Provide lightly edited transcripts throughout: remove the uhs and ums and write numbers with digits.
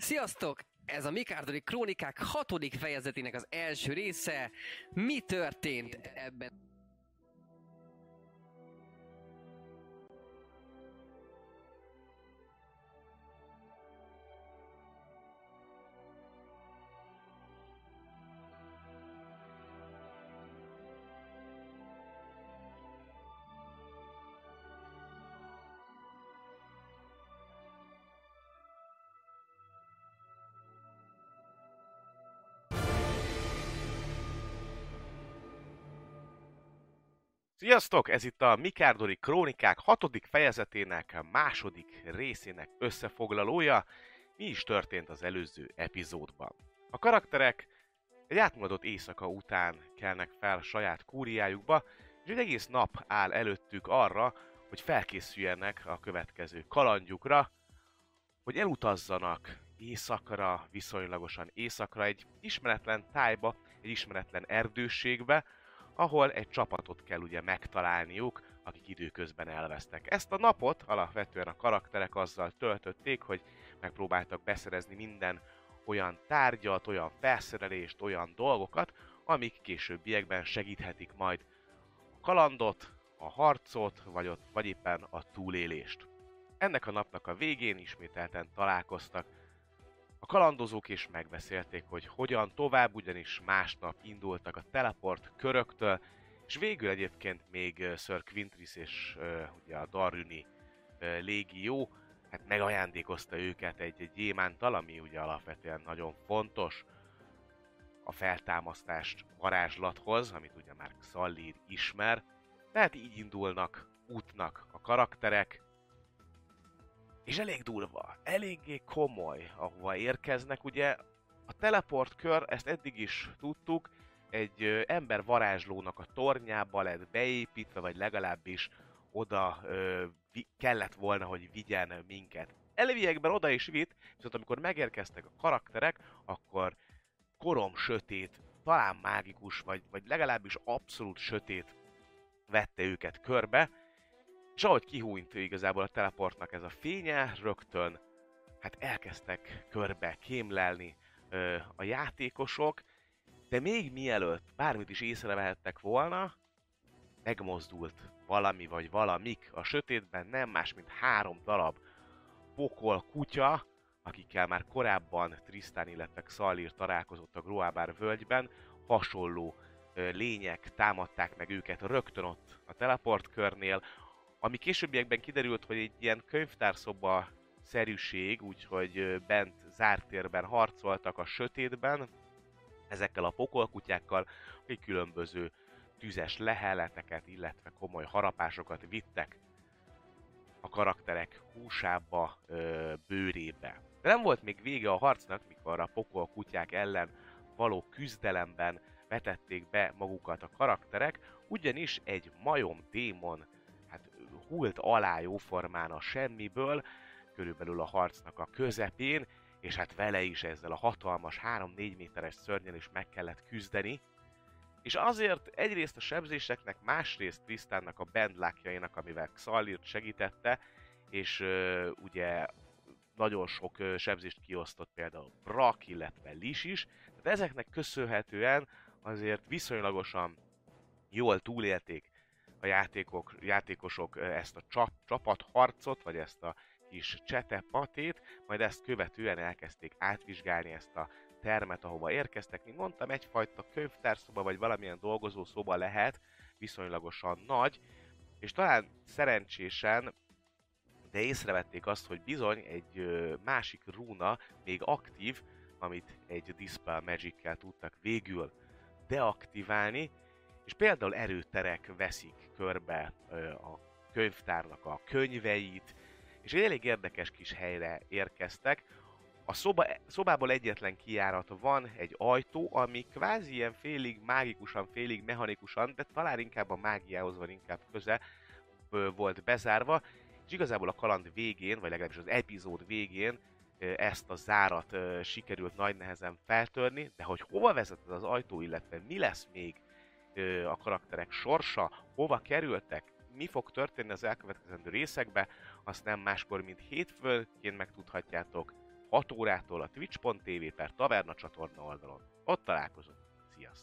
Sziasztok! Ez a Mikárdori Krónikák 6. fejezetének az első része. Mi történt ebben? Sziasztok! Ez itt a Mikárdori Krónikák 6. fejezetének második részének összefoglalója. Mi is történt az előző epizódban? A karakterek egy átmuladott éjszaka után kelnek fel saját kúriájukba, és egy egész nap áll előttük arra, hogy felkészüljenek a következő kalandjukra, hogy elutazzanak északra, viszonylagosan északra, egy ismeretlen tájba, egy ismeretlen erdőségbe, ahol egy csapatot kell ugye megtalálniuk, akik időközben elvesztek. Ezt a napot alapvetően a karakterek azzal töltötték, hogy megpróbáltak beszerezni minden olyan tárgyat, olyan felszerelést, olyan dolgokat, amik későbbiekben segíthetik majd a kalandot, a harcot, vagy éppen a túlélést. Ennek a napnak a végén ismételten találkoztak a kalandozók, és megbeszélték, hogy hogyan tovább, ugyanis másnap indultak a teleport köröktől, és végül egyébként még Sir Quintris és ugye a Darüni légió hát megajándékozta őket egy gyémánttal, ami ugye alapvetően nagyon fontos a feltámasztást varázslathoz, amit ugye már Xallír ismer. Tehát így indulnak útnak a karakterek, és elég durva, eléggé komoly, ahova érkeznek. Ugye a teleportkör, ezt eddig is tudtuk, egy ember varázslónak a tornyába lett beépítve, vagy legalábbis oda kellett volna, hogy vigyen minket. Elviekben oda is vitt, viszont amikor megérkeztek a karakterek, akkor korom sötét, talán mágikus, vagy legalábbis abszolút sötét vette őket körbe, és ahogy kihúnyt igazából a teleportnak ez a fénye, rögtön hát elkezdtek körbe kémlelni a játékosok, de még mielőtt bármit is észrevehettek volna, megmozdult valami vagy valamik a sötétben, nem más, mint 3 darab pokol kutya, akikkel már korábban Tristan, illetve Xallír találkozott a Groabár völgyben. Hasonló lények támadták meg őket rögtön ott a teleportkörnél, ami későbbiekben kiderült, hogy egy ilyen könyvtárszoba szerűség, úgyhogy bent zárt térben harcoltak a sötétben ezekkel a pokolkutyákkal, akik különböző tüzes leheleteket, illetve komoly harapásokat vittek a karakterek húsába, bőrébe. De nem volt még vége a harcnak, mikor a pokolkutyák ellen való küzdelemben vetették be magukat a karakterek, ugyanis egy majom démon hult alá jóformán a semmiből, körülbelül a harcnak a közepén, és hát vele is ezzel a hatalmas 3-4 méteres szörnyen is meg kellett küzdeni. És azért egyrészt a sebzéseknek, másrészt Tristannak a bandlákjainak, amivel Xallírt segítette, és ugye nagyon sok sebzést kiosztott például Brak, illetve Lis is, tehát ezeknek köszönhetően azért viszonylagosan jól túlélték a játékosok ezt a csapatharcot, vagy ezt a kis csetepatét, majd ezt követően elkezdték átvizsgálni ezt a termet, ahova érkeztek. Mint mondtam, egyfajta könyvtárszoba, vagy valamilyen dolgozószoba lehet, viszonylagosan nagy, és talán szerencsésen, de észrevették azt, hogy bizony egy másik rúna még aktív, amit egy Dispel Magic-kel tudtak végül deaktiválni, és például erőterek veszik körbe a könyvtárnak a könyveit, és egy elég érdekes kis helyre érkeztek. A szobából egyetlen kijárat van, egy ajtó, ami kvázi ilyen félig mágikusan, félig mechanikusan, de talán inkább a mágiához van inkább köze, volt bezárva, és igazából a kaland végén, vagy legalábbis az epizód végén ezt a zárat sikerült nagy nehezen feltörni, de hogy hova vezet ez az ajtó, illetve mi lesz még a karakterek sorsa, hova kerültek, mi fog történni az elkövetkezendő részekbe, azt nem máskor, mint hétfőnként megtudhatjátok. 6 órától a twitch.tv/taverna csatorna oldalon. Ott találkozunk. Sziasztok!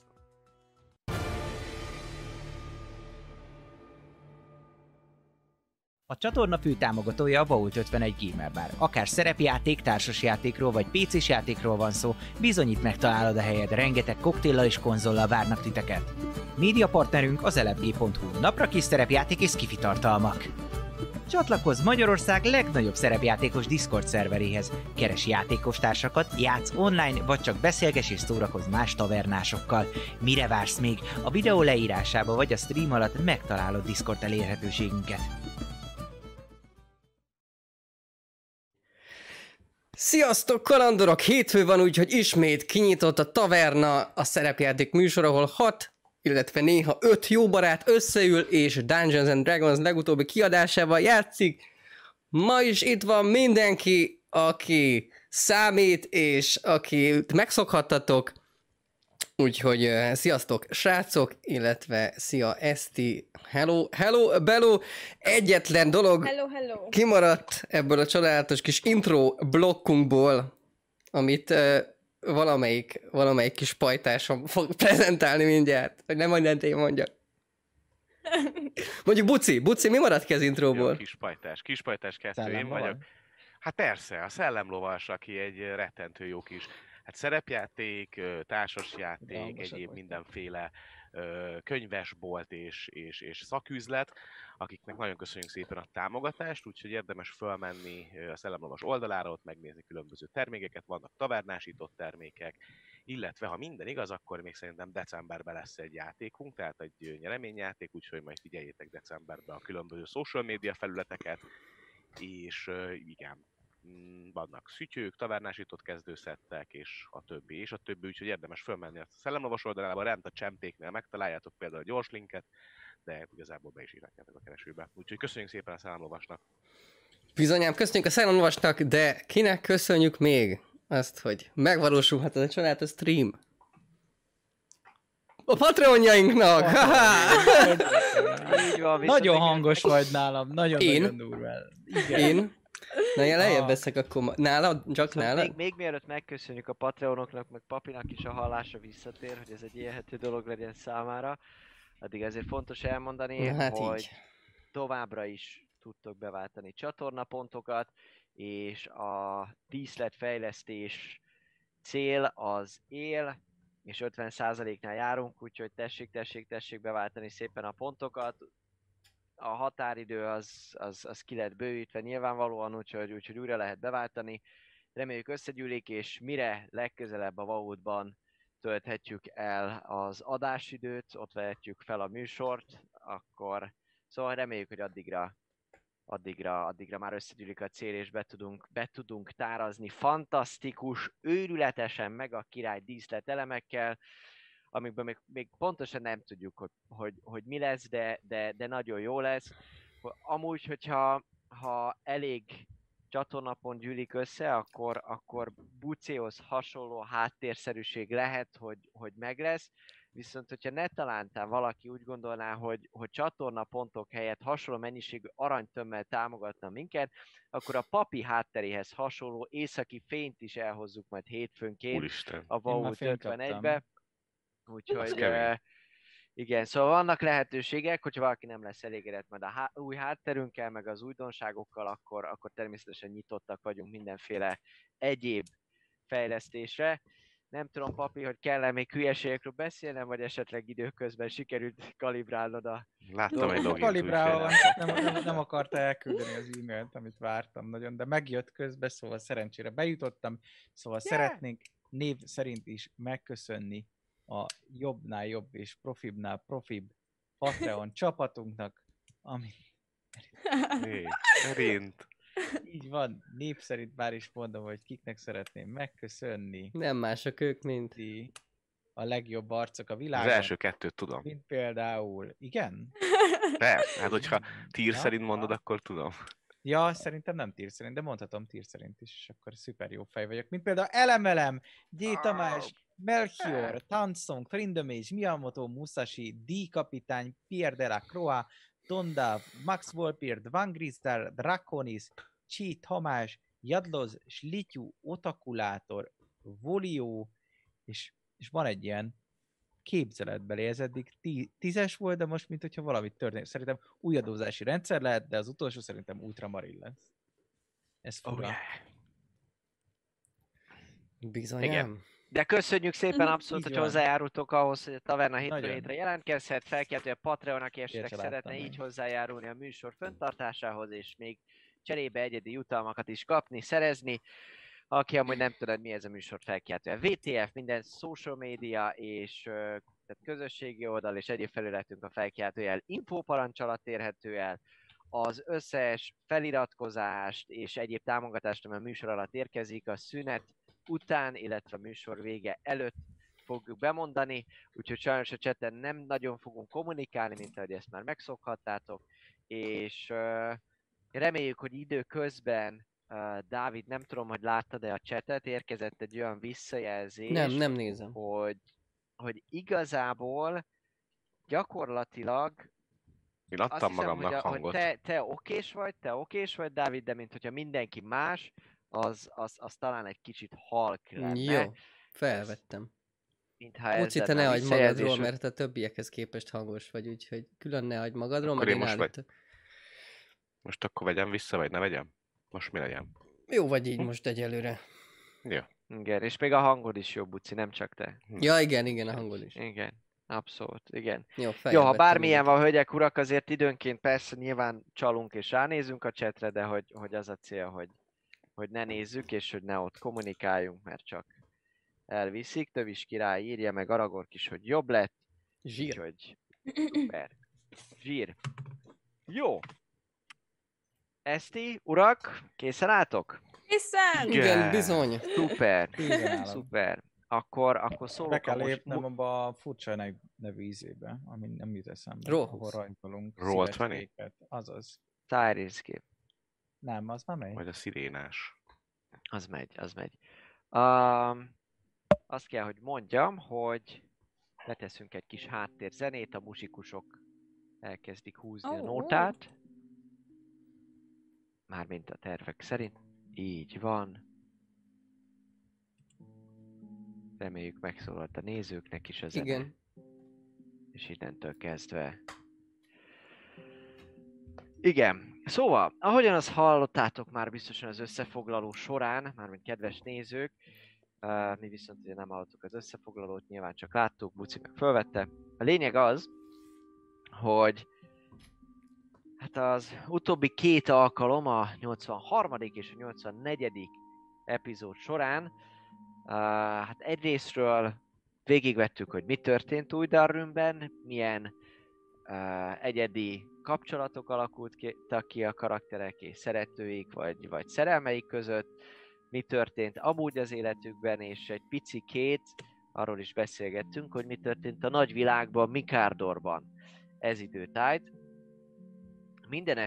A csatorna fő támogatója a Vault 51 Gamer Bar. Akár szerepjáték, társasjátékról vagy PC-s játékról van szó, bizonyít megtalálod a helyed, rengeteg koktéllal és konzollal várnak titeket. Média partnerünk az elefg.hu, napra kis szerepjáték és skifi tartalmak. Csatlakozz Magyarország legnagyobb szerepjátékos Discord szerveréhez. Keres játékostársakat, játsz online, vagy csak beszélges és szórakozz más tavernásokkal. Mire vársz még? A videó leírásába vagy a stream alatt megtalálod Discord elérhetőségünket. Sziasztok, kalandorok! Hétfő van, úgyhogy ismét kinyitott a Taverna, a szerepjáték műsor, ahol 6, illetve néha 5 jó barát összeül, és Dungeons and Dragons legutóbbi kiadásával játszik. Ma is itt van mindenki, aki számít, és akit megszokhattatok. Úgyhogy sziasztok, srácok, illetve szia, Eszti, hello, Bello. Egyetlen dolog Hello. kimaradt ebből a csodálatos kis intro blokkunkból, amit valamelyik kis pajtásom fog prezentálni mindjárt, hogy nem mindent én mondjak. Mondjuk Buci, mi maradt ki az intróból? Jó, kispajtás 2, én vagyok. Hát persze, a szellemlovas, aki egy rettentő jó kis szerepjáték, társasjáték, egyéb mindenféle könyvesbolt és szaküzlet, akiknek nagyon köszönjük szépen a támogatást, úgyhogy érdemes fölmenni a Szellemlovas oldalára, ott megnézni különböző termékeket, vannak tavernásított termékek, illetve ha minden igaz, akkor még szerintem decemberben lesz egy játékunk, tehát egy nyereményjáték, úgyhogy majd figyeljétek decemberben a különböző social media felületeket, és igen, vannak szütyők, tavernásított kezdőszettek, és a többi, úgyhogy érdemes fölmenni a Szellemlovas oldalába, rend a csempéknél megtaláljátok például a gyors linket, de igazából be is írhatjátok a keresőbe. Úgyhogy köszönjük szépen a Szellemlovasnak! Bizonyám, köszönjük a Szellemlovasnak, de kinek köszönjük még azt, hogy megvalósulhat ez a csodálatos stream? A Patreonjainknak! Így van, Nagyon hangos vagy nálam, nagyon durván. Én? Na, lejjebb veszek akkor nálad, csak szóval nálad? még mielőtt megköszönjük a Patreonoknak, meg Papinak is a hallásra visszatér, hogy ez egy élhető dolog legyen számára, addig azért fontos elmondani, hát hogy így. továbbra is tudtok beváltani csatornapontokat, és a díszletfejlesztés cél az él, és 50%-nál járunk, úgyhogy tessék beváltani szépen a pontokat. A határidő az ki lett bővítve nyilvánvalóan, úgyhogy újra lehet beváltani. Reméljük összegyűlik, és mire legközelebb a Vaultban tölthetjük el az adásidőt, ott vehetjük fel a műsort, akkor szóval reméljük, hogy addigra már összegyűlik a cél, és be tudunk tárazni fantasztikus, őrületesen meg a király díszletelemekkel, amikben még pontosan nem tudjuk, hogy mi lesz, de nagyon jó lesz. Amúgy, hogyha elég csatornapon gyűlik össze, akkor Bucéhoz hasonló háttérszerűség lehet, hogy meg lesz. Viszont, hogyha netalántán valaki úgy gondolná, hogy csatornapontok helyett hasonló mennyiségű aranytömmel támogatna minket, akkor a Papi hátteréhez hasonló északi fényt is elhozzuk majd hétfőnként. Úristen. A Vault 51-be. Úgyhogy igen, szóval vannak lehetőségek, hogyha valaki nem lesz elégedett majd a új hátterünkkel, meg az újdonságokkal, akkor természetesen nyitottak vagyunk mindenféle egyéb fejlesztésre. Nem tudom, Papi, hogy kell-e még hülyeségekről beszélnem, vagy esetleg időközben sikerült kalibrálnod a... Láttam egy login. Kalibrálva, nem akarta elküldeni az e-mailt, amit vártam nagyon, de megjött közben, szóval szerencsére bejutottam, szóval szeretnénk név szerint is megköszönni a jobbnál jobb és profibnál profibb Patreon csapatunknak, ami... Szerint. Így van, név szerint már is mondom, hogy kiknek szeretném megköszönni. Nem mások ők, mint... A legjobb arcok a világon. Az első kettőt tudom. Mint például... Igen? Persze, hát hogyha tier szerint mondod, akkor tudom. Ja, szerintem nem tier szerint, de mondhatom tier szerint is, és akkor szuper jó fej vagyok. Mint például Elemelem, G. Tamás, Melchior, Tansong, Trindamage, Miyamoto Musashi, D. Kapitány, Pierre de la Croix, Donda, Max Volpier, Van Gristar, Draconis, Cheat Tamás, Jadloz, Slityu, Otakulátor, Volio, és van egy ilyen képzeletbeli, ez eddig 10-es volt, de most mint hogyha valamit történt. Szerintem új adózási rendszer lehet, de az utolsó szerintem Ultramarin lesz. Ez fura. Oh, yeah. Bizonyám. De köszönjük szépen abszolút, Így hogy van. hozzájárultok ahhoz, hogy a Taverna hétről Nagyon. hétre jelentkezhet, felkeltő a Patreon, aki esetleg Családtam szeretne meg. így hozzájárulni a műsor fenntartásához, és még cserébe egyedi jutalmakat is kapni, szerezni. Aki amúgy nem tudod, mi ez a műsor felkeltő. VTF, minden social media és tehát közösségi oldal és egyéb felületünk a felkeltőjel infóparancs alatt érhető el. Az összes feliratkozást és egyéb támogatást, ami a műsor alatt érkezik, a szünet után, illetve a műsor vége előtt fogjuk bemondani, úgyhogy sajnos a chaten nem nagyon fogunk kommunikálni, mint ahogy ezt már megszokhattátok, és reméljük, hogy időközben Dávid, nem tudom, hogy láttad-e a chatet, érkezett egy olyan visszajelzés, Nem nézem. hogy igazából gyakorlatilag Én azt adtam hiszem, magamnak hogy hangot. te okés vagy, Dávid, de mint hogyha mindenki más, az talán egy kicsit halk lenne. Jó, felvettem. Mintha ez Boci, te lenne ne a hagyd visszajelzés, magadról, hogy- mert a többiekhez képest hangos vagy, úgyhogy külön ne hagyd magadról, Akkor mert én én most állítom. Most akkor vegyem vissza, vagy ne vegyem? Most mi legyen? Jó vagy így most egyelőre. Jó. Igen, és még a hangod is jó, Buci, nem csak te. Ja, igen, a hangod is. Igen, abszolút, igen. Jó, Jó, ha feljebb bármilyen vettem van, hölgyek, urak, azért időnként persze nyilván csalunk és ránézünk a chatre, de hogy az a cél, hogy ne nézzük, és hogy ne ott kommunikáljunk, mert csak elviszik. Tövis király írja meg Aragorn is, hogy jobb lett, Zsír. úgyhogy szuper. Zsír. Jó. Eszti, urak, készen álltok? Hiszen! Igen, bizony. Szuper, Készen állok. szuper. Akkor szólok Be kell most... lépnem abba a furcsa nevű ízébe, ami nem jut eszembe. Rohhoz. Ahol rajzolunk Roll20? szívecskéket. Azaz. Tyrese. Nem, az nem megy. Vagy a szirénás. Az megy. Azt kell, hogy mondjam, hogy leteszünk egy kis háttérzenét, a muzsikusok elkezdik húzni a Ó. nótát. Mármint a tervek szerint. Így van. Reméljük megszólalt a nézőknek is a zene. Igen. És innentől kezdve... Igen. Szóval, ahogyan azt hallottátok már biztosan az összefoglaló során, mármint kedves nézők, mi viszont ugye nem hallottuk az összefoglalót, nyilván csak láttuk, Buci meg fölvette. A lényeg az, hogy hát az utóbbi két alkalom, a 83. és a 84. epizód során, hát egyrésztről végigvettük, hogy mi történt Új-Darwinben, milyen egyedi kapcsolatok alakultak ki a karakterek és szeretőik vagy szerelmeik között, mi történt amúgy az életükben, és egy picikét arról is beszélgettünk, hogy mi történt a nagyvilágban, Mikádorban ez időtájt. Minden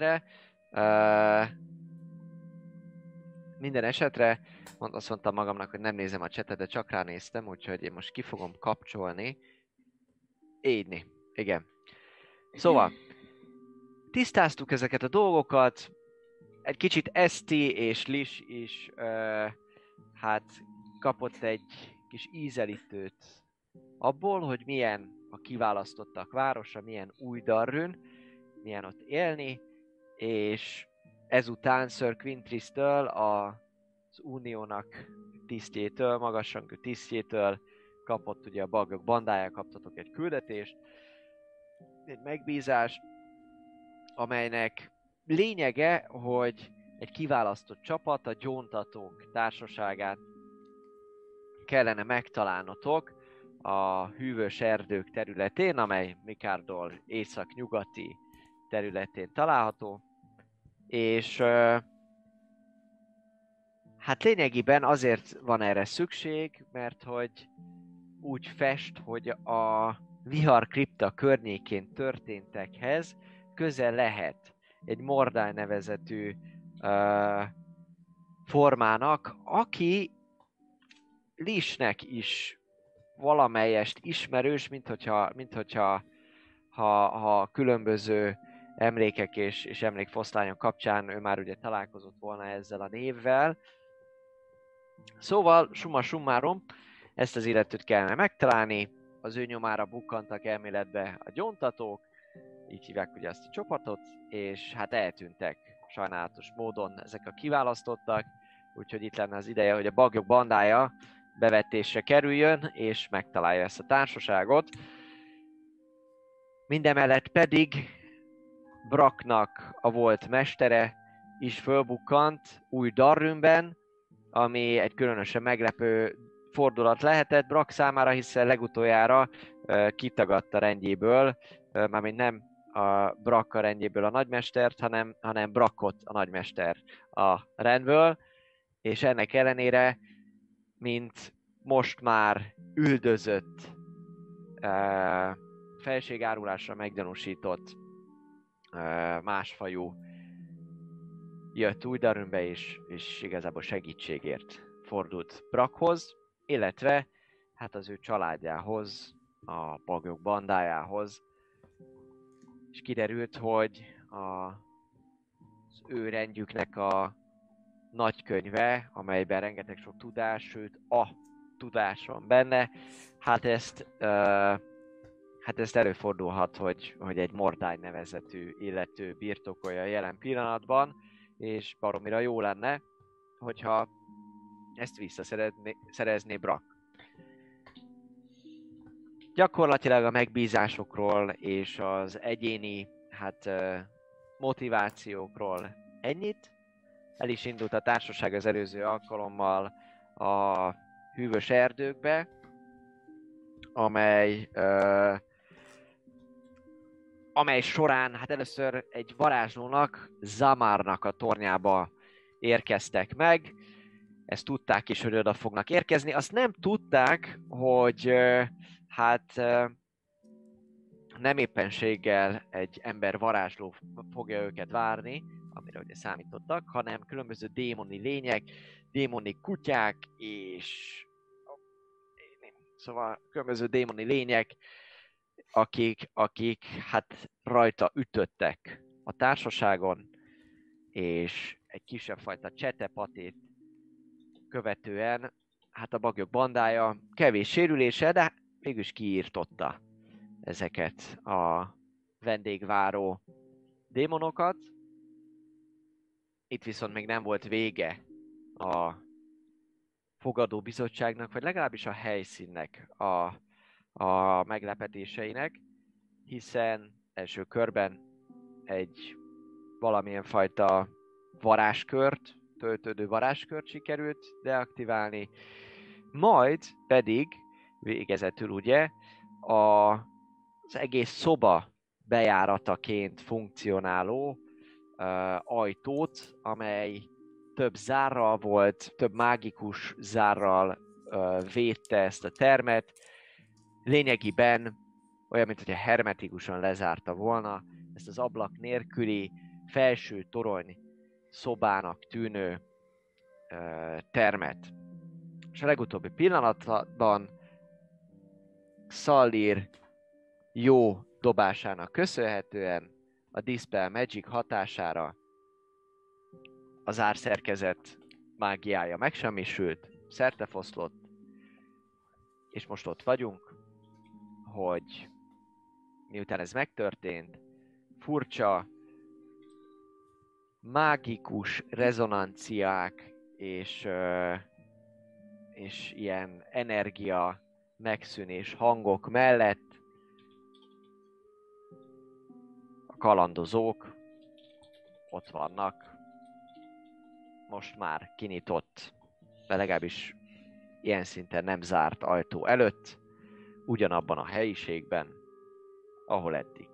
esetre azt mondtam magamnak, hogy nem nézem a chatet, de csak ránéztem, úgyhogy én most ki fogom kapcsolni. Így, igen. Szóval, tisztáztuk ezeket a dolgokat, egy kicsit Eszti és Lis is hát kapott egy kis ízelítőt abból, hogy milyen a kiválasztottak városa, milyen Új-Darwin, milyen ott élni, és ezután Sir Quintris-től, az Uniónak tisztjétől, magasrangú tisztjétől kapott ugye a Bagok bandája, kaptatok egy küldetést, egy megbízást, amelynek lényege, hogy egy kiválasztott csapat, a gyóntatók társaságát kellene megtalálnotok a hűvös erdők területén, amely Mikárdor észak-nyugati területén található, és hát lényegében azért van erre szükség, mert hogy úgy fest, hogy a Vihar kripta környékén történtekhez közel lehet egy Mordály nevezetű formának, aki Lisnek is valamelyest ismerős, mint hogyha különböző emlékek és emlékfoszlányok kapcsán ő már ugye találkozott volna ezzel a névvel. Szóval, summa summarum, ezt az illetőt kellene megtalálni, az ő nyomára bukkantak elméletbe a gyóntatók, így hívják ugye azt a csoportot, és hát eltűntek sajnálatos módon ezek a kiválasztottak, úgyhogy itt lenne az ideje, hogy a Bagyok bandája bevetésre kerüljön, és megtalálja ezt a társaságot. Mindemellett pedig Bracknak a volt mestere is fölbukkant új Darrünben, ami egy különösen meglepő fordulat lehetett Brack számára, hiszen legutoljára kitagadta rendjéből, mármint nem a Brack a rendjéből a nagymestert, hanem Brackot a nagymester a rendből, és ennek ellenére, mint most már üldözött, felségárulásra meggyanúsított másfajú jött új Darrünbe és igazából segítségért fordult Brackhoz, illetve hát az ő családjához, a Bagyok bandájához. És kiderült, hogy az ő rendjüknek a nagykönyve, amelyben rengeteg sok tudás, sőt a tudás van benne, hát ezt előfordulhat, hogy egy Mordány nevezetű illető birtokolja jelen pillanatban, és baromira jó lenne, hogyha ezt visszaszerezné Brack. Gyakorlatilag a megbízásokról és az egyéni motivációkról ennyit. El is indult a társaság az előző alkalommal a hűvös erdőkbe, amely során hát először egy varázslónak, Zamarnak a tornyába érkeztek meg. Ezt tudták is, hogy oda fognak érkezni. Azt nem tudták, hogy nem éppenséggel egy ember varázsló fogja őket várni, amire ugye számítottak, hanem különböző démoni lények, démoni kutyák és szóval különböző démoni lények, akik hát rajta ütöttek a társaságon, és egy kisebb fajta csetepatét követően hát a Bagyok bandája kevés sérülése, de mégis kiírtotta ezeket a vendégváró démonokat. Itt viszont még nem volt vége a fogadó bizottságnak, vagy legalábbis a helyszínnek a meglepetéseinek, hiszen első körben egy valamilyen fajta varázskört, töltődő varázskört sikerült deaktiválni, majd pedig végezetül ugye az egész szoba bejárataként funkcionáló ajtót, amely több zárral volt, több mágikus zárral védte ezt a termet. Lényegében olyan, mintha hermetikusan lezárta volna ezt az ablak nélküli felső torony szobának tűnő termet. És a legutóbbi pillanatban Xalir jó dobásának köszönhetően a Dispel Magic hatására az árszerkezet mágiája megsemmisült, szertefoszlott, és most ott vagyunk, hogy miután ez megtörtént, furcsa, mágikus rezonanciák és ilyen energia megszűnés hangok mellett a kalandozók ott vannak, most már kinyitott, de legalábbis ilyen szinten nem zárt ajtó előtt, ugyanabban a helyiségben, ahol eddig.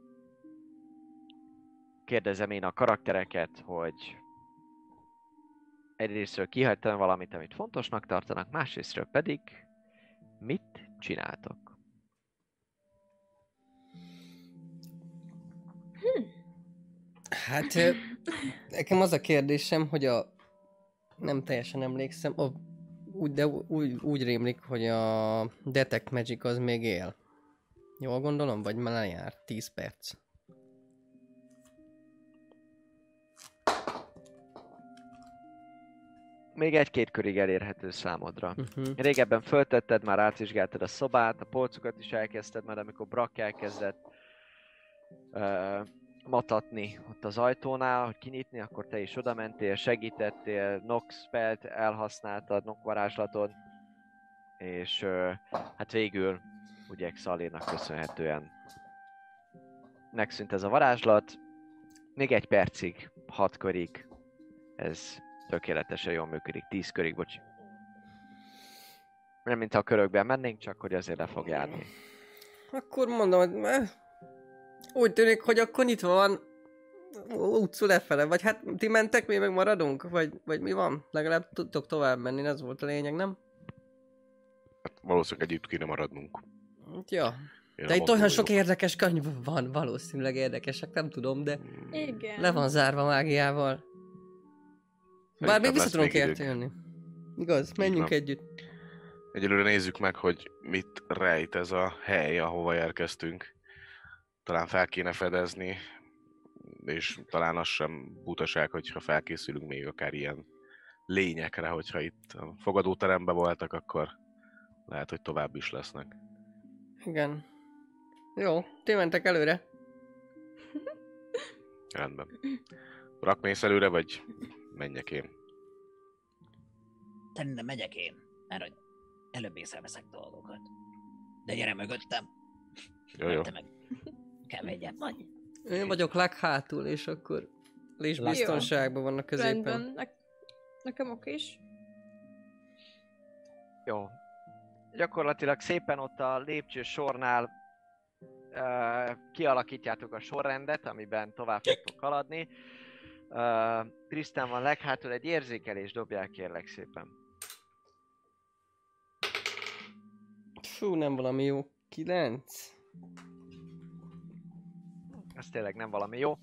Kérdezem én a karaktereket, hogy egyrésztről kihagytam valamit, amit fontosnak tartanak, másrésztről pedig mit csináltok? Hát nekem az a kérdésem, hogy nem teljesen emlékszem, úgy rémlik, hogy a Detect Magic az még él. Jól gondolom? Vagy már lejár? 10 perc. még egy-két körig elérhető számodra. Uh-huh. Régebben föltetted, már átvizsgáltad a szobát, a polcokat is elkezdted, majd amikor Brack elkezdett matatni ott az ajtónál, hogy kinyitni, akkor te is oda mentél, segítettél, Nox spellt elhasználtad, Nox varázslatot, és hát végül ugye Xalirnak köszönhetően megszűnt ez a varázslat. Még 1 percig, 6 körig, ez tökéletesen jól működik, 10 körig, bocs. Nem mintha a körökben mennénk, csak hogy azért le fog járni. Akkor mondom, hogy úgy tűnik, hogy akkor nyitva van utcú lefele, vagy hát ti mentek, mi meg maradunk? Vagy mi van? Legalább tudtok tovább menni, ez volt a lényeg, nem? Hát valószínűleg együtt kéne maradnunk. Ja. Én De a itt olyan mozduló sok érdekes könyv van, valószínűleg érdekesek, nem tudom, de Igen. le van zárva mágiával. Bár Szerintem még vissza lesz tudunk még érte időnk. jönni. Igaz, menjünk van. együtt. Egyelőre nézzük meg, hogy mit rejt ez a hely, ahova érkeztünk. Talán fel kéne fedezni, és talán az sem butaság, hogyha felkészülünk még akár ilyen lényekre, hogyha itt a fogadóteremben voltak, akkor lehet, hogy tovább is lesznek. Igen. Jó, ti mentek előre. Rendben. Rakmész előre, vagy menjek én? Szerintem megyek én, mert hogy előbb észreveszek dolgokat. De gyere mögöttem, Jó, jó. te meg keményebb vagy. Én vagyok leghátul, és akkor is biztonságban vannak középen. Rendben. Nekem oké is. Jó. Gyakorlatilag szépen ott a lépcső sornál kialakítjátok a sorrendet, amiben tovább fogtok haladni. Tristan van leghátul, egy érzékelés dobjál kérlek szépen. Fú, nem valami jó. 9. Ez tényleg nem valami jó.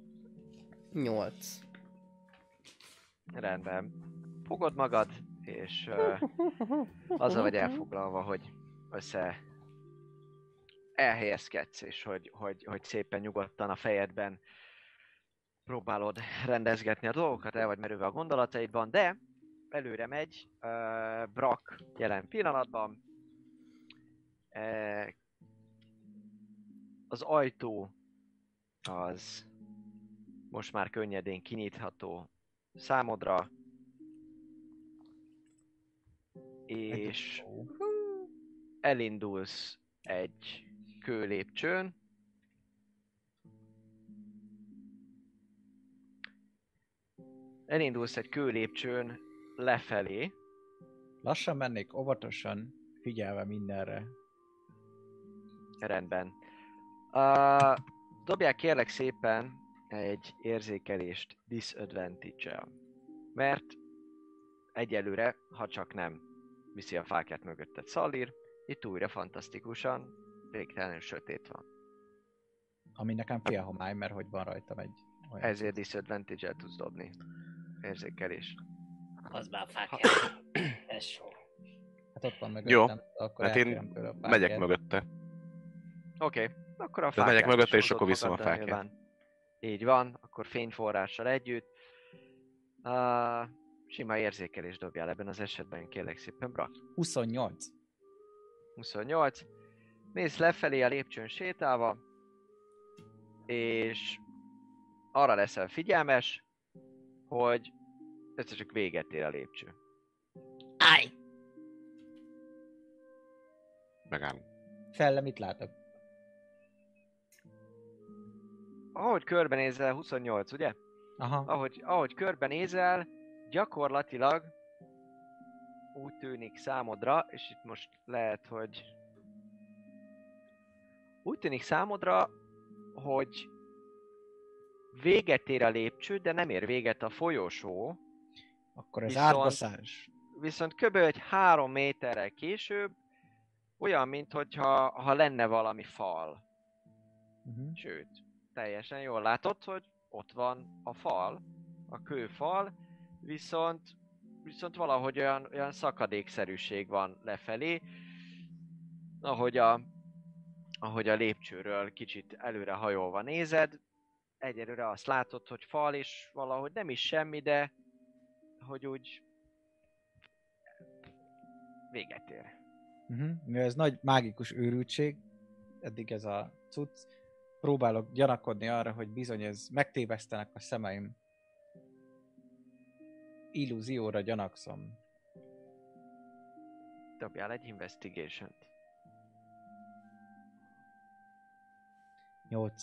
8. Rendben. Fogod magad, és azzal vagy elfoglalva, hogy össze elhelyezkedsz, és hogy szépen nyugodtan a fejedben próbálod rendezgetni a dolgokat, el vagy merülve a gondolataidban, de előre megy Brack jelen pillanatban. Az ajtó az most már könnyedén kinyitható számodra, és elindulsz egy kőlépcsőn. Elindulsz egy kőlépcsőn lefelé. Lassan mennék, óvatosan, figyelve mindenre. Rendben. Dobjál kérlek szépen egy érzékelést disadvantage-el. Mert egyelőre, ha csak nem viszi a fákját mögötted Szalir, itt újra fantasztikusan, végtelenül sötét van. Ami nekem félhomály, mert hogy van rajtam egy olyan... Ezért disadvantage-el tudsz dobni érzékelést. Az már fákját. Ez jó. Hát ott van Jó, mögöttem. Akkor hát elkérem én tőle a fákját. megyek mögötte. Oké, akkor a Tehát megyek fákját mögötte, is és akkor hozod viszem a magaddal fákját. nyilván. Így van, akkor fényforrással együtt. Sima érzékelés dobjál ebben az esetben, kérlek szépen, Brack. 28. 28. Mész lefelé a lépcsőn sétálva, és arra leszel figyelmes, hogy egyszer csak véget ér a lépcső. Állj! Megállom. Felle mit látok? Ahogy körbenézel, 28, ugye? Aha. Ahogy körbenézel, gyakorlatilag úgy tűnik számodra, és itt most lehet, hogy úgy tűnik számodra, hogy véget ér a lépcső, de nem ér véget a folyosó, Akkor ez Viszont- átbaszás. viszont kb. Egy 3 méterrel később olyan, mintha lenne valami fal. Sőt, teljesen jól látod, hogy ott van a fal, a kőfal, viszont valahogy olyan szakadékszerűség van lefelé, ahogy a lépcsőről kicsit előre hajolva nézed, egyelőre azt látod, hogy fal és valahogy nem is semmi, de hogy úgy véget ér. Mivel ez nagy mágikus őrültség, eddig ez a cucc, próbálok gyanakodni arra, hogy bizony ez megtévesztenek a szemeim. Illúzióra gyanakszom. Dobjál egy investigation-t. 8.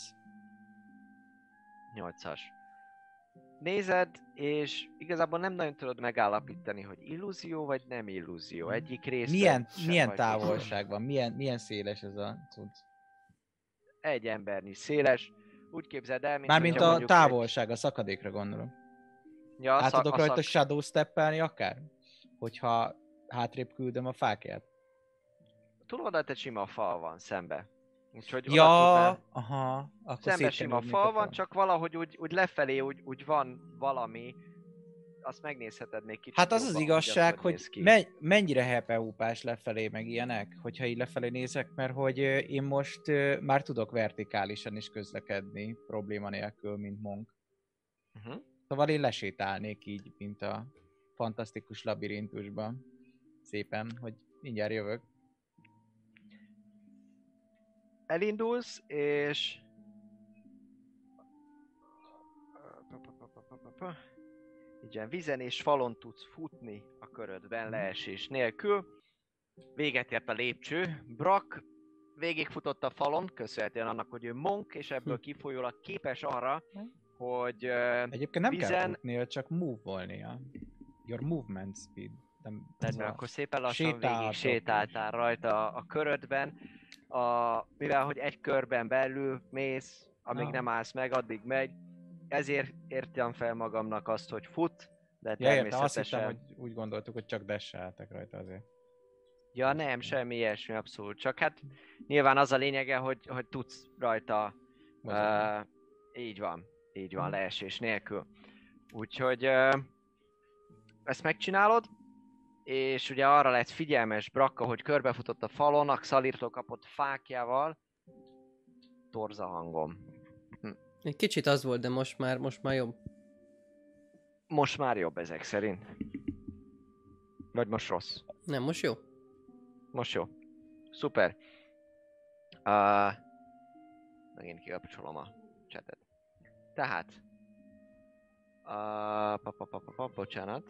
8-as. Nézed, és igazából nem nagyon tudod megállapítani, hogy illúzió vagy nem illúzió. Egyik részben Milyen távolság van? Milyen széles ez a cucc? Egy embernyi széles. Úgy képzeld el, mint Mármint hogyha a mondjuk távolság, a szakadékra gondolom. Ja, Át tudok rajta shadow steppelni akár? Hogyha hátrébb küldöm a fákját. Túloldalt egy sima fal van szembe. Úgyhogy aha. Akkor szembe sima fal van, fal. csak valahogy úgy lefelé úgy van valami. Azt megnézheted még kicsit. Hát az jobban, az igazság, hogy néz hogy ki. mennyire hepehúpás lefelé meg ilyenek, hogyha így lefelé nézek, mert hogy én most már tudok vertikálisan is közlekedni probléma nélkül, mint monk. Uh-huh. Szóval én lesétálnék így, mint a fantasztikus labirintusban. Szépen, hogy mindjárt jövök. Elindulsz, és... Így ilyen vizen és falon tudsz futni a körödben leesés nélkül. Véget ért a lépcső. Brak végigfutott a falon, köszönhetően annak, hogy ő monk, és ebből kifolyólag képes arra, hogy Egyébként nem kell vizen... futnia, csak move-olnia. Your movement speed. Mert akkor szépen lassan sétáltok végig sétáltál rajta a körödben. Mivel hogy egy körben belül mész, amíg nem állsz meg, addig megy. Ezért értem fel magamnak azt, hogy fut, de természetesen... Azt hittem, hogy úgy gondoltuk, hogy csak dash-eltek rajta azért. Ja nem, semmi ilyesmi, abszolút. Csak hát nyilván az a lényege, hogy tudsz rajta... így van, leesés nélkül. Úgyhogy ezt megcsinálod, és ugye arra lett figyelmes Brakka, hogy körbefutott a falon, a Xalirtól kapott fákjával, torza hangom. Egy kicsit az volt, de most már jobb. Most már jobb ezek szerint. Vagy most rossz? Nem, most jó. Most jó. Szuper. Megint kikapcsolom a chatet. Tehát. Bocsánat.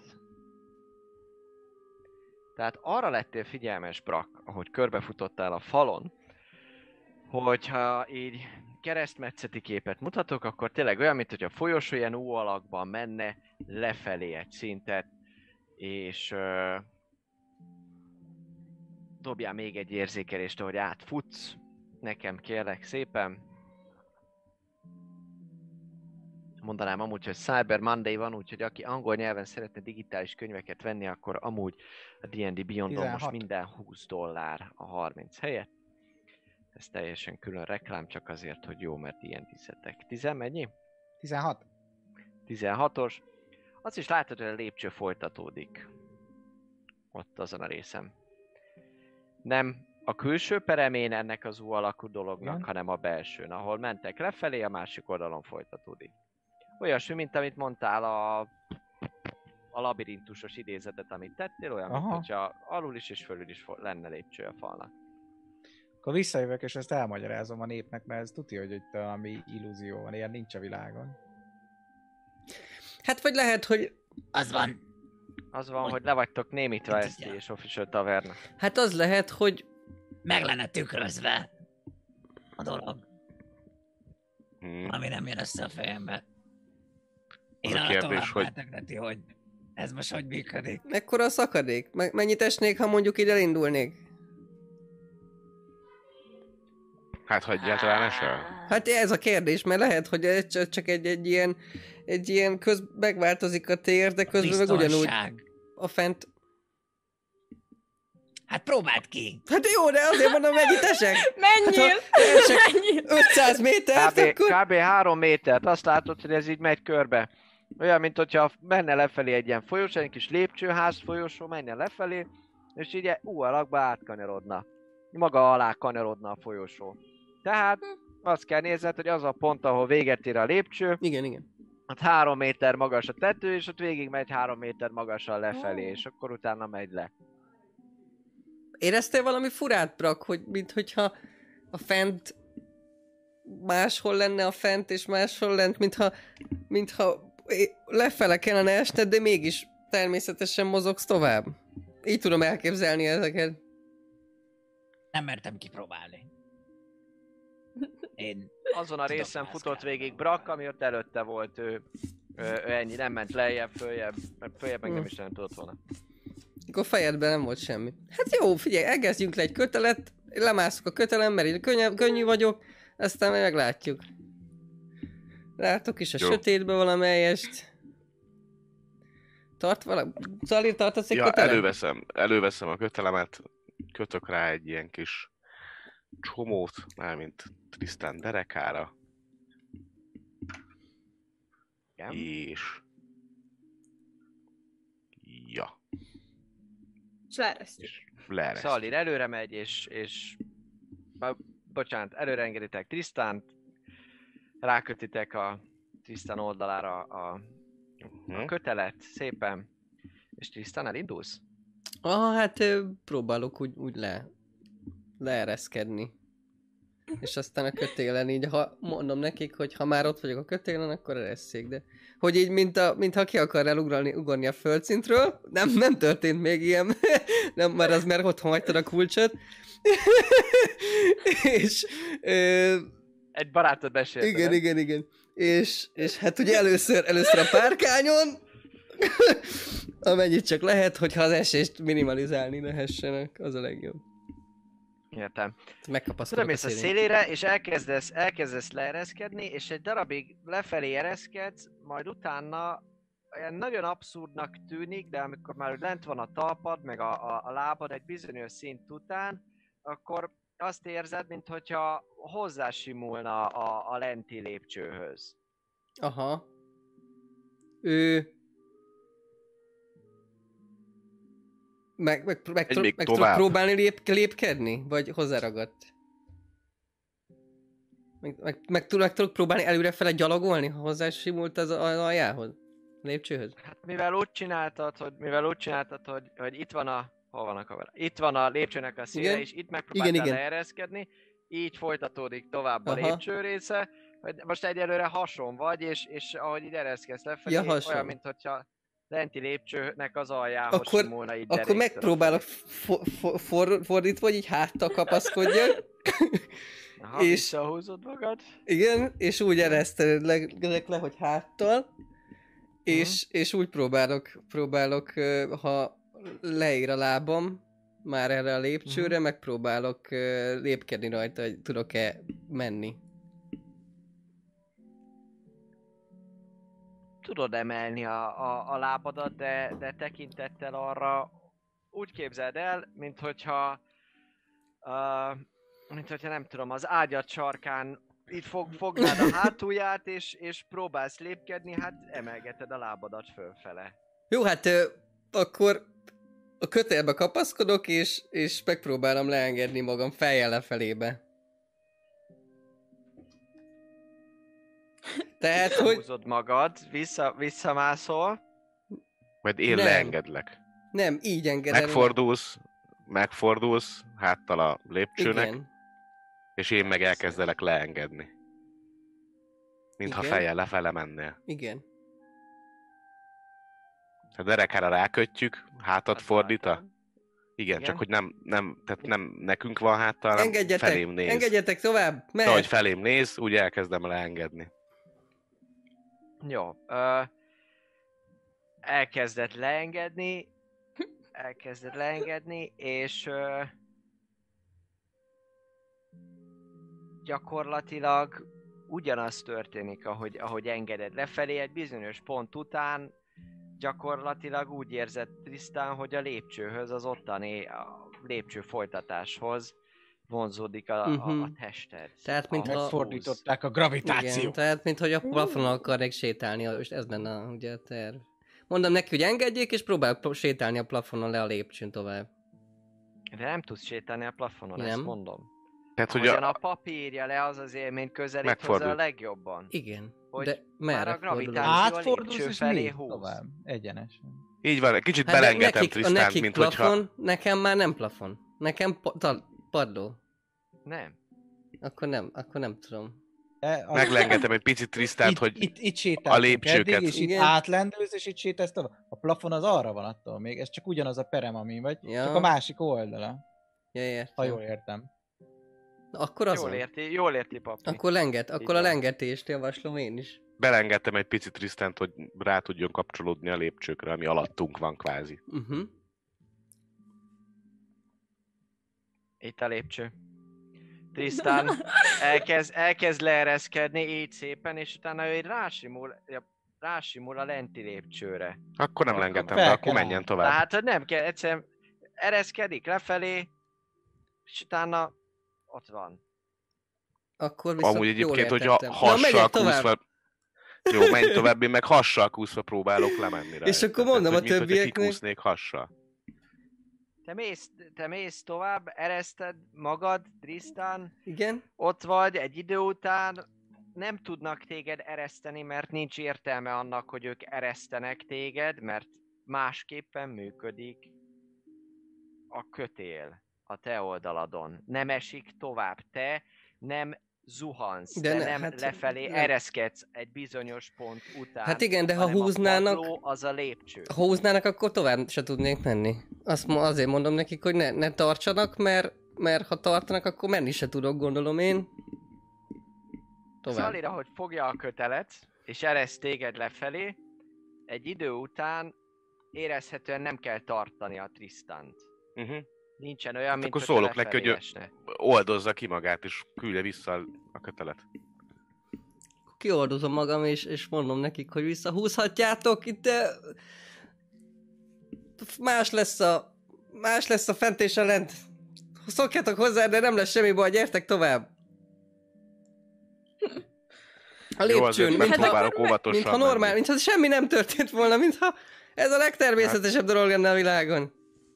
Tehát arra lettél figyelmes, Brak, ahogy körbefutottál a falon, hogyha így keresztmetszeti képet mutatok, akkor tényleg olyan, mint hogy a folyosó ilyen U alakban menne lefelé egy szintet, és dobjál még egy érzékelést, ahogy átfutsz. Nekem kérlek szépen. Mondanám amúgy, hogy Cyber Monday van, úgyhogy aki angol nyelven szeretne digitális könyveket venni, akkor amúgy a D&D Beyondon most minden $20 a 30 helyett. Ez teljesen külön reklám, csak azért, hogy jó, mert ilyen tízetek. 10 mennyi? 16. 16-os. Azt is látod, hogy a lépcső folytatódik. Ott azon a részen. Nem a külső peremén ennek az U alakú dolognak, hanem a belsőn. Ahol mentek lefelé, a másik oldalon folytatódik. Olyasmi, mint amit mondtál a labirintusos idézetet, amit tettél, olyan, mint hogyha alul is és fölül is lenne lépcső a falnak. Akkor visszajövök, és ezt elmagyarázom a népnek, mert ez tudja, hogy itt valami illúzió van, ilyen nincs a világon. Hát vagy lehet, hogy... Az van, hogy le vagytok némítva ezt és Official Taverna. Hát az lehet, hogy... Meg lenne tükrözve a dolog. Ami nem jön össze a fejembe. Én arra tovább váltogatni, hogy ez most hogy működik. Mekkora a szakadék? Mennyit esnék, ha mondjuk ide elindulnék? Hát, hogy egyáltalán esel? Hát ez a kérdés, mert lehet, hogy ez csak egy ilyen megváltozik a tér, de közben meg ugyanúgy a fent... Hát próbáld ki! Hát jó, de azért mondom, mennyit esek? Menjél! Hát, 500 métert, kb. 3 métert, azt látod, hogy ez így megy körbe. Olyan, mint hogyha menne lefelé egy ilyen folyosó, egy kis lépcsőház folyosó, menne lefelé, és így alakba átkanyarodna. Maga alá kanyarodna a folyosó. Tehát azt kell nézned, hogy az a pont, ahol véget ér a lépcső. Igen. Ott 3 méter magas a tető, és ott végig megy 3 méter magasan lefelé, és akkor utána megy le. éreztél valami furát, Brak, hogy minthogyha a fent máshol lenne a fent, és máshol lent, mintha lefele kellene esned, de mégis természetesen mozogsz tovább. Így tudom elképzelni ezeket. Nem mertem kipróbálni. Én Azon a részen futott végig Brak, ami ott előtte volt, ő ennyi, nem ment lejjebb, följebb meg nem is nem tudott volna. Akkor fejedben nem volt semmi. Hát jó, figyelj, elkezdjünk le egy kötelet, lemászok a kötelem, mert én könnyű vagyok, aztán meglátjuk. Látok is a sötétbe valamelyest. Zali, tartasz egy kötelem? Előveszem a kötelemet, kötök rá egy ilyen kis csomót, mármint Tristan derekára. Igen. És... Ja. És leeresztjük. Leeresztjük. Szalir előre megy, és bocsánat, előre engeditek Tristant, rákötitek a Tristan oldalára a kötelet, szépen, és Tristan, elindulsz? Hát próbálok úgy leereszkedni. És aztán a kötélen így, ha mondom nekik, hogy ha már ott vagyok a kötélen, akkor eresszék, de... Hogy így, mintha ki akar ugorni a földszintről, nem történt még ilyen, nem, mert otthon hagytad a kulcsot. És... Egy barátod mesélte, Igen. És hát ugye először a párkányon, amennyit csak lehet, hogyha az esést minimalizálni lehessenek, az a legjobb. Értem. Megkapaszkodok Tudom, a szélére, és elkezdesz leereszkedni, és egy darabig lefelé ereszkedsz, majd utána olyan nagyon abszurdnak tűnik, de amikor már lent van a talpad, meg a lábad egy bizonyos szint után, akkor azt érzed, minthogyha hozzásimulna a lenti lépcsőhöz. Aha. Meg tudok próbálni lépkedni? Vagy hozzáragadt? Meg tudok próbálni előrefele gyalogolni, ha hozzásimult az aljához? A lépcsőhöz? Hát mivel úgy csináltad, hogy itt van a... Hol van a kamera? Itt van a lépcsőnek a széle, és itt megpróbáltál leereszkedni, így folytatódik tovább a lépcső része. Most egyelőre hason vagy, és ahogy így ereszkedsz lefelé, olyan, mintha lenti lépcsőnek az aljához simulna így. Akkor megpróbálok fordítva, hogy így háttal kapaszkodjak. Aha, és visszahúzod magad. Igen, és úgy ereszted le, hogy háttal. És úgy próbálok, ha leír a lábam már erre a lépcsőre, megpróbálok lépkedni rajta, hogy tudok-e menni. Tudod emelni a lábadat, de tekintettel arra úgy képzeld el, minthogyha nem tudom, az ágyad sarkán itt fognád a hátulját, és próbálsz lépkedni, hát emelgeted a lábadat fölfele. Jó, hát akkor a kötélbe kapaszkodok, és megpróbálom leengedni magam fejjel lefelébe. Tehát, hogy... Húzod magad, visszamászol. Majd én leengedlek. Nem, így engedem. Megfordulsz háttal a lépcsőnek, igen. És én meg elkezdelek leengedni. Mintha fejjel lefele mennél. Igen. A derekára rákötjük, hátat fordít. Igen, csak hogy nem nekünk van háttal, hanem felém néz. Engedjetek tovább, mehet. Ahogy felém néz, úgy elkezdem leengedni. Jó. Elkezded leengedni, és gyakorlatilag ugyanaz történik, ahogy engeded lefelé, egy bizonyos pont után gyakorlatilag úgy érzed, Tristan, hogy a lépcsőhöz, az ottani a lépcső folytatáshoz vonzódik a tested. Tehát, mintha megfordították a gravitációt. Igen, tehát, mintha a plafonon akarnék sétálni, és ez lenne ugye a terv. Mondom neki, hogy engedjék, és próbálok sétálni a plafonon le a lépcsőn tovább. De nem tudsz sétálni a plafonon, nem. Ezt mondom. Tehát, hogy a papírja le, az az élményt közelít hozzá a legjobban. Igen, hogy de merre a gravitáció a lépcső felé húz. Tovább, egyenesen. Így van, kicsit belengedem Tristánt, mint plafon, hogyha... Nekem már nem plafon. Nekem padló. Nem. Akkor nem tudom. Meglengetem egy picit Trisztánt, hogy itt sétáltunk a lépcsőket. eddig, és itt átlendülsz, és itt sétálsz tovább. A plafon az arra van attól még, ez csak ugyanaz a perem, amin vagy, csak a másik oldala. Ja, értem. Ha jól értem. Na, akkor az Jól érti, papi. Akkor a lengetést javaslom én is. Belengedtem egy picit Trisztánt, hogy rá tudjon kapcsolódni a lépcsőkre, ami alattunk van kvázi. Itt a lépcső. Trisztán elkezd leereszkedni így szépen, és utána ő rásimul a lenti lépcsőre. Akkor nem lengetem be, akkor menjen tovább. Tehát, hogy nem kell, egyszerűen ereszkedik lefelé, és utána ott van. Akkor viszont amúgy egyébként, jól hogyha hassal kúszva... Jó, menj tovább, én meg hassal kúszva próbálok lemenni rá. És akkor mondom a többieknek... kikúsznék hassal. Te mész tovább, ereszted magad, Trisztán. Igen? Ott vagy, egy idő után nem tudnak téged ereszteni, mert nincs értelme annak, hogy ők eresztenek téged, mert másképpen működik a kötél a te oldaladon. Nem esik tovább, te nem zuhansz, nem lefelé ereszkedsz egy bizonyos pont után. Hát igen, de ha húznának... A padló az a lépcső. Ha húznának, akkor tovább se tudnék menni. Azért mondom nekik, hogy ne tartsanak, mert ha tartanak, akkor menni se tudok, gondolom én. Tovább. Szalira, hogy fogja a kötelet, és ereszt téged lefelé, egy idő után érezhetően nem kell tartani a Trisztánt. Nincsen olyan, mint akkor szólok neki, hogy oldozza ki magát, és küldje vissza a kötelet. Kioldozom magam, és mondom nekik, hogy visszahúzhatjátok, itt más lesz a fent és a lent. Szokjatok hozzá, de nem lesz semmi baj, gyertek tovább. A lépcsőn, mintha normál, mintha semmi nem történt volna, mintha ez a legtermészetesebb dolog lenne a világon.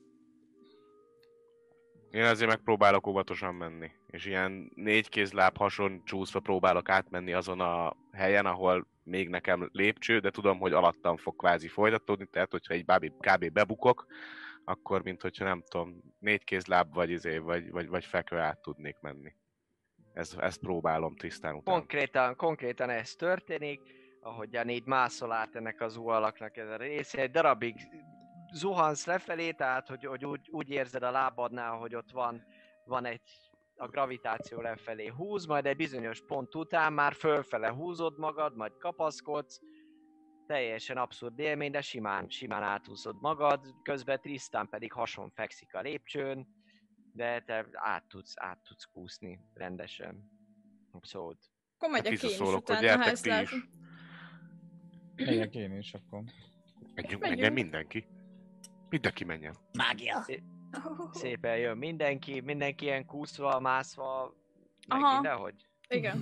Én azért megpróbálok óvatosan menni, és ilyen 4 kézláb hason csúszva próbálok átmenni azon a helyen, ahol még nekem lépcső, de tudom, hogy alattam fog kvázi folytatódni, tehát hogyha egy kb. Bebukok, akkor mint hogyha nem tudom, 4 kézláb vagy fekve át tudnék menni. Ezt próbálom Trisztán után. Konkrétan ez történik, ahogyan így mászol át ennek az alaknak ez a része, egy darabig zuhansz lefelé, tehát hogy úgy érzed a lábadnál, hogy ott van a gravitáció lefelé húz, majd egy bizonyos pont után már fölfele húzod magad, majd kapaszkodsz, teljesen abszurd élmény, de simán áthúzod magad, közben Trisztán pedig hason fekszik a lépcsőn, de te át tudsz kúszni rendesen. Abszolút. Akkor megyek én is utána, ha ezt látom. Megyek én is akkor. Menjen mindenki. Mindenki menjen. Mágia. Szépen jön mindenki ilyen kúszva, mászva, meg mindenhogy. Igen.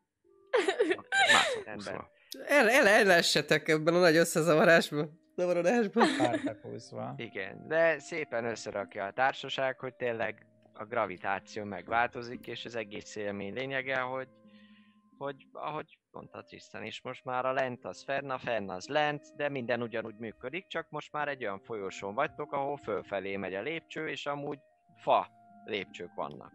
Ember. Elessetek ebben a nagy összezavarásban. Zavarodásban. Igen, de szépen összerakja a társaság, hogy tényleg a gravitáció megváltozik, és az egész élmény lényege, hogy ahogy mondta Trisztán is, most már a lent az fenn az lent, de minden ugyanúgy működik, csak most már egy olyan folyosón vagytok, ahol fölfelé megy a lépcső, és amúgy fa lépcsők vannak.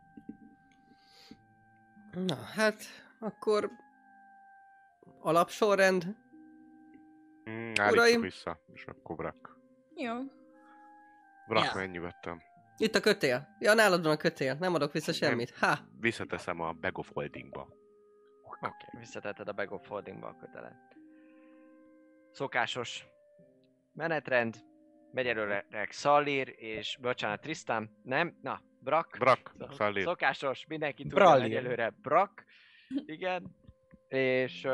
Na, hát akkor alapsorrend. Állítsuk vissza, és akkor Brak. Jó. Brak, menj nyugodtan. Itt a kötél. Ja, nálad van a kötél. Nem adok vissza semmit. Visszateszem a Bag of Holdingba. Oké, visszatetted a Bag of Holdingba a kötelet. Szokásos menetrend. Megy előre Szalír, és bocsánat, Trisztán, nem? Na, Brak. Szalír. Szokásos, mindenki tudja, megy előre Brak. Igen. És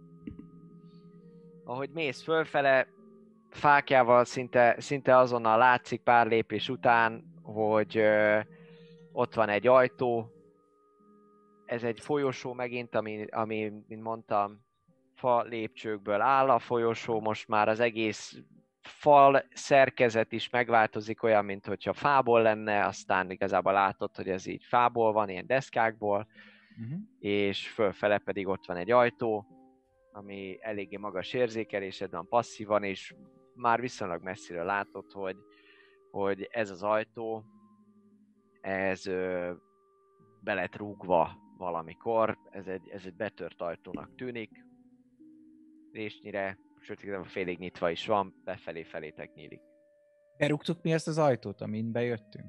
ahogy mész fölfele, fákjával szinte azonnal látszik pár lépés után, hogy ott van egy ajtó. Ez egy folyosó megint, ami mint mondtam, fa lépcsőkből áll a folyosó. Most már az egész fal szerkezet is megváltozik, olyan, mint hogyha fából lenne, aztán igazából látod, hogy ez így fából van, ilyen deszkákból, és fölfele pedig ott van egy ajtó, ami eléggé magas érzékelésed van, passzívan, és már viszonylag messziről látod, hogy ez az ajtó ez be lett rúgva valamikor. Ez egy betört ajtónak tűnik. Résnyire, sőt, igazából félig nyitva is van, befelé felétek nyílik. Berúgtuk mi ezt az ajtót, amin bejöttünk?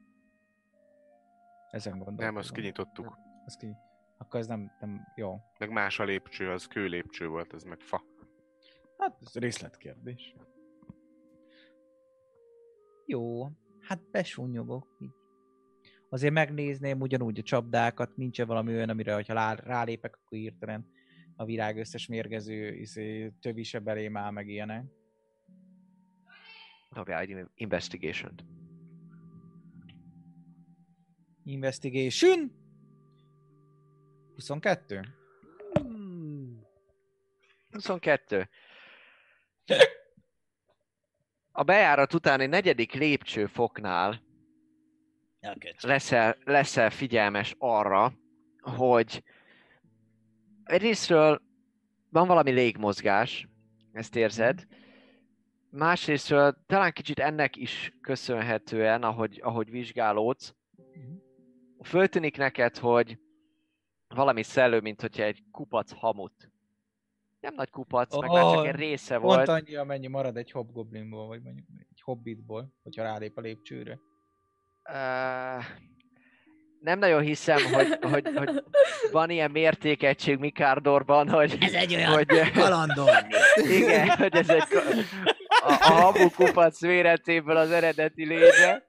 Ezen gondolkodom. Nem, azt kinyitottuk. Akkor ez nem jó. Meg más a lépcső, az kőlépcső volt, ez meg fa. Hát ez részletkérdés. Jó, hát besúnyogok így. Azért megnézném ugyanúgy a csapdákat, nincs-e valami olyan, amire ha rálépek, akkor hirtelen a világ összes mérgező tövi se belém áll, meg ilyenek. Dobjál egy investigation-t. Investigation! 22? 22. A bejárat utáni 4. lépcsőfoknál leszel figyelmes arra, hogy egyrésztről van valami légmozgás, ezt érzed, másrésztről talán kicsit ennek is köszönhetően, ahogy vizsgálódsz, föltűnik neked, hogy valami szellő, mint hogyha egy kupac hamut. Nem nagy kupac, meg már csak egy része volt. Pont annyi, amennyi marad egy hobgoblinból, vagy mondjuk egy hobbitból, hogyha rálép a lépcsőre. Nem nagyon hiszem, hogy van ilyen mértékegység Mikárdorban, hogy... Ez egy olyan kalandorni. Igen, hogy ez egy... A hamu kupac méretéből az eredeti lénye.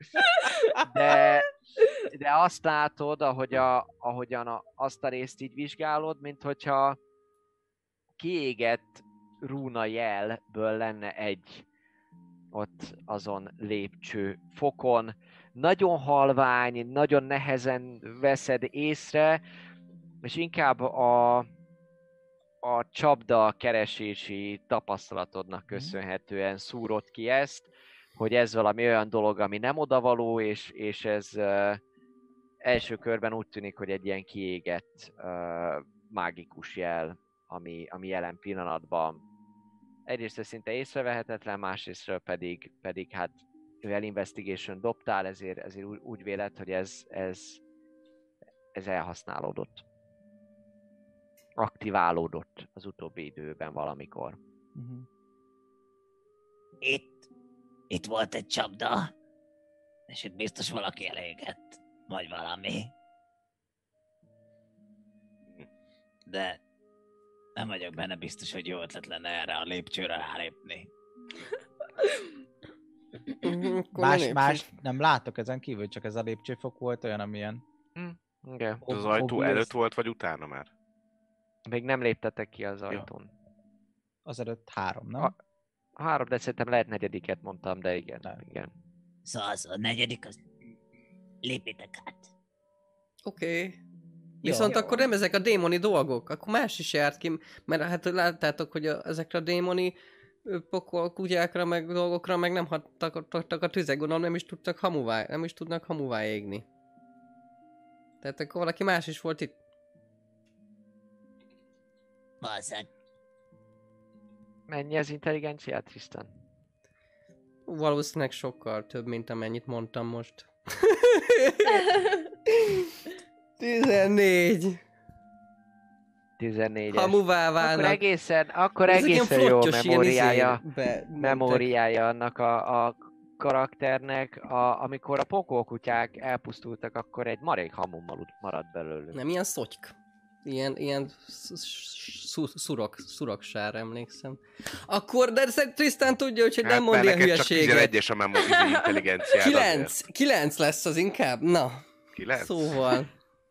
De azt látod, ahogyan azt a részt így vizsgálod, mint hogyha kiégett rúna jelből lenne egy ott azon lépcső fokon. Nagyon halvány, nagyon nehezen veszed észre, és inkább a csapda keresési tapasztalatodnak köszönhetően szúrod ki ezt, hogy ez valami olyan dolog, ami nem odavaló, és ez első körben úgy tűnik, hogy egy ilyen kiégett mágikus jel, ami jelen pillanatban egyrészt szinte észrevehetetlen, másrésztről pedig hát mivel investigation dobtál, ezért úgy véled, hogy ez elhasználódott. Aktiválódott az utóbbi időben valamikor. Itt volt egy csapda, és itt biztos valaki elégett, vagy valami. De nem vagyok benne biztos, hogy jó ötlet lenne erre a lépcsőre rálépni. Más nem látok ezen kívül, csak ez a lépcsőfok volt olyan, amilyen... Igen. Az ajtó előtt volt, vagy utána már? Még nem léptetek ki az ajtón. Ja. Az előtt 3, nem? 3, de szerintem lehet 4-et mondtam, de igen. Nem. Igen. Szóval az a 4. az lépjetek át. Oké. Viszont akkor nem ezek a démoni dolgok, akkor más is járt ki, mert hát láttátok, hogy ezekre a démoni pokol kutyákra, meg dolgokra meg nem hattak a tüzek, gondolom nem is tudnak hamuvá égni. Tehát akkor valaki más is volt itt. Valószínűleg. Mennyi az intelligenciát, Tristan? Valószínűleg sokkal több, mint amennyit mondtam most. 14. 14-es. Hamuvá válnak. Akkor egészen jó memóriája annak a karakternek. Amikor a pokolkutyák elpusztultak, akkor egy marék hamu maradt belőlük. Nem, ilyen szotyk. Ilyen szuroksár, emlékszem. Akkor, de Tristan tudja, hogy nem mond ilyen hülyeséget. Csak 11-es a memóriai intelligenciád. 9 lesz az inkább? Na. 9? Szóval.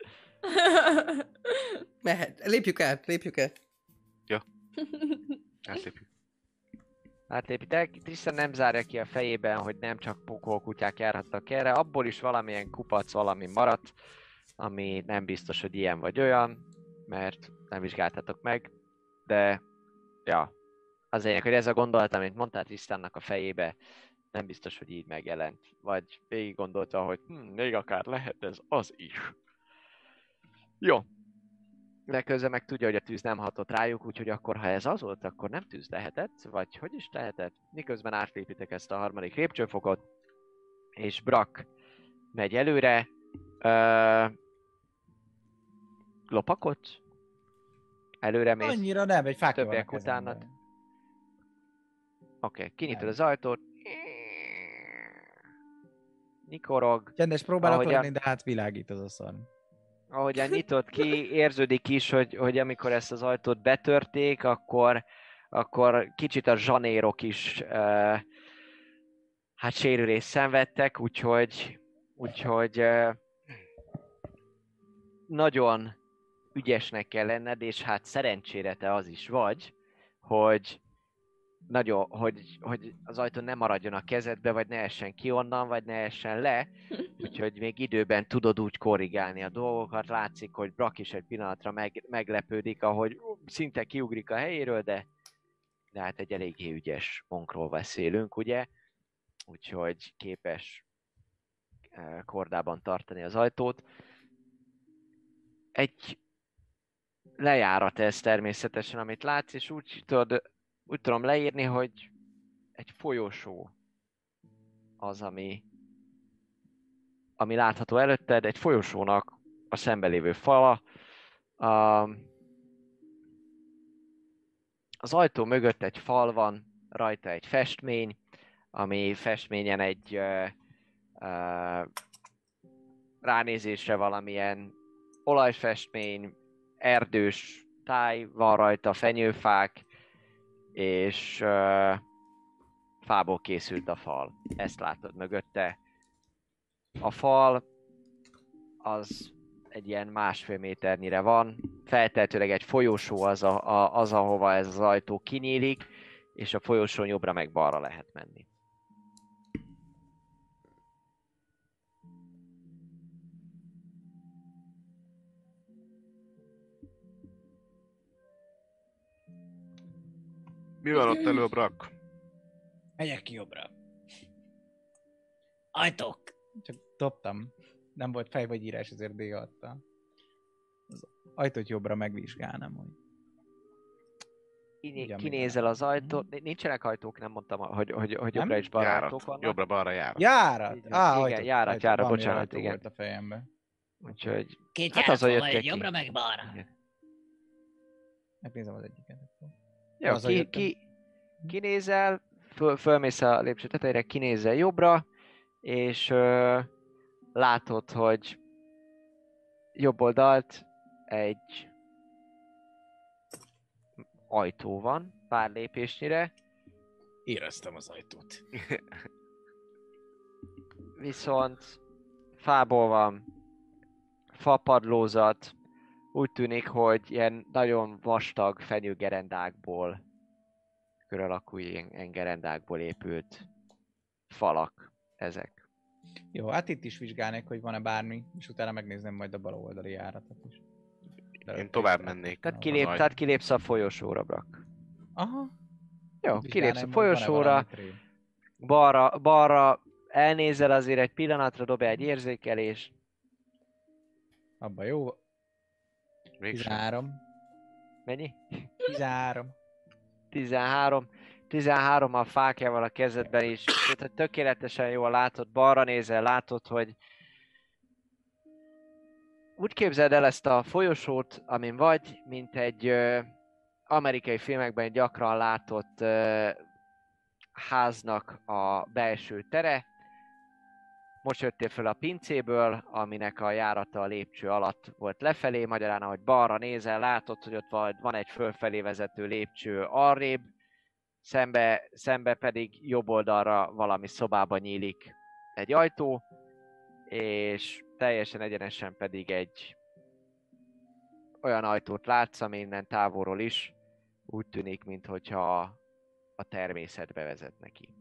Mehet. Lépjük át. Ja. Átlépjük. Átlépitek. Tristan nem zárja ki a fejében, hogy nem csak pokolkutyák járhattak erre. Abból is valamilyen kupac, valami maradt, ami nem biztos, hogy ilyen vagy olyan, mert nem vizsgáltatok meg, de ja, az lényeg, hogy ez a gondolat, amit mondtál Tristannak a fejébe, nem biztos, hogy így megjelent. Vagy végig gondolta, hogy még akár lehet ez az is. Jó. De közben meg tudja, hogy a tűz nem hatott rájuk, úgyhogy akkor, ha ez az volt, akkor nem tűz lehetett, vagy hogy is lehetett? Miközben átlépitek ezt a 3. lépcsőfokot, és Brak megy előre, Lopakodsz? Előre mész? Annyira nem, egy fákja van a Többiek utánad. kezemben. Oké, kinyitod Nem. az ajtót. Nyikorog. Csendes próbálok Ahogyan- lenni, de hát világít az a szar. Ahogyan nyitott ki, érződik is, hogy amikor ezt az ajtót betörték, akkor kicsit a zsanérok is hát sérülést szenvedtek, úgyhogy nagyon ügyesnek kell lenned, és hát szerencsére te az is vagy, hogy az ajtó ne maradjon a kezedbe, vagy ne essen ki onnan, vagy ne essen le, úgyhogy még időben tudod úgy korrigálni a dolgokat, látszik, hogy Brak is egy pillanatra meglepődik, ahogy szinte kiugrik a helyéről, de hát egy eléggé ügyes monkról beszélünk, ugye? Úgyhogy képes kordában tartani az ajtót. Egy lejárat ez természetesen, amit látsz, és úgy tudom leírni, hogy egy folyosó az, ami látható előtted, egy folyosónak a szembelévő fala. Az ajtó mögött egy fal van, rajta egy festmény, ami festményen egy ránézésre valamilyen olajfestmény, erdős táj, van rajta fenyőfák, és fából készült a fal. Ezt látod mögötte. A fal az egy ilyen 1,5 méternyire van. Feltehetőleg egy folyosó az, ahova ez az ajtó kinyílik, és a folyosón jobbra meg balra lehet menni. Mi van ott elő, Brak? Megyek ki jobbra. Ajtók! Csak dobtam. Nem volt fej vagy írás, ezért D adta. Az ajtót jobbra megvizsgálnám, hogy... Kinézel az ajtót. Nincsenek ajtók, nem mondtam, hogy jobbra és balra Járat. ajtók vannak. Jobbra-balra járat. Járat! Igen, járat, bocsánat, igen. Volt a fejembe. Úgyhogy... Két Hát járat azon van, jöttek egy ki. jobbra meg balra. Igen. Megnézem az egyiket. Jó, Azzal jöttem. kinézel, fölmész a lépcső tetejére, kinézel jobbra, és látod, hogy jobb oldalt egy ajtó van, pár lépésnyire. Éreztem az ajtót. Viszont fából van, fapadlózat, úgy tűnik, hogy ilyen nagyon vastag fenyőgerendákból, kör alakú ilyen gerendákból épült falak ezek. Jó, hát itt is vizsgálnék, hogy van-e bármi, és utána megnézném majd a bal oldali járatot is. Én tovább mennék. Tehát kilépsz a folyosóra, Brak. Aha. Jó, kilépsz a Vizsgálnám, hogy van-e folyosóra, valami tré. balra elnézel azért egy pillanatra, dobj egy érzékelés. Abba jó. Mégsem. 13. Mennyi? 13. 13 a fákjával a kezedben is. Tehát tökéletesen jól látod, balra nézel, látod, hogy úgy képzeld el ezt a folyosót, amin vagy, mint egy amerikai filmekben gyakran látott háznak a belső tere. Most jöttél fel a pincéből, aminek a járata a lépcső alatt volt lefelé, magyarán ahogy balra nézel, látod, hogy ott van egy fölfelé vezető lépcső arrébb, szembe pedig jobb oldalra valami szobába nyílik egy ajtó, és teljesen egyenesen pedig egy olyan ajtót látsz, ami innen távolról is úgy tűnik, minthogyha a természetbe vezet neki.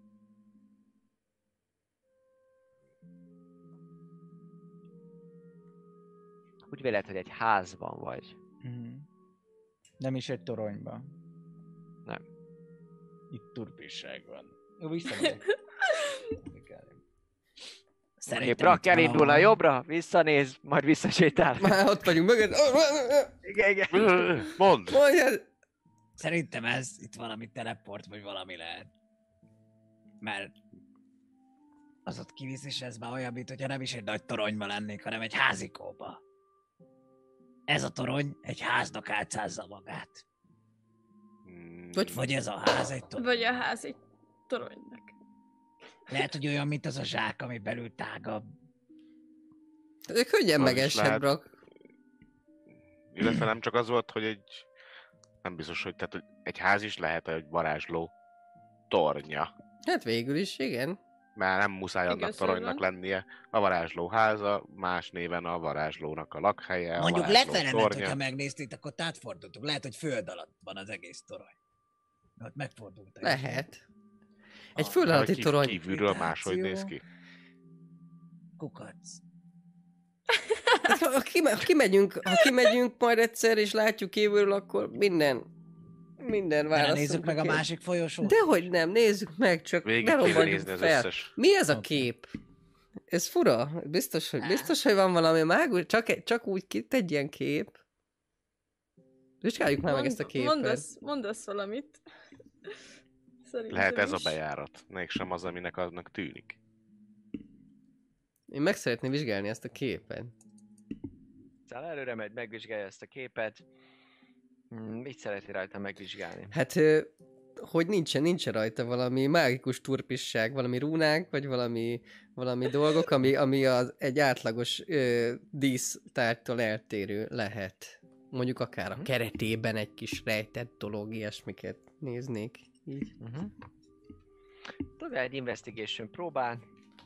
Úgy véled, hogy egy házban vagy. Mhm. Nem is egy toronyban. Nem. Itt turpisság van. Jó, visszamegyek. Oké, Brak elindulna jobbra, visszanéz, majd visszasétál. Már ott vagyunk mögött. Igen. Mondd! Mondjad! Szerintem ez itt valami teleport, vagy valami lehet. Mert az ott kivisz, és ez már olyan, mint hogyha nem is egy nagy toronyba lennék, hanem egy házikóba. Ez a torony egy háznak álcázza magát. Vagy ez a ház egy torony. Vagy a ház egy toronynak. Lehet, hogy olyan, mint az a zsák, ami belül tágabb. De könnyen Az is megeshet, lehet. Brock. Illetve nem csak az volt, hogy egy... Nem biztos, hogy, tehát, hogy egy ház is lehet egy varázsló tornya. Hát végül is, igen. Már nem muszáj annak Igaz, toronynak hogy van. lennie. A varázsló háza, más néven a varázslónak a lakhelye, Mondjuk a varázsló lefele ment, tornya. hogyha megnéztétek, ott átfordultunk. Lehet, hogy föld alatt van az egész torony. Ott megfordult. Lehet. Egy Ah, föld Hát, alatti hogy torony. kívülről máshogy néz ki. Kukac. Ha kimegyünk majd egyszer, és látjuk kívülről, akkor minden Ne válaszunk. nézzük meg a másik folyosót. Dehogy nem, nézzük meg, csak Végig ne kéne rombantjuk nézni az fel. összes. Mi ez a Oké. kép? Ez fura? Biztos, hogy van valami mágus? Csak úgy egy ilyen kép? Vizsgáljuk már meg ezt a képet. Mondasz valamit. Szerintem Lehet ez a is. bejárat, mégsem az, aminek annak tűnik. Én meg szeretném vizsgálni ezt a képet. Szóval előre megy, megvizsgálja ezt a képet. Mit szereti rajta megvizsgálni? Hát, hogy nincsen rajta valami mágikus turpisság, valami rúnák, vagy valami dolgok, ami egy átlagos dísztárgytól eltérő lehet. Mondjuk akár a keretében egy kis rejtett dolog, ilyesmiket néznék. Így. Dobja egy investigation próbál.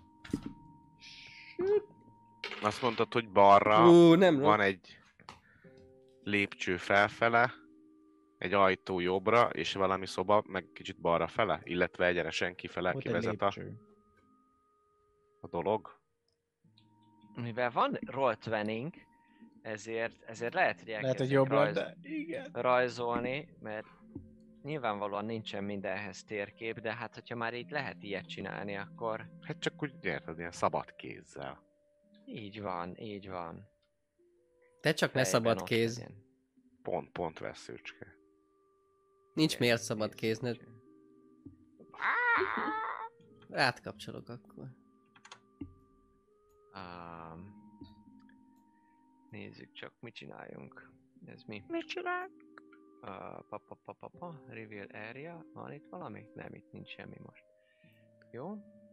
Azt mondtad, hogy balra Nem van egy lépcső felfele, egy ajtó jobbra, és valami szoba meg kicsit balra fele, illetve egyenesen kifele Ott egy kivezet lépcső. a dolog. Mivel van roll20, ezért lehet, hogy Lehet, hogy elkezdik jobb lett, de igen. rajzolni, mert nyilvánvalóan nincsen mindenhez térkép, de hát hogyha már így lehet ilyet csinálni, akkor Hát csak úgy érted, ilyen szabad kézzel. így van. Te csak ne Fejben szabad ott kéz. legyen. Pont veszőcske. Nincs miért szabad kézned. Átkapcsolok akkor. Nézzük csak, mit csináljunk. Ez mi? Mit csinál? Reveal area. Van itt valami? Nem, itt nincs semmi most. Jó.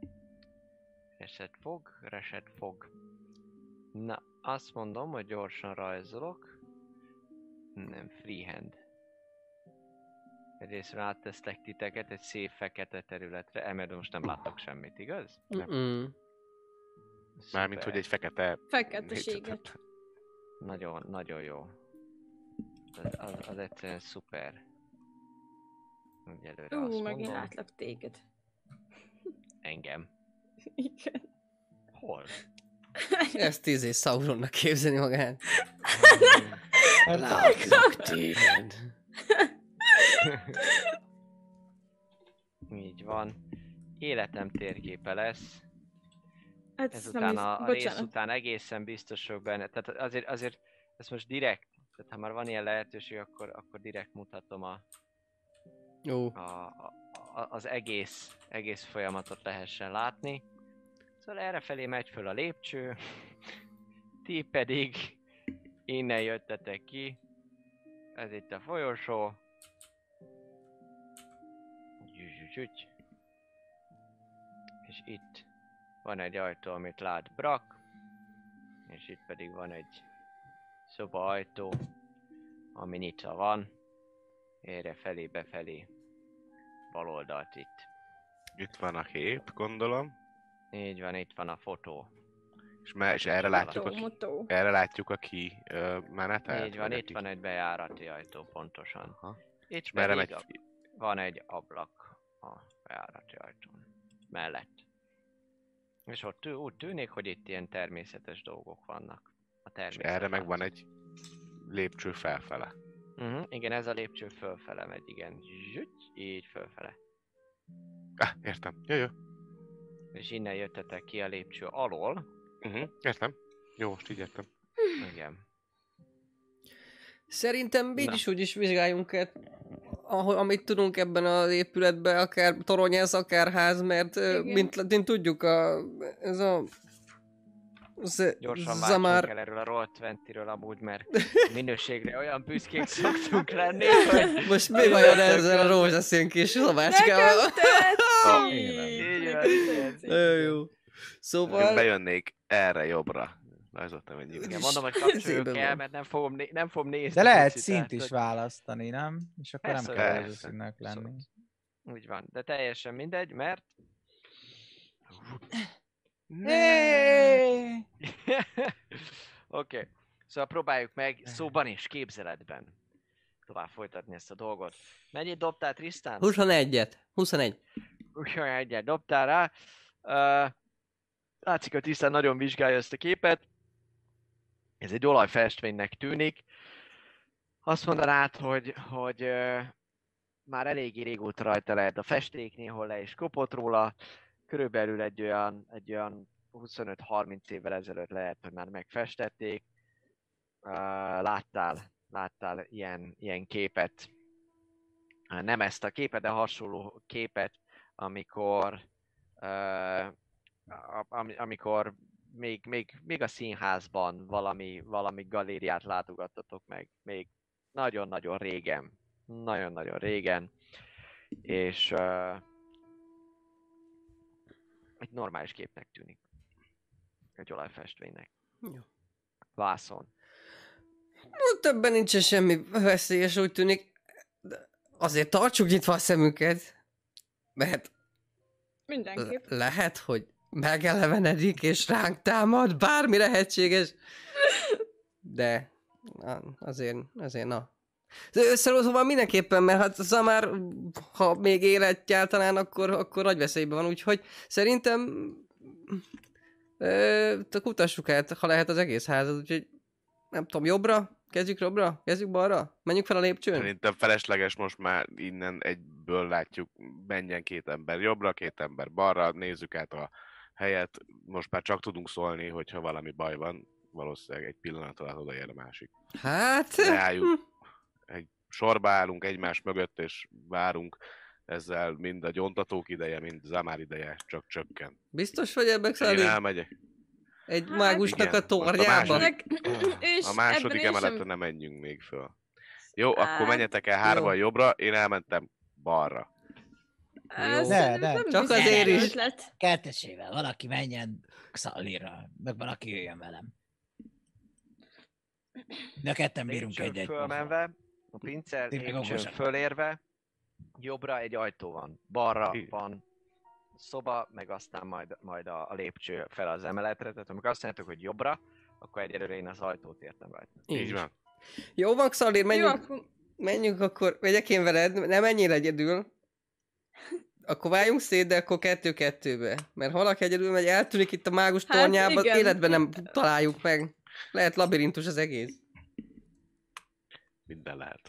Reset fog. Na, azt mondom, hogy gyorsan rajzolok. Nem, freehand. Egyrésztről átteszlek titeket egy szép fekete területre, mert most nem látok semmit, igaz? Mármint, hogy egy fekete... Feketeséget. Nagyon, nagyon jó. Az egyszerűen szuper. Úgy előre azt Megint mondom. látlak téged. Engem. Igen. Hol? Ezt Sauronnak képzeli magát. Látlak téged. Így van. Életem térképe lesz. Hát Ezután nem a rész után egészen biztos vagyok benne. Tehát azért ezt most direkt, tehát ha már van ilyen lehetőség, akkor direkt mutatom Jó. az egész folyamatot lehessen látni. Szóval errefelé megy föl a lépcső, ti pedig innen jöttetek ki. Ez itt a folyosó. Gyügyügyügy. És itt van egy ajtó, amit lát Brock. És itt pedig van egy szoba ajtó, ami nyitva van. Errefelé, befelé. Bal oldalt itt. Itt van a kép, gondolom. Így van, itt van a fotó. És erre látjuk a menetet? Így van, itt van egy bejárati ajtó, pontosan. Aha. Itt merre pedig megy? van egy ablak a bejárati ajtón mellett. És ott úgy tűnik, hogy itt ilyen természetes dolgok vannak. A És természet erre meg van látszik. egy lépcső felfele. Igen, ez a lépcső fölfele megy, igen. Zsügy, így fölfele. Értem. Jó. És innen jöttetek ki a lépcső alól. Értem. Jó, most így értem. Igen. Szerintem így is úgy is vizsgáljunk amit tudunk ebben az épületben, akár torony ez, akár ház, mert mint tudjuk, ez a Gyorsan Zamar... váltsunk el erről a Roll20-ről amúgy, mert minőségre olyan büszkék szoktunk lenni, hogy... Most mi vajon ezzel a rózsaszín kis szabácskával? Nekem tetszik! Nagyon jó. Szóval... Bejönnék erre jobbra. Rajzoltam egy Igen, mondom, hogy kapcsoljuk el, mert nem fogom nézni. De lehet picit, szint tehát, is hogy- választani, nem? És akkor Persze, nem kell persze. rózsaszínnek lenni. Úgy van, de teljesen mindegy, mert... Oké, szóval próbáljuk meg szóban és képzeletben tovább folytatni ezt a dolgot. Mennyit dobtál, Tristan? 21-et. 21. 21-et dobtál rá. Látszik, hogy Tristan nagyon vizsgálja ezt a képet. Ez egy olajfestménynek tűnik. Azt mondanád, hogy már eléggé régóta rajta lehet a festék, néhol le is kopott róla. Körülbelül egy olyan 25-30 évvel ezelőtt lehet, hogy már megfestették. Láttál ilyen képet. Nem ezt a képet, de hasonló képet, amikor még a színházban valami galériát látogattatok meg. Még nagyon-nagyon régen. Nagyon-nagyon régen. És egy normális képnek tűnik. Egy olajfestménynek. Jó. Vászon. Többen nincsen semmi veszélyes, úgy tűnik. De azért tartsuk nyitva a szemünket. Mert Mindenképp. lehet, hogy megelevenedik és ránk támad, bármi lehetséges. De azért na. Szóval mindenképpen, mert hát Zamar, ha még él egyáltalán, akkor nagy veszélyben van, úgyhogy szerintem kutassuk át, ha lehet az egész házat, úgyhogy nem tudom, jobbra? Kezdjük balra? Menjünk fel a lépcsőn? Szerintem felesleges most már innen egyből látjuk, menjen 2 ember jobbra, 2 ember balra, nézzük át a helyet. Most már csak tudunk szólni, hogyha valami baj van, valószínűleg egy pillanat alatt odaér a másik. Hát... Leálljuk, egy sorba állunk egymás mögött, és várunk, ezzel mind a gyontatók ideje, mind Zamar ideje csak csökken. Biztos vagy ebben, Én Szali? elmegyek. Egy mágusnak igen. a tornyába? A második emeletre nem menjünk még föl. Jó, akkor menjetek el 3-an jobbra, én elmentem balra. De. Csak azért is. Kertesével valaki menjen Xallira, meg valaki jöjjön velem. De ketten bírunk Lépcsőn egy-egy. fölmenve, a pincel Ti meg lépcsőn okosak. fölérve, jobbra egy ajtó van, balra van szoba, meg aztán majd a lépcső fel az emeletre, tehát amikor azt mondjátok, hogy jobbra, akkor egyelőre én az ajtót értem rajta. Így van. Jó van, Xalir, Jó, akkor... menjünk akkor, vegyek én veled, nem menjél egyedül. Akkor váljunk szét, de akkor 2-2-be. Mert ha valaki egyedül megy, eltűnik itt a mágus Hát tornyába, igen. életben nem találjuk meg. Lehet labirintus az egész. Minden lehet.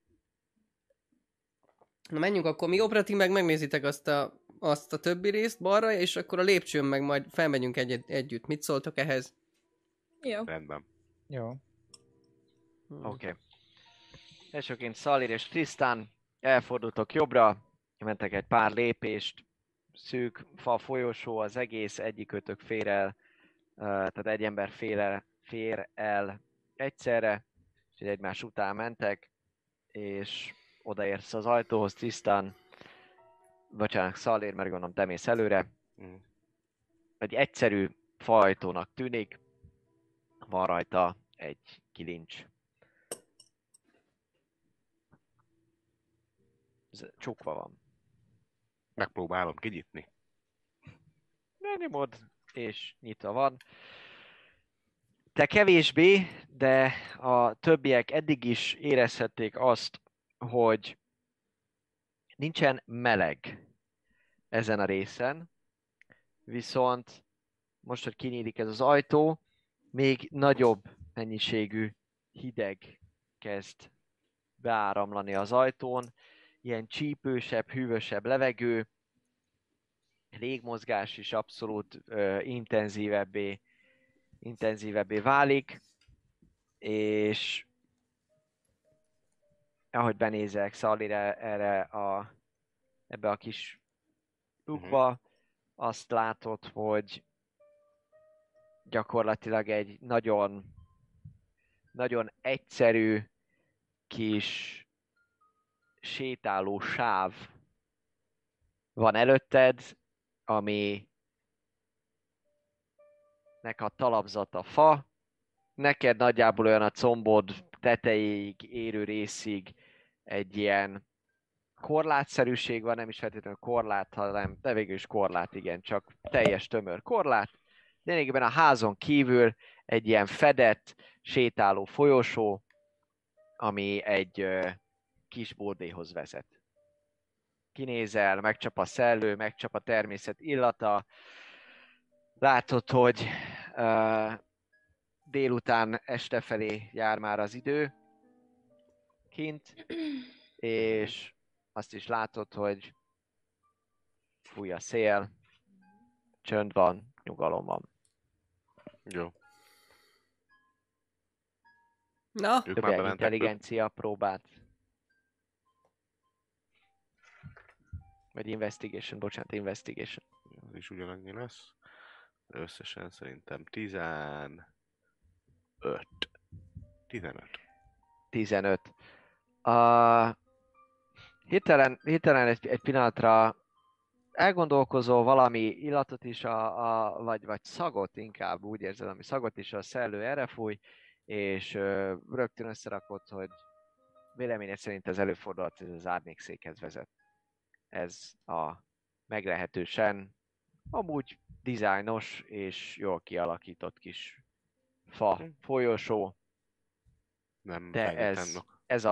Na menjünk akkor, mi jobbra, ti meg megnézitek azt a többi részt balra, és akkor a lépcsőn meg majd felmegyünk együtt. Mit szóltok ehhez? Jó. Rendben. Jó. Oké. Elsőként Szalir és Tristan elfordultok jobbra, mentek egy pár lépést, szűk fa folyosó az egész, egyikőtök fér el, tehát egy ember fér el egyszerre, és egymás után mentek, és odaérsz az ajtóhoz, Tristan, bocsánat, Szalir, mert gondolom te mész előre. Mm. Egy egyszerű faajtónak tűnik, van rajta egy kilincs. Ez csukva van. Megpróbálom kinyitni. Megnyomod, és nyitva van. Te kevésbé, de a többiek eddig is érezhették azt, hogy nincsen meleg ezen a részen, viszont most, hogy kinyílik ez az ajtó, még nagyobb mennyiségű hideg kezd beáramlani az ajtón, ilyen csípősebb, hűvösebb levegő, légmozgás is abszolút intenzívebbé válik, és ahogy benézek Szalire ebbe a kis lukba, azt látod, hogy gyakorlatilag egy nagyon, nagyon egyszerű kis sétáló sáv van előtted, aminek a talapzata fa, neked nagyjából olyan a combod tetejéig érő részig egy ilyen korlátszerűség van, nem is feltétlenül korlát, hanem de végül is korlát, igen, csak teljes tömör korlát. Lényegében a házon kívül egy ilyen fedett, sétáló folyosó, ami egy kis bordéhoz vezet. Kinézel, megcsap a szellő, megcsap a természet illata, látod, hogy délután este felé jár már az idő kint, és azt is látod, hogy fúj a szél, csönd van, nyugalom van. Jó. Na? Ők Több már egy bementek. intelligencia próbát. Vagy investigation, bocsánat, investigation. Az is ugyanannyi lesz. Összesen szerintem 15. 15. 15. Hirtelen egy pillanatra elgondolkozol valami illatot is, vagy szagot inkább, úgy érzed, ami szagot is a szellő erre fúj, és rögtön összerakod, hogy véleményed szerint ez előfordulhat, hogy ez az árnyékszékhez vezet. Ez a meglehetősen amúgy dizájnos és jól kialakított kis fa folyosó, Nem de fejlődtem.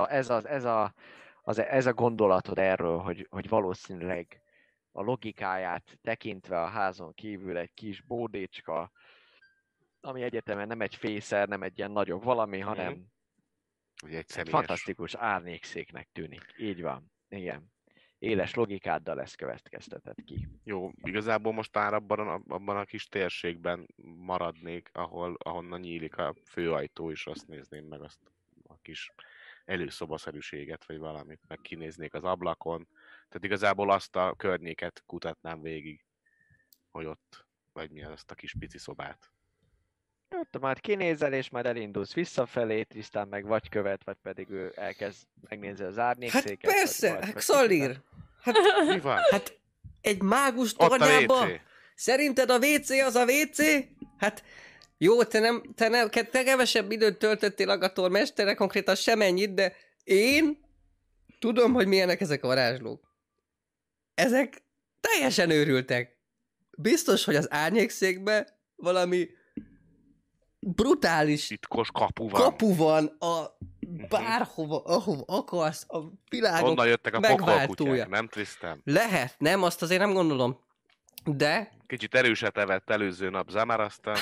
ez a gondolatod erről, hogy valószínűleg a logikáját tekintve a házon kívül egy kis bódécska, ami egyetemen nem egy fészer, nem egy ilyen nagyobb valami, hanem Ugye egy egy személyes. fantasztikus árnyékszéknek tűnik. Így van. Igen. Éles logikáddal ezt következtetett ki. Jó, igazából most már abban a kis térségben maradnék, ahonnan nyílik a főajtó, és azt nézném meg azt a kis előszobaszerűséget, vagy valamit, meg kinéznék az ablakon. Tehát igazából azt a környéket kutatnám végig, hogy ott, vagy mi az, azt a kis pici szobát. Ott majd kinézel, és majd elindulsz visszafelé, Trisztán meg vagy követ, vagy pedig ő elkezd megnézni az Hát árnyékszéket. persze, vagy Xalir! Hát, Mi van? hát egy mágus Ott a tornyába? WC. Szerinted a WC az a WC? Hát jó, te kevesebb időt töltöttél Agator mesterre, konkrétan semennyit, de én tudom, hogy milyenek ezek a varázslók. Ezek teljesen őrültek. Biztos, hogy az árnyékszékben valami brutális Titkos kapu van. kapu van a bárhova, ahova akarsz, a világok Onnan jöttek a megváltója. pokolkutyák, nem Tristan? Lehet, nem, azt azért nem gondolom. De... Kicsit erőset evett előző nap Zamar, aztán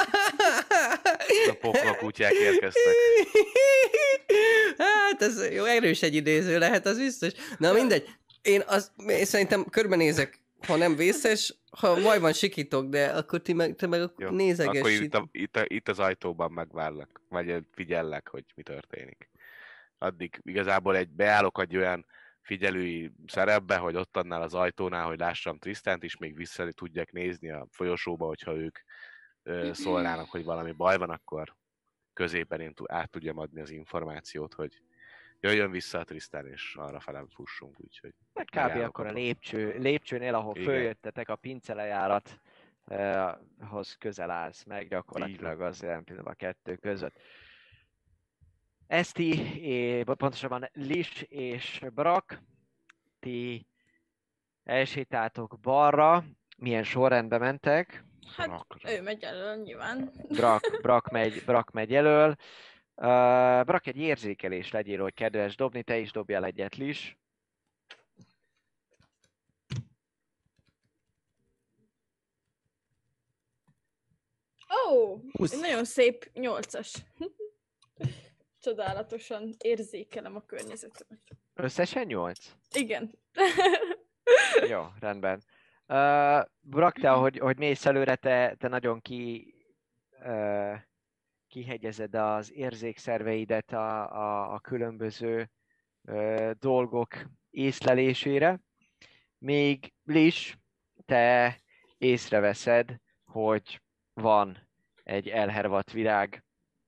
a pokolkutyák érkeztek. Hát ez jó, erős egy idéző lehet, az biztos. Na mindegy, én szerintem körbenézek, ha nem vészes, ha bajban sikítok, de akkor te meg Jó, nézegess akkor itt az ajtóban megvárlak, vagy figyellek, hogy mi történik. Addig igazából beállok egy olyan figyelői szerepbe, hogy ott annál az ajtónál, hogy lássam Tristant is, még vissza tudják nézni a folyosóba, hogyha ők szólnának, hogy valami baj van, akkor középen én át tudjam adni az információt, hogy jöjjön vissza a Tristan, és arra felem fussunk, úgyhogy... Meg kb. Akkor a lépcsőnél, ahol Igen. följöttetek a pincelejárathoz közel állsz meg, gyakorlatilag az jelen pillanatban a kettő között. Eszti, pontosabban Lis és Brak, ti elsétáltok balra, milyen sorrendben mentek? Hát, ő megy elő, nyilván. Brak megy elől. Brak, egy érzékelés legyél, hogy kedves dobni, te is dobjál egyet, Lis. Ó, egy nagyon szép 8-as. Csodálatosan érzékelem a környezetemet. Összesen 8? Igen. Jó, rendben. Brak, te, hogy mész előre, te nagyon kihegyezed az érzékszerveidet a különböző dolgok észlelésére. Még Lis, te észreveszed, hogy van egy elhervadt virág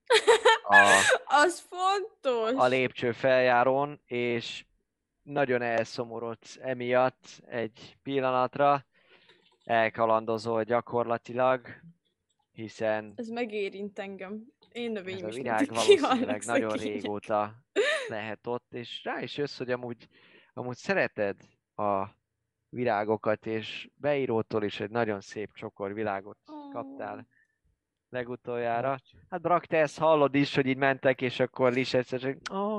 Az fontos! a lépcső feljárón, és nagyon elszomorodsz emiatt egy pillanatra, elkalandozol gyakorlatilag, hiszen Ez megérint engem. Én ez növényem a is virág mindig kihalnak valószínűleg nagyon szegények. régóta lehet ott, és rá is jössz, hogy amúgy szereted a virágokat, és beírótól is egy nagyon szép csokor virágot kaptál legutoljára. Hát Brak, te ezt hallod is, hogy így mentek, és akkor Lis egyszer csak...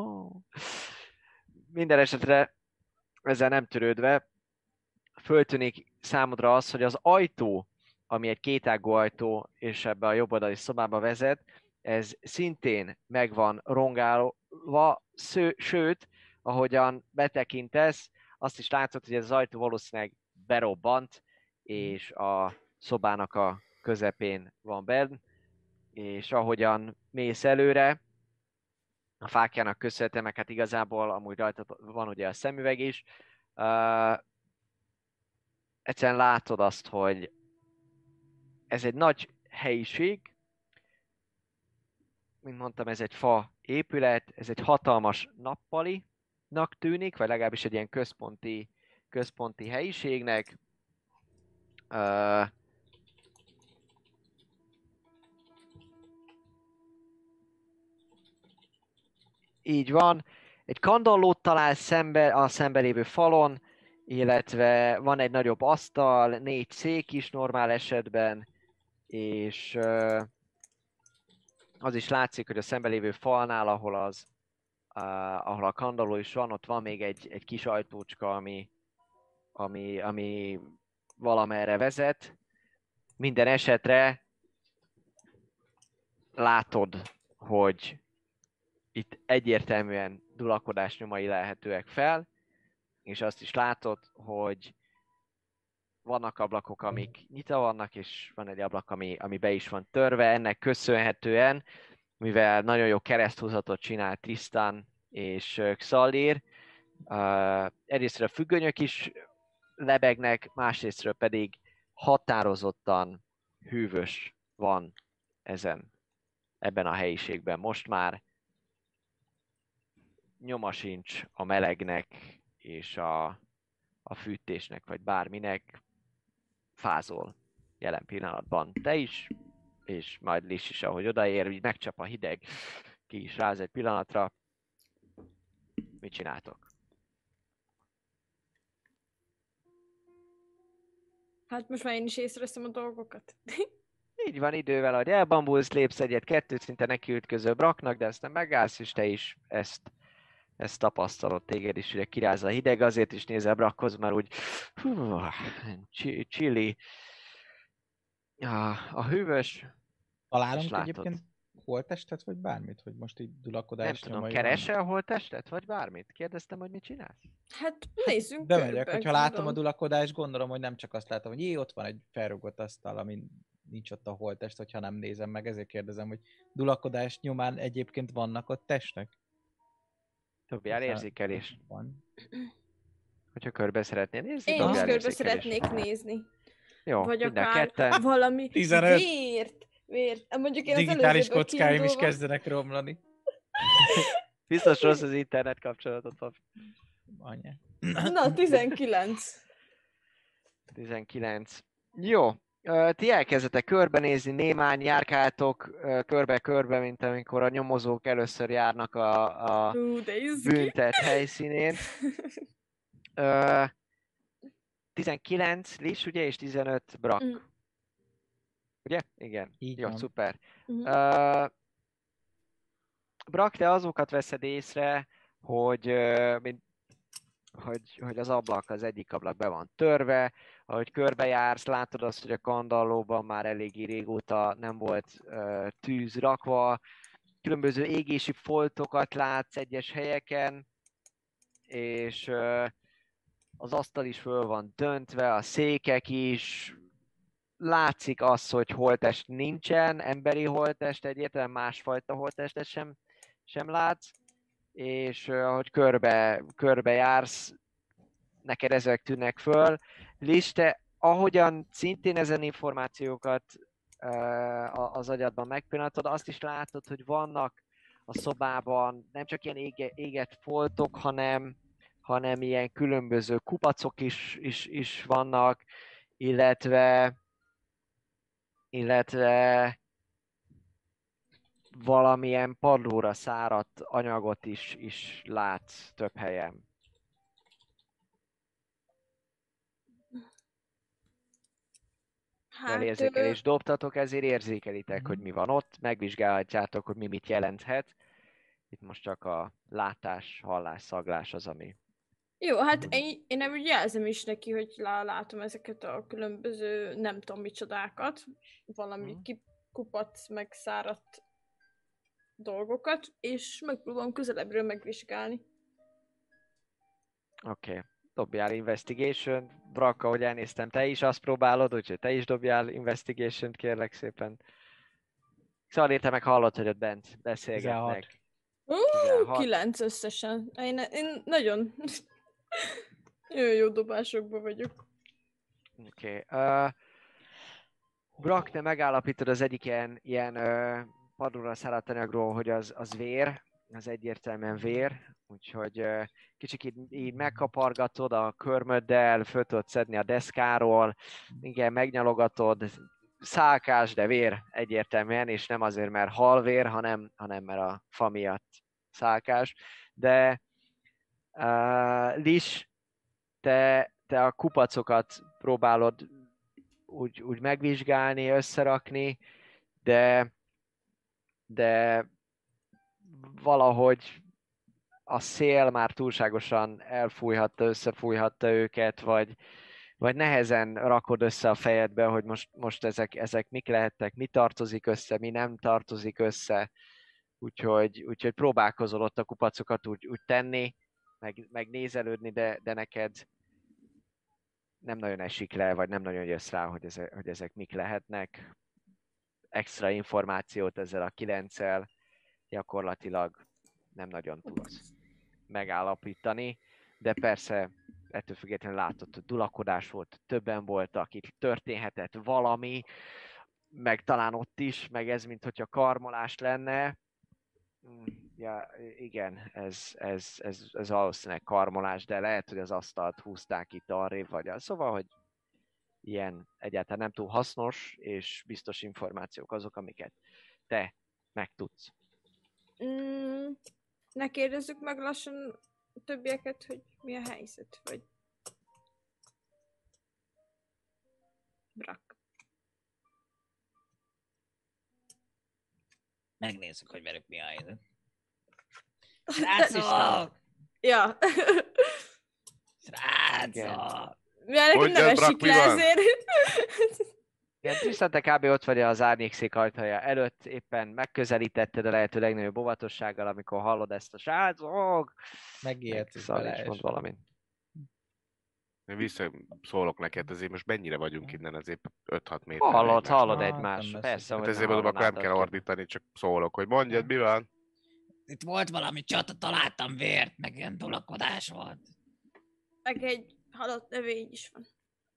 Minden esetre ezzel nem törődve, föltűnik számodra az, hogy az ajtó, ami egy kétágú ajtó, és ebbe a jobboldali szobába vezet, ez szintén meg van rongálva, sőt, ahogyan betekintesz, azt is látod, hogy ez az ajtó valószínűleg berobbant, és a szobának a közepén van benn, és ahogyan mész előre, a fákjának köszönhetően, meg hát igazából amúgy rajta van ugye a szemüveg is, egyszerűen látod azt, hogy ez egy nagy helyiség, mint mondtam, ez egy fa épület, ez egy hatalmas nappalinak tűnik, vagy legalábbis egy ilyen központi helyiségnek. Így van. Egy kandallót találsz a szembe lévő falon, illetve van egy nagyobb asztal, 4 szék is normál esetben, és az is látszik, hogy a szembe lévő falnál, ahol a kandalló is van, ott van még egy kis ajtócska, ami valamerre vezet. Minden esetre látod, hogy itt egyértelműen dulakodás nyomai lehetőek fel, és azt is látod, hogy vannak ablakok, amik nyitva vannak, és van egy ablak, ami be is van törve. Ennek köszönhetően, mivel nagyon jó kereszthúzatot csinál Tristan és Xallir, egyrésztről a függönyök is lebegnek, másrésztről pedig határozottan hűvös van ebben a helyiségben. Most már nyoma sincs a melegnek és a fűtésnek, vagy bárminek. Fázol jelen pillanatban te is, és majd Lis is, ahogy odaér, így megcsap a hideg, ki is ráz egy pillanatra. Mit csináltok? Hát most már én is észreveszem a dolgokat. Így van, idővel, ahogy elbambulsz, lépsz egyet-kettőt, szinte nekiütköző Braknak, de aztán megállsz, és te is ezt tapasztalod, téged is ugye kiráz a hideg, azért is nézel Brakhoz, mert úgy chili a hűvös. Találunk egyébként holttestet, vagy bármit, hogy most így dulakodás. Nem tudom, keresel holttestet, vagy bármit? Kérdeztem, hogy mit csinálsz? Hát nézzünk bemegyek, hogyha látom a dulakodást, gondolom, hogy nem csak azt látom, hogy ott van egy felrugott asztal, amin nincs ott a holttest, hogyha nem nézem meg, ezért kérdezem, hogy dulakodás nyomán egyébként vannak ott testek? Dobjál érzékelést. Van. Hogyha körbe szeretnél nézni, én is körbe szeretnék nézni. Jó, vagy akár valami 15. vért. Mondjuk én digitális kockáim is kezdenek romlani. Biztos rossz az internet kapcsolatot, papi. Anya. Na, 19. 19. Jó. Ti elkezdetek körbenézni, némán járkáltok körbe-körbe, mint amikor a nyomozók először járnak a bűntett helyszínén. 19 Lis, ugye, és 15 Brak. Ugye? Igen. Így jó, van. szuper. Brak, te azokat veszed észre, hogy az ablak, az egyik ablak be van törve, ahogy körbejársz, látod azt, hogy a kandallóban már eléggé régóta nem volt tűz rakva, különböző égési foltokat látsz egyes helyeken, és az asztal is föl van döntve, a székek is, látszik az, hogy holttest nincsen, emberi holttest, egyértelműen másfajta holttestet sem látsz, és ahogy körbe jársz, neked ezek tűnnek föl. Liste, ahogyan szintén ezen információkat az agyadban megpillantod, azt is látod, hogy vannak a szobában nem csak ilyen égett foltok, hanem ilyen különböző kupacok is vannak, illetve valamilyen padlóra száradt anyagot is látsz több helyen. Hát, Érzékelést dobtatok, ezért érzékelitek, hogy mi van ott, megvizsgálhatjátok, hogy mi mit jelenthet. Itt most csak a látás, hallás, szaglás az, ami... Jó, hát én nem úgy jelzem is neki, hogy látom ezeket a különböző nem tudom micsodákat, valami kupac, meg száradt dolgokat, és megpróbálom közelebbről megvizsgálni. Oké. Dobjál investigation. Brak, ahogy elnéztem, te is azt próbálod, úgyhogy te is dobjál investigation-t, kérlek szépen. Szóval te meg hallod, hogy ott bent beszélgetnek. 9 összesen. Én nagyon jó dobásokban vagyok. Oké. Brak, te megállapítod az egyik ilyen padlóra száradt anyagról, hogy az vér, az egyértelműen vér, úgyhogy kicsit így megkapargatod a körmöddel, föl tudod szedni a deszkáról, igen, megnyalogatod, szálkás, de vér egyértelműen, és nem azért, mert halvér, hanem mert a fa miatt szálkás. De Lis, te a kupacokat próbálod úgy megvizsgálni, összerakni, de valahogy a szél már túlságosan elfújhatta, összefújhatta őket, vagy nehezen rakod össze a fejedbe, hogy most ezek mik lehettek, mi tartozik össze, mi nem tartozik össze. Úgyhogy próbálkozol ott a kupacokat úgy tenni, meg nézelődni, de neked nem nagyon esik le, vagy nem nagyon jössz rá, hogy ezek mik lehetnek. Extra információt ezzel a 9-el gyakorlatilag nem nagyon tudsz megállapítani, de persze ettől függetlenül látod, hogy dulakodás volt, többen voltak, itt történhetett valami, meg talán ott is, meg ez mint hogyha karmolás lenne. Ja, igen, ez valószínűleg karmolás, de lehet, hogy az asztalt húzták itt arrébb, vagy az. Szóval, hogy ilyen egyáltalán nem túl hasznos, és biztos információk azok, amiket te megtudsz. Ne kérdezzük meg lassan a többieket, hogy mi a helyzet, vagy... Brak. Megnézzük, hogy velük mi a helyzet. Srácok! Ja. Srácok! Mivel nekem nem esik le ezért. Igen, viszont te kb. Ott vagy az árnyékszék ajtaja előtt, éppen megközelítetted a lehető legnagyobb óvatossággal, amikor hallod ezt a srácok. Megijedsz Szalvics mond valamit. Én visszaszólok neked, ezért most mennyire vagyunk innen, azért 5-6 méter. Hallod egymást, persze, hát hogy ezért mondom, akkor nem kell ordítani, csak szólok, hogy mondjad, mi van? Itt volt valami csata, találtam vért, meg ilyen dulakodás volt. Meg egy halott növény is van.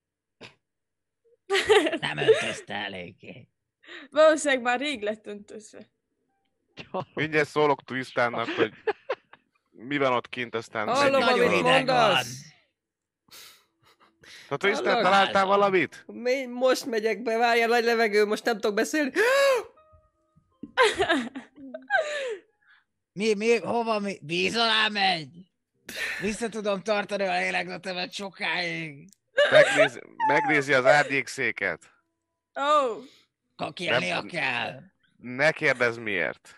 Nem öntözte eléggé. Valószínűleg már rég lett öntözve. Mindjárt szólok Twistannak, hogy mi van ott kint, aztán... Hallom, amit mondasz! Tehát Twistan, találtál valamit? Most megyek be, várjál, nagy levegő, most nem tudok beszélni. Hova víz alá megy? Vissza tudom tartani a lélegzetemet sokáig. Megnézi az árnyékszéket. Oh. Kakélnia kell. Ne kérdezz miért.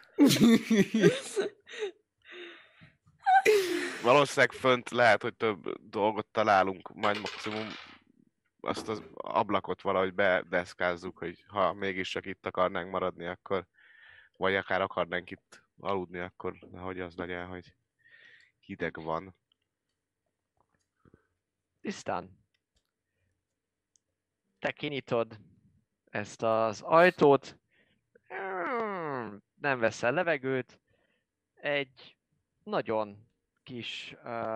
Valószínűleg fönt lehet, hogy több dolgot találunk, majd maximum azt az ablakot valahogy bedeszkázzuk, hogy ha mégis csak itt akarnánk maradni, akkor vagy akár akarnánk itt aludni, akkor nehogy az legyen, hogy hideg van. Tisztán. Te kinyitod ezt az ajtót, nem veszel levegőt, egy nagyon kis,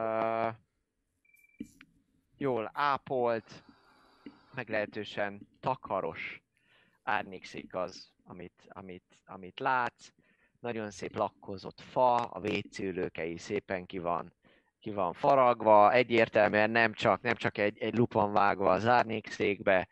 jól ápolt, meglehetősen takaros árnyékszék az, amit látsz. Nagyon szép lakkozott fa, a vécélőkei szépen ki van faragva, egyértelműen nem csak egy lup van vágva az árnyékszékbe.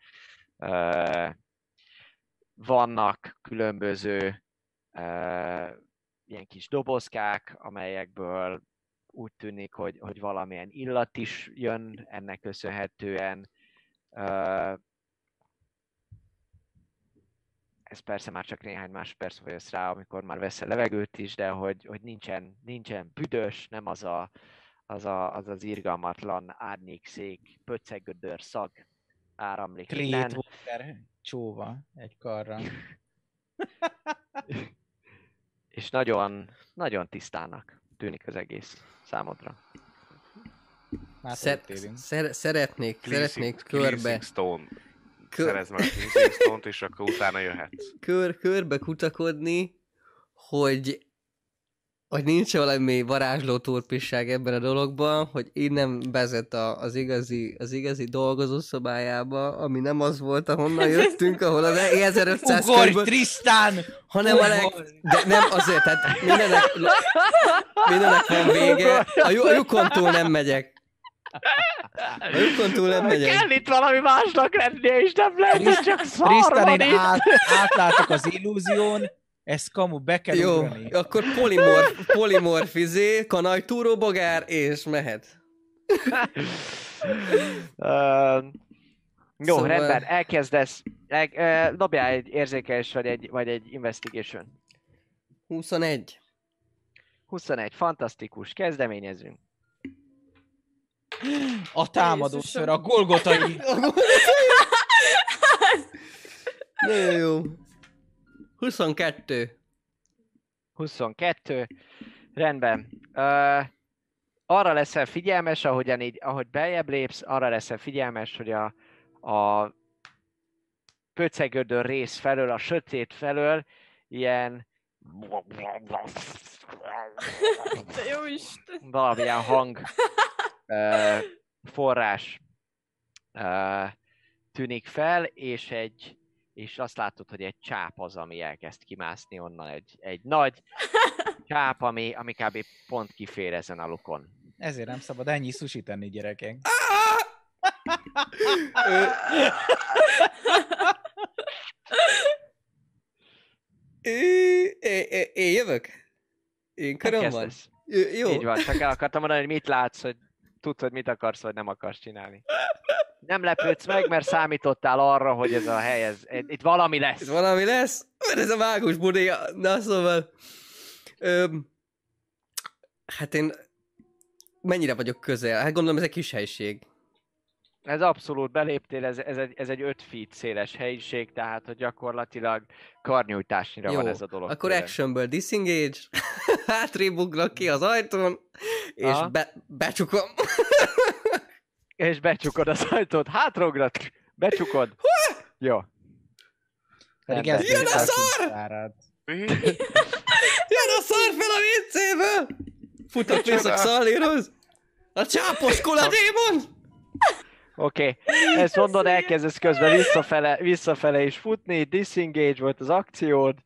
Vannak különböző ilyen kis dobozkák, amelyekből úgy tűnik, hogy valamilyen illat is jön ennek köszönhetően. Ez persze már csak néhány másodperc jössz rá, amikor már veszel levegőt is, de hogy nincsen büdös, nem az irgalmatlan árnyékszék, pöccegödör szag áramlik innen. Water csóva egy karra. És nagyon, nagyon tisztának tűnik az egész számodra. Már Szeretnék körbe... Cleansing Stone. Szerezd meg a Cleansing Stone-t, és akkor utána jöhetsz. Körbe kutakodni, hogy nincs valami varázsló turpisság ebben a dologban, hogy innen vezet az igazi dolgozószobájába, ami nem az volt, ahonnan jöttünk, ahol az 1500 körülbelül... Tristan! Hanem de nem azért, tehát mindenek van vége. A lyukon túl nem megyek. A lyukon túl nem megyek. Kell itt valami másnak lennie, és nem lehet, csak szar Tristan, van én itt. átlátok az illúzión, ez kamu, be kell Jó, ugrani. akkor polimorfizé, kanaj túróbogár, és mehet. Jó, Szóval- rendben, elkezdesz. Dobjál egy érzékelés vagy egy investigation. 21. 21, fantasztikus, kezdeményezünk. A támadóször, a golgotai. Nagyon jó. 22. 22, rendben. Arra leszel figyelmes, ahogy beljebb lépsz, arra leszel figyelmes, hogy a pöcegödör rész felől, a sötét felől ilyen De jó Isten. valamilyen hang forrás tűnik fel, és azt látod, hogy egy csáp az, ami elkezd kimászni onnan, egy nagy csáp, ami kb. Pont kifér ezen a lukon. Ezért nem szabad ennyi sushi tenni, gyerekek. Én jövök? Én köröm van? Elkezdesz. Jó. Így van, csak el akartam mondani, hogy mit látsz, hogy tudd, hogy mit akarsz, vagy nem akarsz csinálni. Nem lepődsz meg, mert számítottál arra, hogy ez a hely, itt valami lesz. Ez valami lesz? Mert ez a mágus budi. Na szóval... hát én... mennyire vagyok közel? Hát gondolom ez egy kis helység. Ez abszolút beléptél, ez egy 5 feet széles helyiség, tehát hogy gyakorlatilag karnyújtásnyira Jó, van ez a dolog. akkor tőle. actionből disengage, hátrébb ugrok ki az ajtón, és Aha. becsukom. És becsukod az ajtót, hátraugrat, becsukod. Jó. Pedig Rendben. ez Jön a biztos szar! szárad. Jön a szar fel a WC-ből! Futok vissza Xallirhoz! A csápos koladémon! Oké, ezt mondod, elkezdesz közben visszafele is futni, disengage volt az akciód.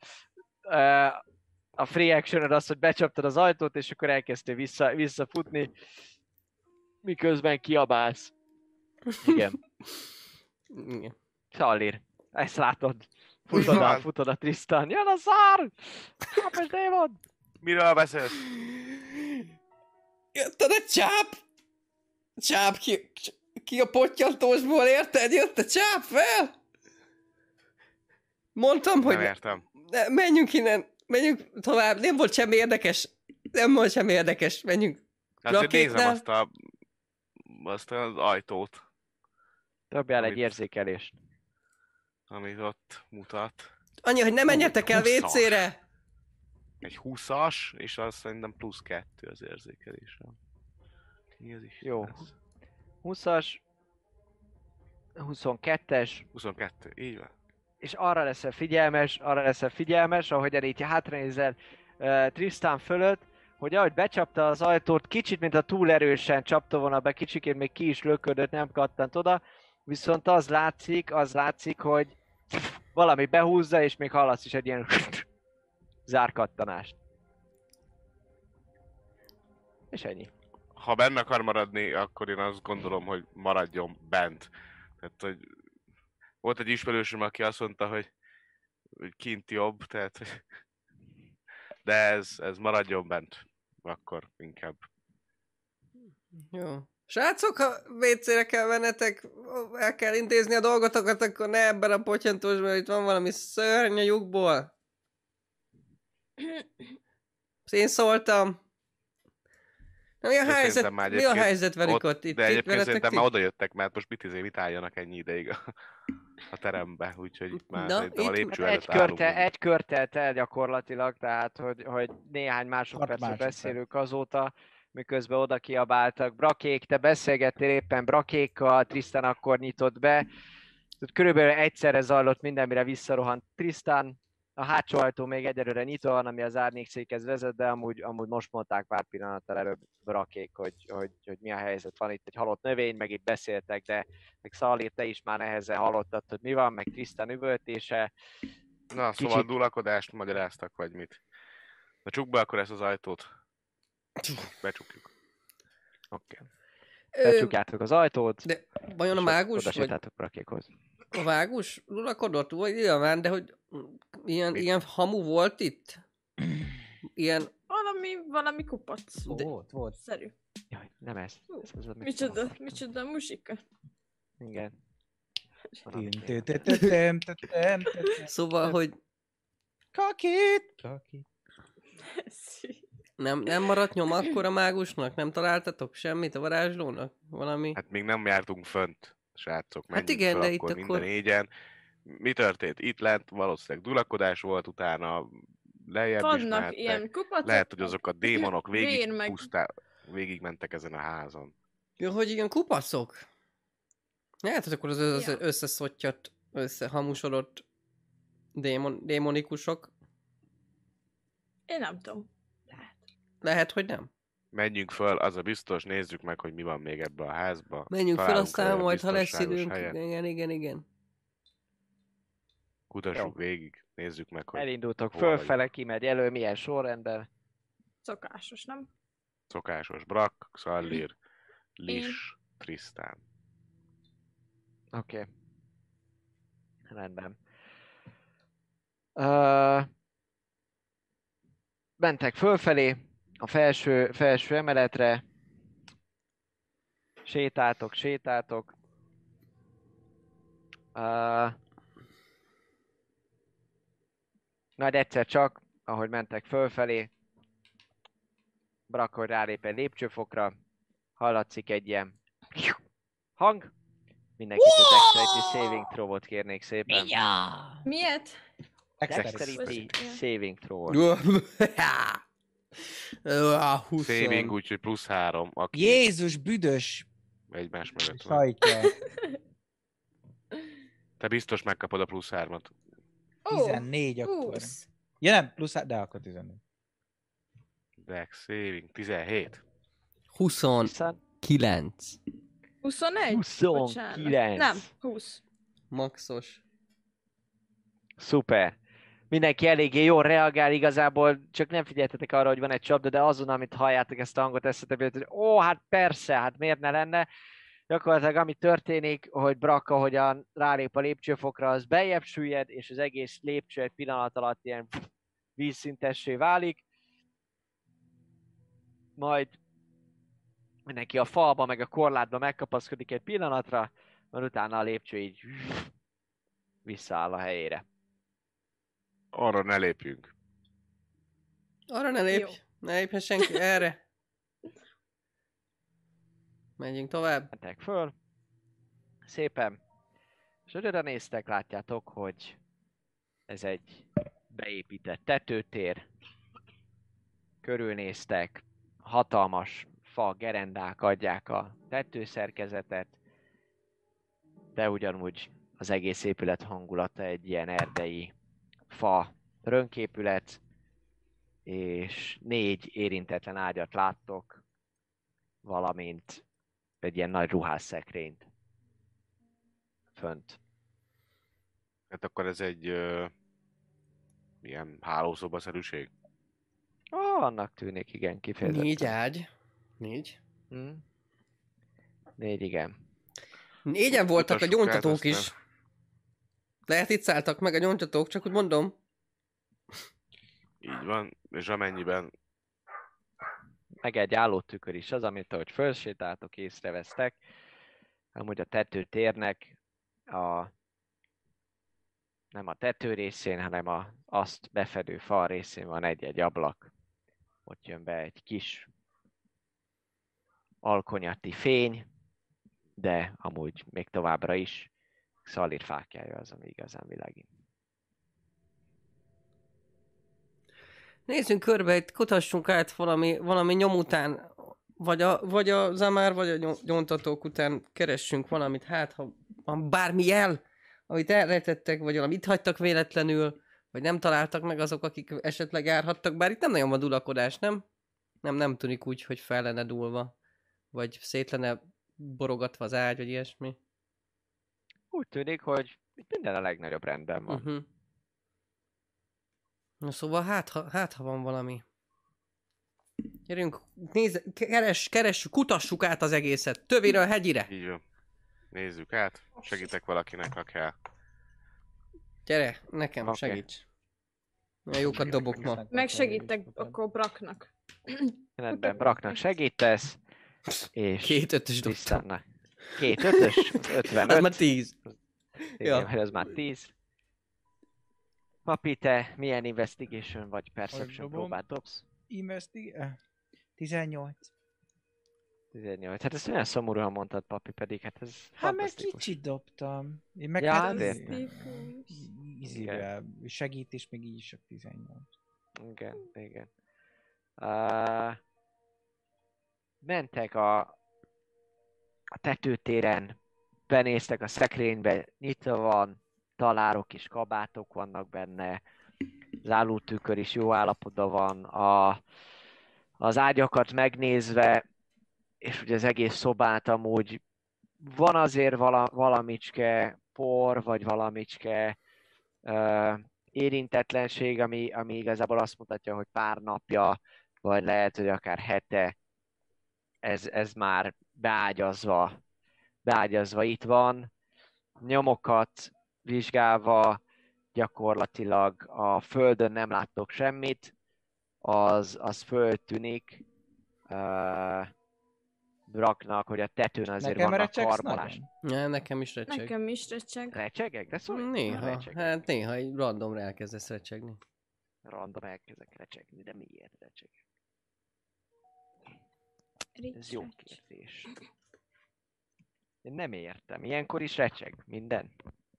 A free actionod az, hogy becsaptad az ajtót, és akkor elkezdtél visszafutni, miközben kiabálsz. Igen. Xallir, ezt látod. Futod a Tristan. Jön a szar! Csápos démon! Miről beszélsz? Jötted a csáp! Csáp ki a pottyantósból, érted? Jött a csáp fel! Mondtam, hogy Nem értem. menjünk innen, menjünk tovább. Nem volt semmi érdekes. Menjünk. Azért nézem Rakétnál. azt az ajtót, Dobjál egy Amit- érzékelést. amit ott mutat. Annyi, hogy ne menjetek el 20-as. WC-re. Egy 20-as, és az szerintem plusz 2 az érzékelésre. Mi az is? Jó. Ez? 20-as, 22-es, 22, így van. és arra leszel figyelmes, ahogyan így hátranézel Tristan fölött, hogy ahogy becsapta az ajtót, kicsit, mint a túl erősen csapta volna be, kicsikét még ki is löködött, nem kattant oda, viszont az látszik, hogy valami behúzza, és még hallasz is egy ilyen zárkattanást. És ennyi. Ha benne akar maradni, akkor én azt gondolom, hogy maradjon bent. Tehát, hogy volt egy ismerősöm, aki azt mondta, hogy kint jobb, tehát... De ez maradjon bent. Akkor inkább. Jó. Srácok, ha WC-re kell mennetek, el kell intézni a dolgotokat, akkor ne ebben a potyantosban, itt van valami szörny a lyukból. Ezt én szóltam. Na, mi a helyzet velük ott? De egyébként szerintem már oda jöttek, mert most mit álljanak ennyi ideig a terembe, úgyhogy itt már szerintem a lépcső előtt állunk. Egy kör telt el gyakorlatilag, tehát hogy néhány másodpercet beszélünk azóta, miközben oda kiabáltak. Brakék, te beszélgettél éppen Brakékkal, Tristan akkor nyitott be. Körülbelül egyszerre zajlott minden, mire visszarohant Tristan. A hátsó ajtó még egyelőre nyitva van, ami az árnyékszékhez vezet, de amúgy most mondták pár pillanattal előbb Brakék, hogy mi a helyzet. Van itt egy halott növény, meg itt beszéltek, de meg Szalír, te is már nehezen hallottad, hogy mi van, meg Tristan üvöltése. Na, kicsit... szóval dulakodást magyaráztak, vagy mit? Na csukd be akkor ezt az ajtót. Becsukjuk. Oké. Becsukjátok az ajtót. De vajon a mágus? Oda sétáltok Brakékhoz. A vágus lulakodott, vagy nyilván, de hogy ilyen hamu volt itt? Ilyen... Valami kupac. Volt. Szerű. Jaj, nem ez. Micsoda musika. Igen. Szóval, hogy... Kakit! Nem maradt nyom akkor a mágusnak? Nem találtatok semmit a varázslónak? Valami? Hát még nem jártunk fönt, srácok. Hát igen, fel, de akkor itt minden akkor... négyen. Mi történt? Itt lent valószínűleg dulakodás volt, utána lejjebb is mehettek. Ilyen kupacok. Lehet, hogy azok a démonok meg... végigmentek ezen a házon. Ja, hogy ilyen kupacok? Hát akkor az összeszottyat, összehamusodott démonikusok. Én nem tudom. Lehet, hogy nem. Menjünk föl, az a biztos, nézzük meg, hogy mi van még ebbe a házba. Menjünk föl, aztán majd, ha lesz időnk. Igen. Kutassuk végig, nézzük meg, hogy... Elindultok fölfele, kimegy elő, milyen sorrendben. Szokásos, nem? Szokásos. Brak, Szalír, Lis, Tristan. Oké. Rendben. Mentek fölfelé, a felső emeletre. Sétáltok. Majd egyszer csak, ahogy mentek fölfelé, Brak, hogy rálép egy lépcsőfokra, hallatszik egy ilyen hang. Mindenkit a Dexterity Saving Throw-ot kérnék szépen. Miért? Dexterity Saving Throw-ot. Saving, úgyhogy +3. Aki Jézus büdös! egymás mögött van. Te biztos megkapod a +3-at. 14 akkor. 20. Ja nem, de akkor 14. Dex Saving, 17. 29. 21? 29. Nem, 20. Maxos. Szuper. Mindenki eléggé jól reagál, igazából csak nem figyeltetek arra, hogy van egy csapda, de azon, amit halljátok ezt a hangot, eszébe, hogy hát persze, hát miért ne lenne. Gyakorlatilag ami történik, hogy Brak, ahogyan rálép a lépcsőfokra, az beljebb süllyed, és az egész lépcső egy pillanat alatt ilyen vízszintessé válik. Majd mindenki a falba, meg a korlátba megkapaszkodik egy pillanatra, mert utána a lépcső így visszaáll a helyére. Arra ne lépjünk. Arra ne lépj. Jó. Ne lépjen senki erre. Menjünk tovább. Mentek föl. Szépen. És oda néztek, látjátok, hogy ez egy beépített tetőtér. Körülnéztek. Hatalmas fa gerendák adják a tetőszerkezetet. De ugyanúgy az egész épület hangulata egy ilyen erdei fa rönképület. és 4 érintetlen ágyat láttok, valamint egy ilyen nagy ruhásszekrényt fönt. Hát akkor ez egy ilyen hálószobaszerűség? Annak tűnik, igen, kifejezetten. 4 ágy. 4. 4, igen. 4-en voltak a Mutassuk át gyóntatók ezt, is. Lehet itt szálltak meg a gyóntatók, csak úgy mondom. Így van, és amennyiben Meg egy állótükör is az, amit ahogy felsétáltok, észrevesztek. Amúgy a tetőtérnek nem a tető részén, hanem azt befedő fal részén van egy-egy ablak. Ott jön be egy kis alkonyati fény, de amúgy még továbbra is Szalír fákjája az, ami igazán világít. Nézzünk körbe, itt kutassunk át valami nyom után, vagy a zamár, vagy a gyóntatók után keressünk valamit, hát ha van bármi jel, amit elrejtettek, vagy valamit hagytak véletlenül, vagy nem találtak meg azok, akik esetleg járhattak, bár itt nem nagyon van dulakodás, nem? Nem tűnik úgy, hogy fel lenne dúlva, vagy szét lenne borogatva az ágy, vagy ilyesmi. Úgy tűnik, hogy minden a legnagyobb rendben van. Uh-huh. Na szóval hát ha van valami. Gyerünk, keressük, kutassuk át az egészet. Tövéről hegyire. így van. Nézzük át, segítek valakinek, ha kell. Gyere, nekem Oké. segíts. Olyan jókat dobok ma. Megsegítek akkor Braknak. Rendben, Braknak segítesz, és 2 5-ös dobtam. Tristannak. 2 5-ös, 55. Ez már 10. Igen, Ja. hogy ez már 10. Papi, te milyen investigation vagy perception dobom? próbát dobsz? 18. 18. Hát ezt olyan szomorúan mondtad, Papi, pedig hát ez Hát meg fantasztikus. kicsit dobtam. Én meg Ja, hát hát értem. ízével segítés, még így is csak 18. Igen. Mentek a tetőtéren, benéztek a szekrénybe, nyitva van, talárok és kabátok vannak benne, az állótükör is jó állapotban van, az ágyakat megnézve, és ugye az egész szobát amúgy van azért valamicske por, vagy valamicske érintetlenség, ami igazából azt mutatja, hogy pár napja, vagy lehet, hogy akár hete ez már beágyazva itt van. Nyomokat vizsgálva gyakorlatilag a földön nem láttok semmit, az föltűnik Braknak, hogy a tetőn azért Nekem vannak recsegsz karmolás. nagyon? Ja, nekem is recseg. Nekem is recseg. Recsegek? De szóval Néha, hát néha egy randomra elkezdesz recsegni. Random elkezdek recsegni, de miért recsegek? Ez jó kérdés. Én nem értem. Ilyenkor is recseg minden.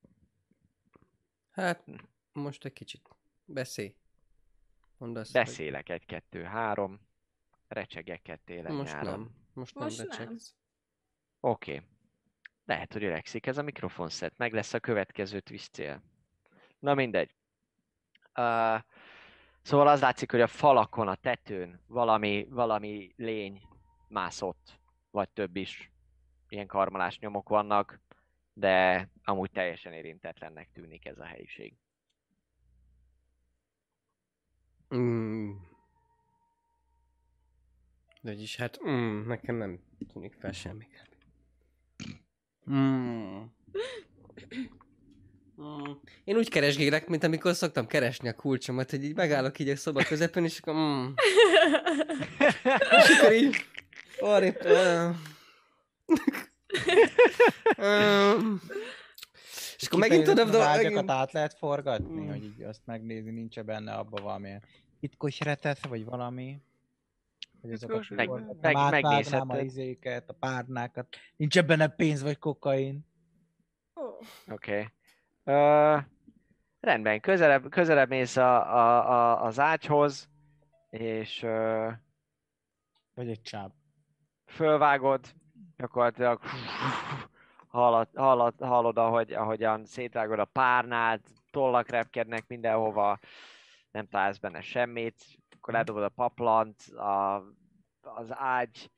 Hát, most egy kicsit. Beszélj. Mondd azt, Beszélek 1, 2, 3. Recsegek 2 hogy élen most nyáron. nem. Most Most nem nem. recsegsz. Oké. Lehet, hogy öregszik ez a mikrofonszett. Meg lesz a következő twist cél. Na mindegy. Szóval az látszik, hogy a falakon, a tetőn valami lény mászott. Vagy több is. Ilyen karmolás nyomok vannak. De amúgy teljesen érintetlennek tűnik ez a helyiség. Vagyis hát, nekem nem tűnik fel semmi. Én úgy keresgélek, mint amikor szoktam keresni a kulcsomat, hogy így megállok így a szoba közepén, és akkor és akkor így arrébb... és akkor megint oda... Az ágyakat át lehet forgatni, hogy így azt megnézni, nincs benne abban valamilyen titkos retesz, vagy valami. Hogy azokat átvágnám a izéket, a párnákat. Nincs benne pénz vagy kokain. Oké. Rendben, közelebb mész az ágyhoz, és Vagy egy csáb. fölvágod, gyakorlatilag hallod, ahogyan szétvágod a párnát, tollak repkednek mindenhova, nem találsz benne semmit, akkor ledobod a paplant, az ágy,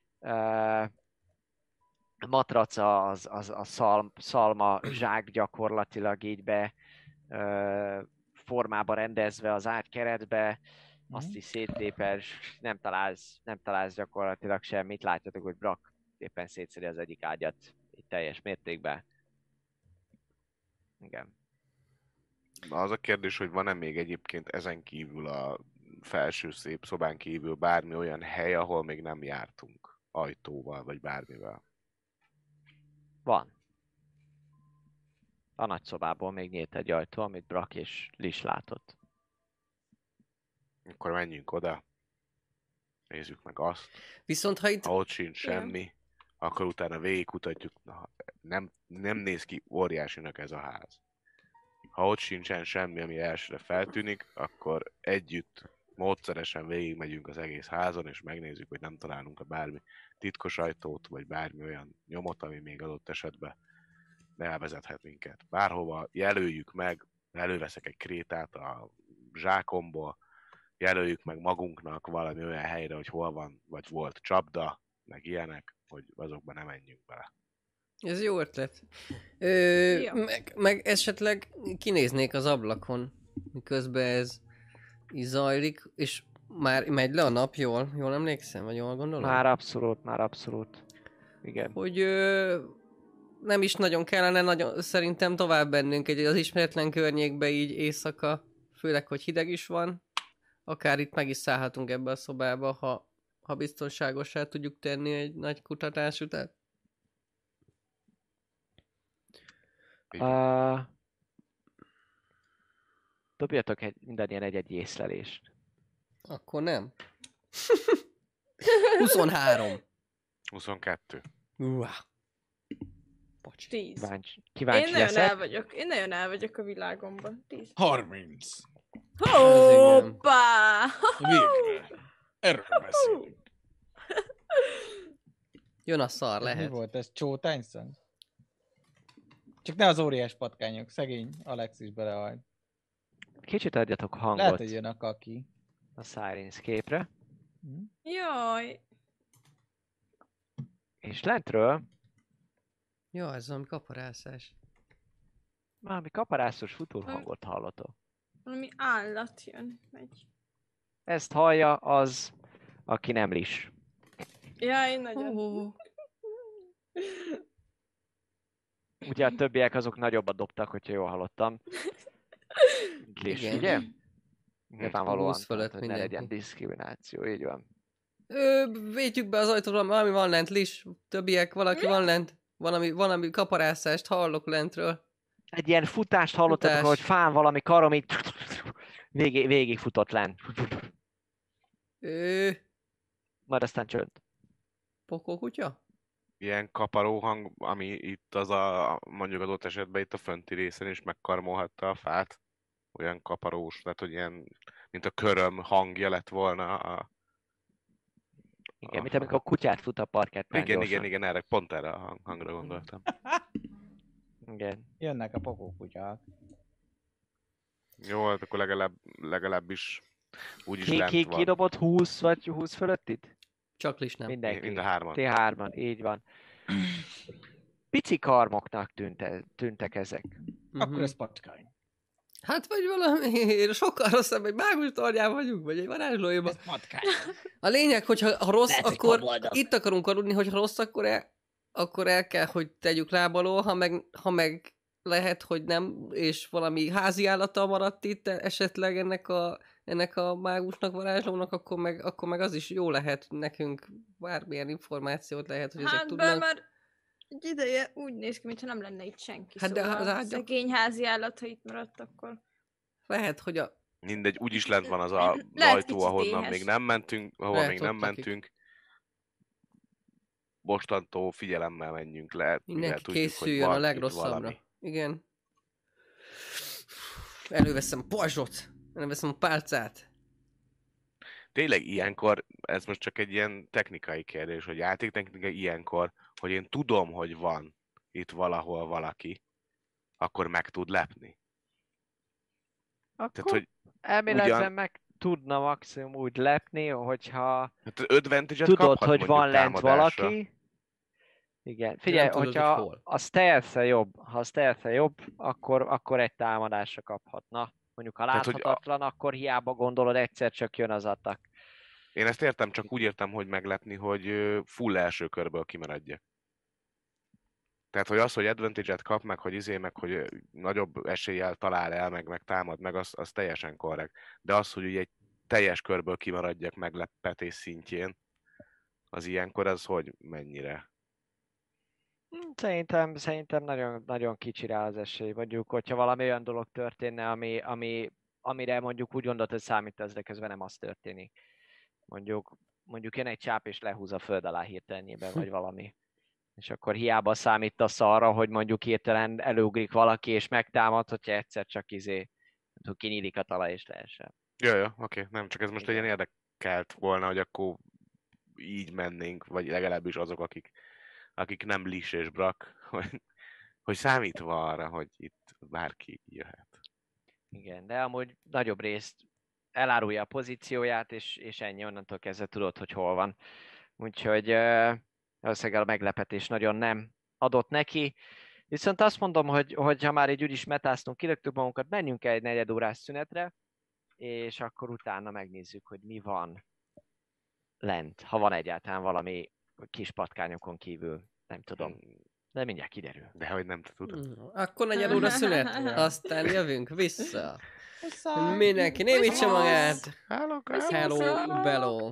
a matraca, a szalma zsák gyakorlatilag így be formába rendezve az ágy keretbe, azt is széttéped, és nem találsz gyakorlatilag semmit. Látjátok, hogy Brak éppen szétszedi az egyik ágyat itt teljes mértékben. Igen. Na, az a kérdés, hogy van-e még egyébként ezen kívül a felső szép szobán kívül bármi olyan hely, ahol még nem jártunk ajtóval, vagy bármivel? Van. A nagy szobából még nyílt egy ajtó, amit Brak és Lis látott. Akkor menjünk oda. Nézzük meg azt. Viszont ha itt... Ha ott sincs semmi, akkor utána végigkutatjuk. Nem néz ki óriásinak ez a ház. Ha ott sincsen semmi, ami elsőre feltűnik, akkor együtt módszeresen végigmegyünk az egész házon, és megnézzük, hogy nem találunk bármi titkos ajtót, vagy bármi olyan nyomot, ami még adott esetben elvezethet minket. Bárhova jelöljük meg, előveszek egy krétát a zsákomból, jelöljük meg magunknak valami olyan helyre, hogy hol van, vagy volt csapda, meg ilyenek, hogy azokban nem menjünk bele. Ez jó ötlet. Meg esetleg kinéznék az ablakon, miközben ez így zajlik, és már megy le a nap, jól emlékszem, vagy jól gondolom? Már abszolút. Igen. Hogy nem is nagyon kellene szerintem tovább bennünk az ismeretlen környékbe így éjszaka, főleg, hogy hideg is van. Akár itt meg is szállhatunk ebbe a szobába, ha biztonságosá tudjuk tenni egy nagy kutatás után. Dobjatok mindannyian egy észlelést. Akkor nem. 23. 22. Wow. Bocs. 10. Kíváncsi Én nagyon el vagyok a világomban. 10. 30. Hoppá! Végre. Erről beszélünk. Jön a szar, Mi lehet. volt ez? Csótányszon? Csak ne az óriás patkányok, szegény Alex is belehalt. Kicsit adjatok hangot Lehet, hogy jön a kaki. a Sirens képre. Jaj. És lentről Ja, ez valami kaparászás. valami kaparászos futórhangot hallotok. Valami állat jön, megy. Ezt hallja az, aki nem Lis. Jaj, nagyon. Ugye a többiek azok nagyobbat dobtak, hogyha jól hallottam. Lis, Igen. ugye? Nyilvánvalóan, 20 fölött hogy ne mindenki. legyen diszkrimináció, így van. Védjük be az ajtót, valami van lent, Lis. Többiek, valaki van lent. Valami kaparászást hallok lentről. Egy ilyen futást hallottatok, Futás. hogy fán valami karom így végig futott lent. Majd aztán csönd. Pokókutya? Ilyen kaparó hang, ami itt mondjuk adott esetben itt a fönti részen is megkarmolhatta a fát. Olyan kaparós, tehát hogy ilyen, mint a köröm hangja lett volna Igen, mint amikor a kutyát fut a parketten gyorsan. Igen, pont erre a hangra gondoltam. Igen. Jönnek a pokókutyák. Jó, hát akkor legalábbis úgyis lent van. Ki dobott 20 vagy 20 fölött itt? Csak Lis nem. Mindenki. Mind a hárman. Ti hárman, így van. Pici karmoknak tűntek ezek. Akkor ez patkány. Hát vagy valami, sokkal rosszabb, egy mágus tornyán vagyunk, vagy egy varázslóiban. Ez patkány. A lényeg, hogyha rossz, Lehet, hogy akkor komoldok. itt akarunk aludni, hogyha rossz, akkor el kell, hogy tegyük lábaló, ha meg lehet, hogy nem, és valami házi állata maradt itt esetleg ennek a mágusnak, varázslónak, akkor meg az is jó lehet nekünk, bármilyen információt lehet, hogy ezek Hát tudnak. már egy ideje úgy néz ki, mintha nem lenne itt senki. Hát de szóval az ágyak- szegény házi állat, ha itt maradt, akkor... Lehet, hogy Mindegy, úgyis lent van az Lehet ajtó, kicsit ahonnan éhes. még nem mentünk, ahova Lehet, még nem ott lakik. mentünk. Mostantól figyelemmel menjünk le, mivel mindenki tudjuk, hogy készüljön van a itt legrosszabbra. valami. Igen. Előveszem a pajzsot, előveszem a pálcát. Tényleg ilyenkor, ez most csak egy ilyen technikai kérdés, hogy játéktechnikai ilyenkor, hogy én tudom, hogy van itt valahol valaki, akkor meg tud lepni. Akkor Tehát, hogy Elméletben meg tudna maximum úgy lepni, hogyha Hát advantage-et tudod, kaphat hogy mondjuk van lent támadásra. valaki. Igen, figyelj, Nem tudod, hogyha hogy hol. a stealth jobb, ha a stealth jobb, akkor egy támadásra kaphatna. Mondjuk ha Tehát, hogy láthatatlan, akkor hiába gondolod, egyszer csak jön az attack. Én ezt értem, csak úgy értem, hogy meglepni, hogy full első körből kimaradja. Tehát, hogy az, hogy advantage-et kap, meg hogy nagyobb eséllyel talál el, meg támad, meg az teljesen korrekt. De az, hogy ugye egy teljes körből kimaradjak meglepetés szintjén, az ilyenkor az hogy mennyire? Szerintem nagyon, nagyon kicsi rá az esély. Mondjuk, hogyha valami olyan dolog történne, amire mondjuk úgy gondolt, hogy számít, de közben nem az történik. Mondjuk jön egy csáp és lehúz a föld alá hirtelenjében, vagy valami. És akkor hiába számítasz arra, hogy mondjuk hirtelen előugrik valaki és megtámad, hogyha egyszer csak kinyílik a talaj és leesel. Ja, oké. Nem, csak ez most Igen. egy ilyen érdekelt volna, hogy akkor így mennénk, vagy legalábbis azok, akik nem Lis és Brak, hogy számítva arra, hogy itt bárki jöhet. Igen, de amúgy nagyobb részt elárulja a pozícióját, és ennyi, onnantól kezdve tudod, hogy hol van. Úgyhogy valószínűleg a meglepetés nagyon nem adott neki. Viszont azt mondom, hogy ha már így úgyis metáztunk, kilöktük magunkat, menjünk el egy negyedórás szünetre, és akkor utána megnézzük, hogy mi van lent, ha van egyáltalán valami kis patkányokon kívül, nem tudom. De mindjárt kiderül. De hogy nem te tudod. Akkor negyed óra szünet, aztán jövünk vissza. Vissza. Mindenki némítsa magát. Hello, Hello, bello.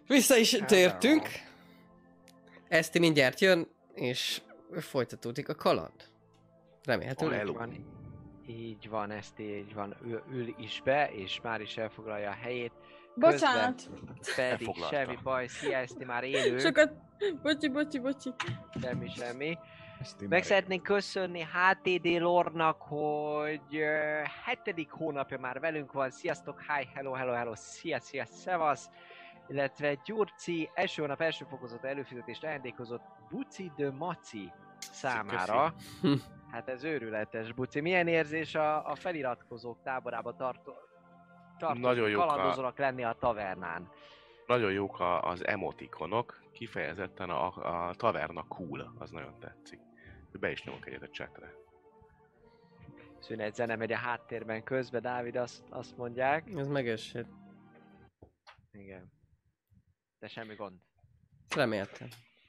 Vissza is tértünk. Eszti mindjárt jön, és folytatódik a kaland. Remélhetőleg. Így van, Eszti, így van. Ül is be, és már is elfoglalja a helyét. Bocsánat. Pedig semmi baj. Szia, Eszti, már élő. Sokat... Bocsi. Semmi. Meg szeretnénk köszönni HTD Lore-nak, hogy 7. hónapja már velünk van. Sziasztok, hi, hello, szia, szevasz. Illetve Gyurci első hónap első fokozat előfizetést ajándékozott Buci de Maci számára. Hát ez őrületes, Buci. Milyen érzés a feliratkozók táborába tartó kalandozónak lenni a tavernán? Nagyon jók az emotikonok, kifejezetten a taverna cool, az nagyon tetszik. Be is nyomok egyet a chatre. Szünet zene megy a háttérben közben, Dávid, azt mondják. Ez megesett. Igen. De semmi gond. Reméltem.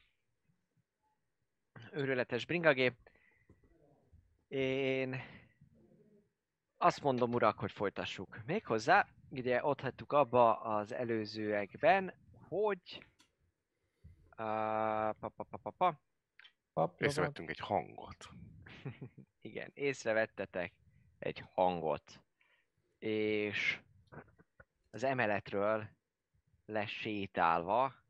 Őrületes bringagép. Én azt mondom, urak, hogy folytassuk. Méghozzá, ugye ott hagytuk abba az előzőekben, hogy... Észrevettünk egy hangot. Igen, észrevettetek egy hangot. És az emeletről lesétálva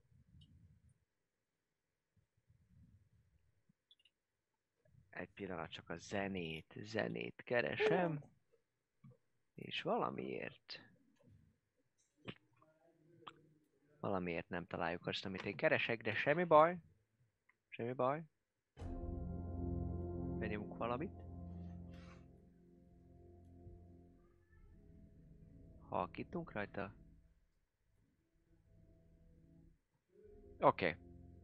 egy pillanat, csak a zenét keresem, és valamiért nem találjuk azt, amit én keresek, de semmi baj. Benyomunk valamit. Halkítunk rajta. Oké.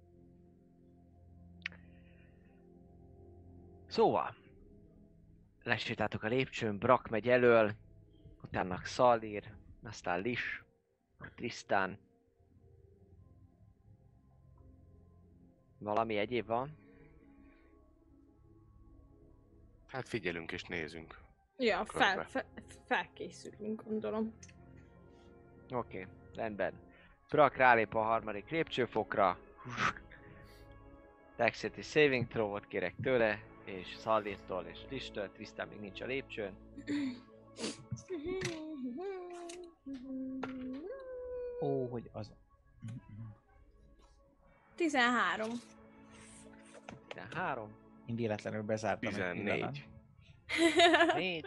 Szóval, lesétáltok a lépcsőn, Brak megy elől, utána Szalír, aztán Lis, Tristan. Valami egyéb van? Hát figyelünk és nézünk. Ja, felkészülünk, gondolom. Oké, rendben. Brak rálép a harmadik lépcsőfokra. Dexterity saving throw-ot kérek tőle, és Szallírtól és Listől, Tristan még nincs a lépcsőn. Ó, hogy az... 13. 13. Én véletlenül bezártam. 14. 4.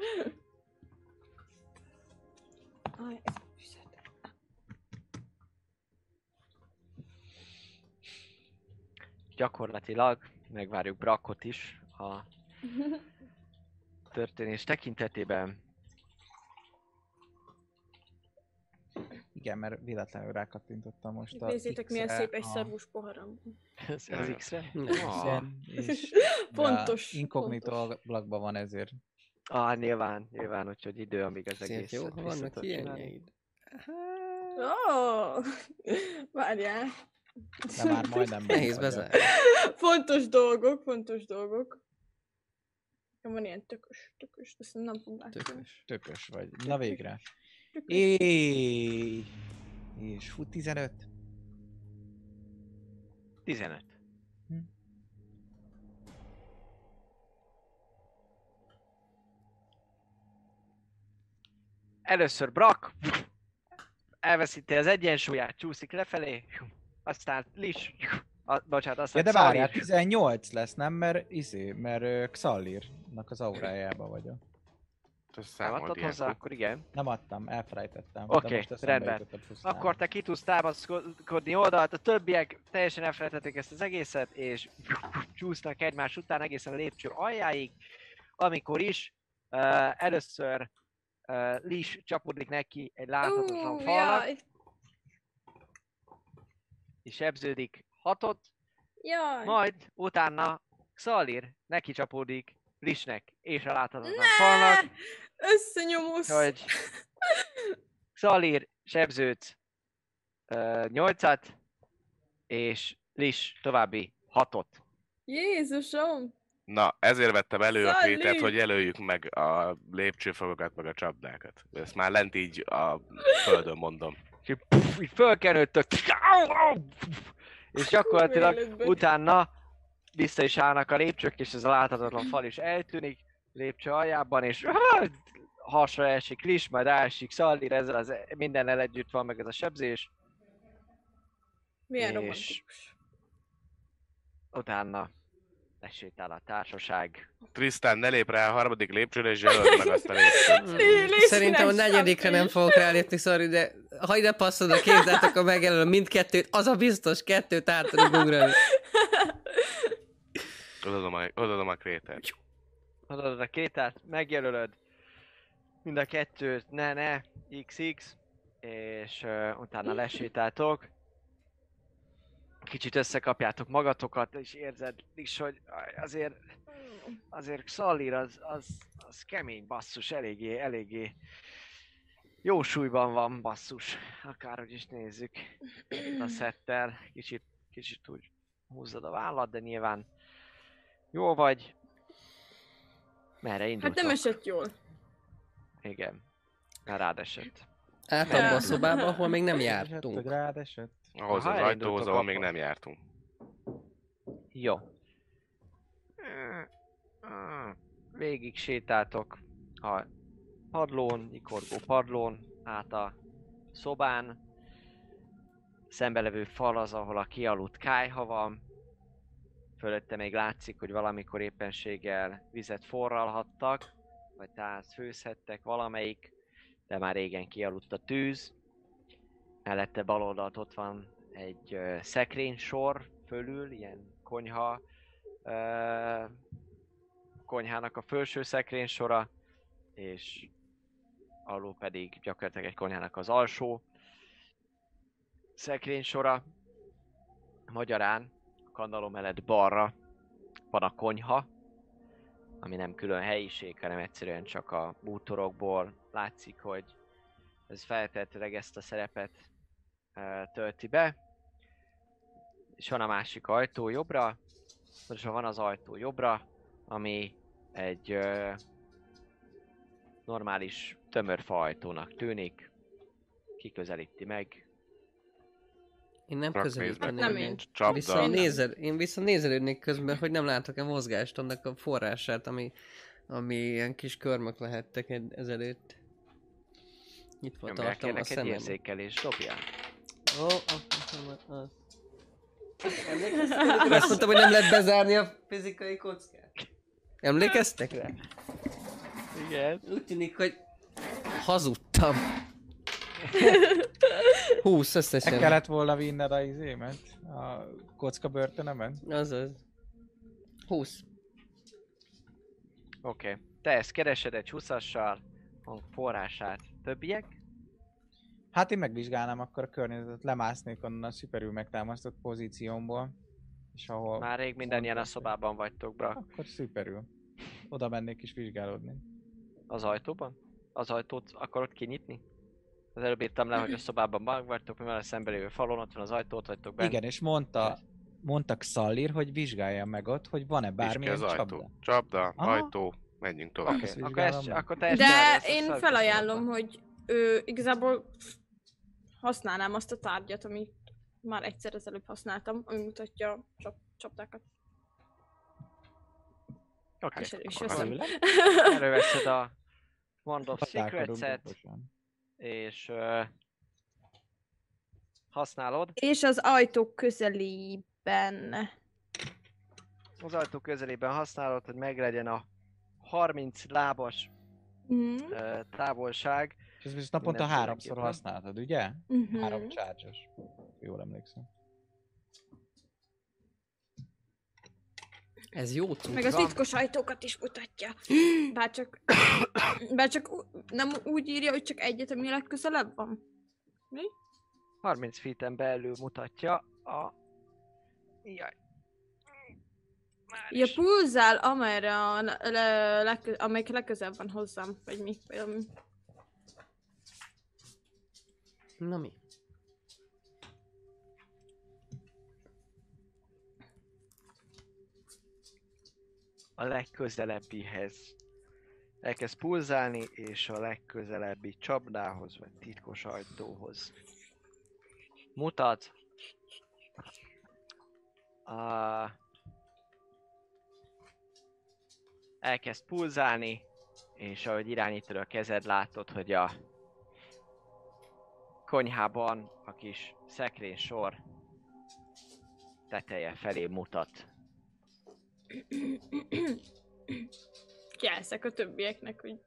Gyakorlatilag megvárjuk Brakot is a történés tekintetében. Igen, mert véletlenül rákattintottam most a Nézzétek, milyen X-re, szép egy szarvus poharam. Az X-re? Igen, és Fontos. Inkognitó ablakban van ezért. Nyilván, úgyhogy idő, amíg az Szép egész. jó, ha vannak ilyenjeid. Várjál. De már majdnem Nehéz bezárni. Fontos dolgok. Van ilyen tökös, ezt nem fogom látni. Tökös vagy. Na végre. És fut 15. 15. Először Brak elveszíti az egyensúlyát, csúszik lefelé, aztán Lis, bocsánat, aztán Ja, de várjál, Szalír. 18 lesz, nem? Mert Xallírnak az aurájába vagyok. Nem adtad hozzá, akkor igen. Nem adtam, elfelejtettem. Oké, rendben. Akkor te ki tudsz támaszkodni oldalt, a többiek teljesen elfelejtették ezt az egészet, és csúsznak egymás után egészen a lépcső aljáig, amikor is először Lis csapódik neki egy láthatatlan falnak, és sebződik 6-ot, majd utána Szalír neki csapódik Lisnek és a láthatatlan falnak. Összenyomulsz! Hogy Szalír sebződsz 8-at, és Lis további 6-ot. Jézusom! Na, ezért vettem elő a Szalír! Pétert, hogy jelöljük meg a lépcsőfokokat, meg a csapdákat. Ezt már lent így a földön mondom. És így fölkenődtök, és gyakorlatilag utána vissza is állnak a lépcsők, és ez a láthatatlan fal is eltűnik lépcső aljában, és hasra esik Lis, majd elesik Szallir, ezzel az mindennel együtt van meg ez a sebzés. Milyen és romantikus. utána lesétál a társaság. Tristan, ne lép rá a harmadik lépcsőre, és jelöld meg azt a lépcsőt. Szerintem a negyedikre nem fogok rálépni, sorry, de ha ide passzol a képzát, akkor megjelölöm mindkettőt, az a biztos, kettőt át tudok ugrani. Odaadom a krétát. Odaadod a krétát, megjelölöd mind a kettőt, ne, XX, és utána lesétáltok. Kicsit összekapjátok magatokat, és érzed is, hogy azért Szallir az kemény basszus, eléggé jó súlyban van basszus, akárhogy is nézzük a szettel. Kicsit úgy húzzad a vállat, de nyilván jó vagy. Merre indultok? Hát nem esett jól. Igen, már rád esett. Át abba a szobába, ahol még nem jártunk. Hogy rád esett? Ahhoz az ajtóhoz, ahol még nem jártunk. Jó. Végig sétáltok a padlón, nyikorgó padlón, át a szobán. Szembelevő fal az, ahol a kialudt kályha van. Fölötte még látszik, hogy valamikor éppenséggel vizet forralhattak, vagy tázt főzhettek valamelyik, de már régen kialudt a tűz. Mellette bal oldalt ott van egy szekrénysor fölül, ilyen konyhának a felső szekrénysora, és alul pedig gyakorlatilag egy konyhának az alsó szekrénysora. Magyarán a kandalló mellett balra van a konyha, ami nem külön helyiség, hanem egyszerűen csak a bútorokból látszik, hogy ez feltétlenül ezt a szerepet tölti be. És van a másik ajtó jobbra, és van az ajtó jobbra, ami egy normális tömörfa ajtónak tűnik. Kiközelíti meg. Én nem közelíteném. Nem én. Én viszont nézelődnék közben, hogy nem látok-e mozgást annak a forrását, ami ilyen kis körmök lehettek ezelőtt. Nyitva tartom a szemem. Egy érzékelés, dobjál. Emlékeztek? Azt mondtam, hogy nem lehet bezárni a fizikai kockát. Emlékeztek rá? Igen. Úgy tűnik, hogy hazudtam. 20 összesen. Meg kellett volna vinned a izémet? A kocka börtönemen? Azaz. 20. Oké. Te ezt keresed egy 20-assal, a forrását. Többiek? Hát én megvizsgálnám akkor a környezetet, lemásznék onnan a szuperül megtámasztott pozíciómból. És ahol... Már rég mindannyian a szobában vagytok, bra. Akkor szuperül. Oda mennék is vizsgálódni. Az ajtóban? Az ajtót akarod kinyitni? Az előbb írtam le, hogy a szobában meg vagytok, mivel a szembelévő falon ott van az ajtót, vagytok benne. Igen, és mondtak Szallir, hogy vizsgálja meg ott, hogy van-e bármilyen csapda. Csapda, ajtó, menjünk tovább. Akkor de én felajánlom, hogy igazából használnám azt a tárgyat, amit már egyszer ezelőtt használtam, ami mutatja a csapdákat. Oké. És veszem. Előveszed a Wand of Secrets-et, és használod. És az ajtó közelében. Az ajtó közelében használod, hogy meglegyen a 30 lábas távolság. És ez viszont naponta 3-szor használtad, ugye? 3 charge-os. Jól emlékszem. Ez jó cucc. Meg az titkos ajtókat is mutatja. Bárcsak nem úgy írja, hogy csak egyet, ami legközelebb van. Mi? 30 feet-en belül mutatja a... Jaj. Ja, pulzál, amerre amelyik legközelebb van hozzám, vagy mi? Na mi? A legközelebbihez elkezd pulzálni, és a legközelebbi csapdához, vagy titkos ajtóhoz mutat. Elkezd pulzálni, és ahogy irányítod a kezed, látod, hogy a konyhában a kis szekrénysor teteje felé mutat. Jelzek a többieknek, hogy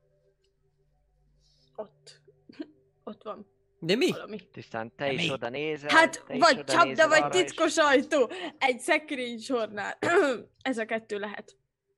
ott van De mi? valami. Tisztán te is oda nézel. Hát, te is vagy oda csapda, nézel vagy arra, és titkos ajtó. Egy szekrénysornál. Ez a kettő lehet.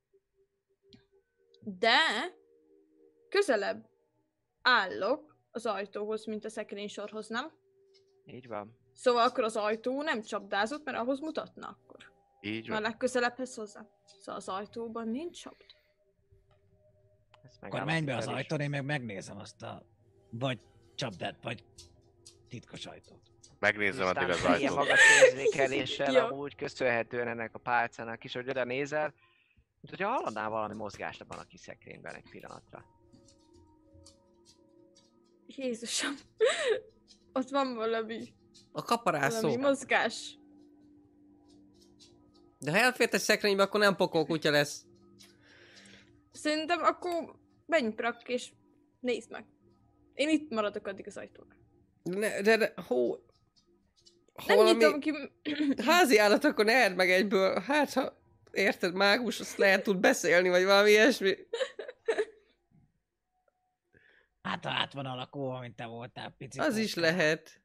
De közelebb állok az ajtóhoz, mint a szekrénysorhoz, nem? Így van. Szóval akkor az ajtó nem csapdázott, mert ahhoz mutatna akkor. Így Már van. legközelebbhez hozzá. Szóval az ajtóban nincs csapda. Ezt Akkor megállapítani menj be az is. ajtón, én meg megnézem azt a vagy csapdát, vagy titkos ajtót. Megnézem addig az Tisztán ilyen ajtót. magas érzékeléssel Jó. amúgy köszönhetően ennek a pálcának is, hogy oda nézel, mint hogyha hallanál valami mozgást abban a kis szekrényben egy pillanatra. Jézusom. Ott van valami A mozgás. De ha elfért egy szekrénybe, akkor nem pokolkutya lesz. Szerintem akkor menj prak és nézd meg. Én itt maradok addig az ajtónál. De Nem valami nyitom ki... házi állatokon erd meg egyből. Hát, ha érted, mágus, azt lehet tud beszélni, vagy valami ilyesmi. Hát ha át van alakulva, mint te voltál, pici Az is kóka. lehet.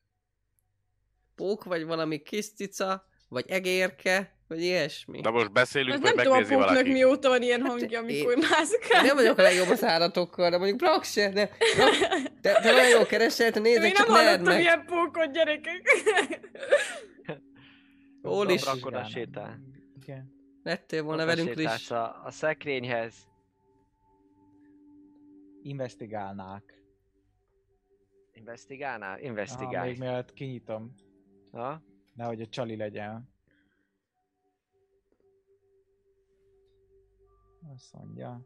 Pók, vagy valami kis cica, vagy egérke, vagy ilyesmi. Na most beszélünk, Hát vagy nem tudom a megnézi póknak valaki. mióta van ilyen hangja, amikor mászik el. Nem vagyok a legjobb az állatokkal, de mondjuk Brak se, de te nagyon jól keresel, te nézd meg, Még nem csak ne edd hallottam meg. ilyen pókot, gyerekek. Hol is Brak oda sétál. Igen. lettél volna Oda velünk sétálsz is. a szekrényhez. Investigálnák. Investigálnál? Aha, Investigálj. még mielőtt kinyitom. Ha? Nehogy a csali legyen. Azt mondja.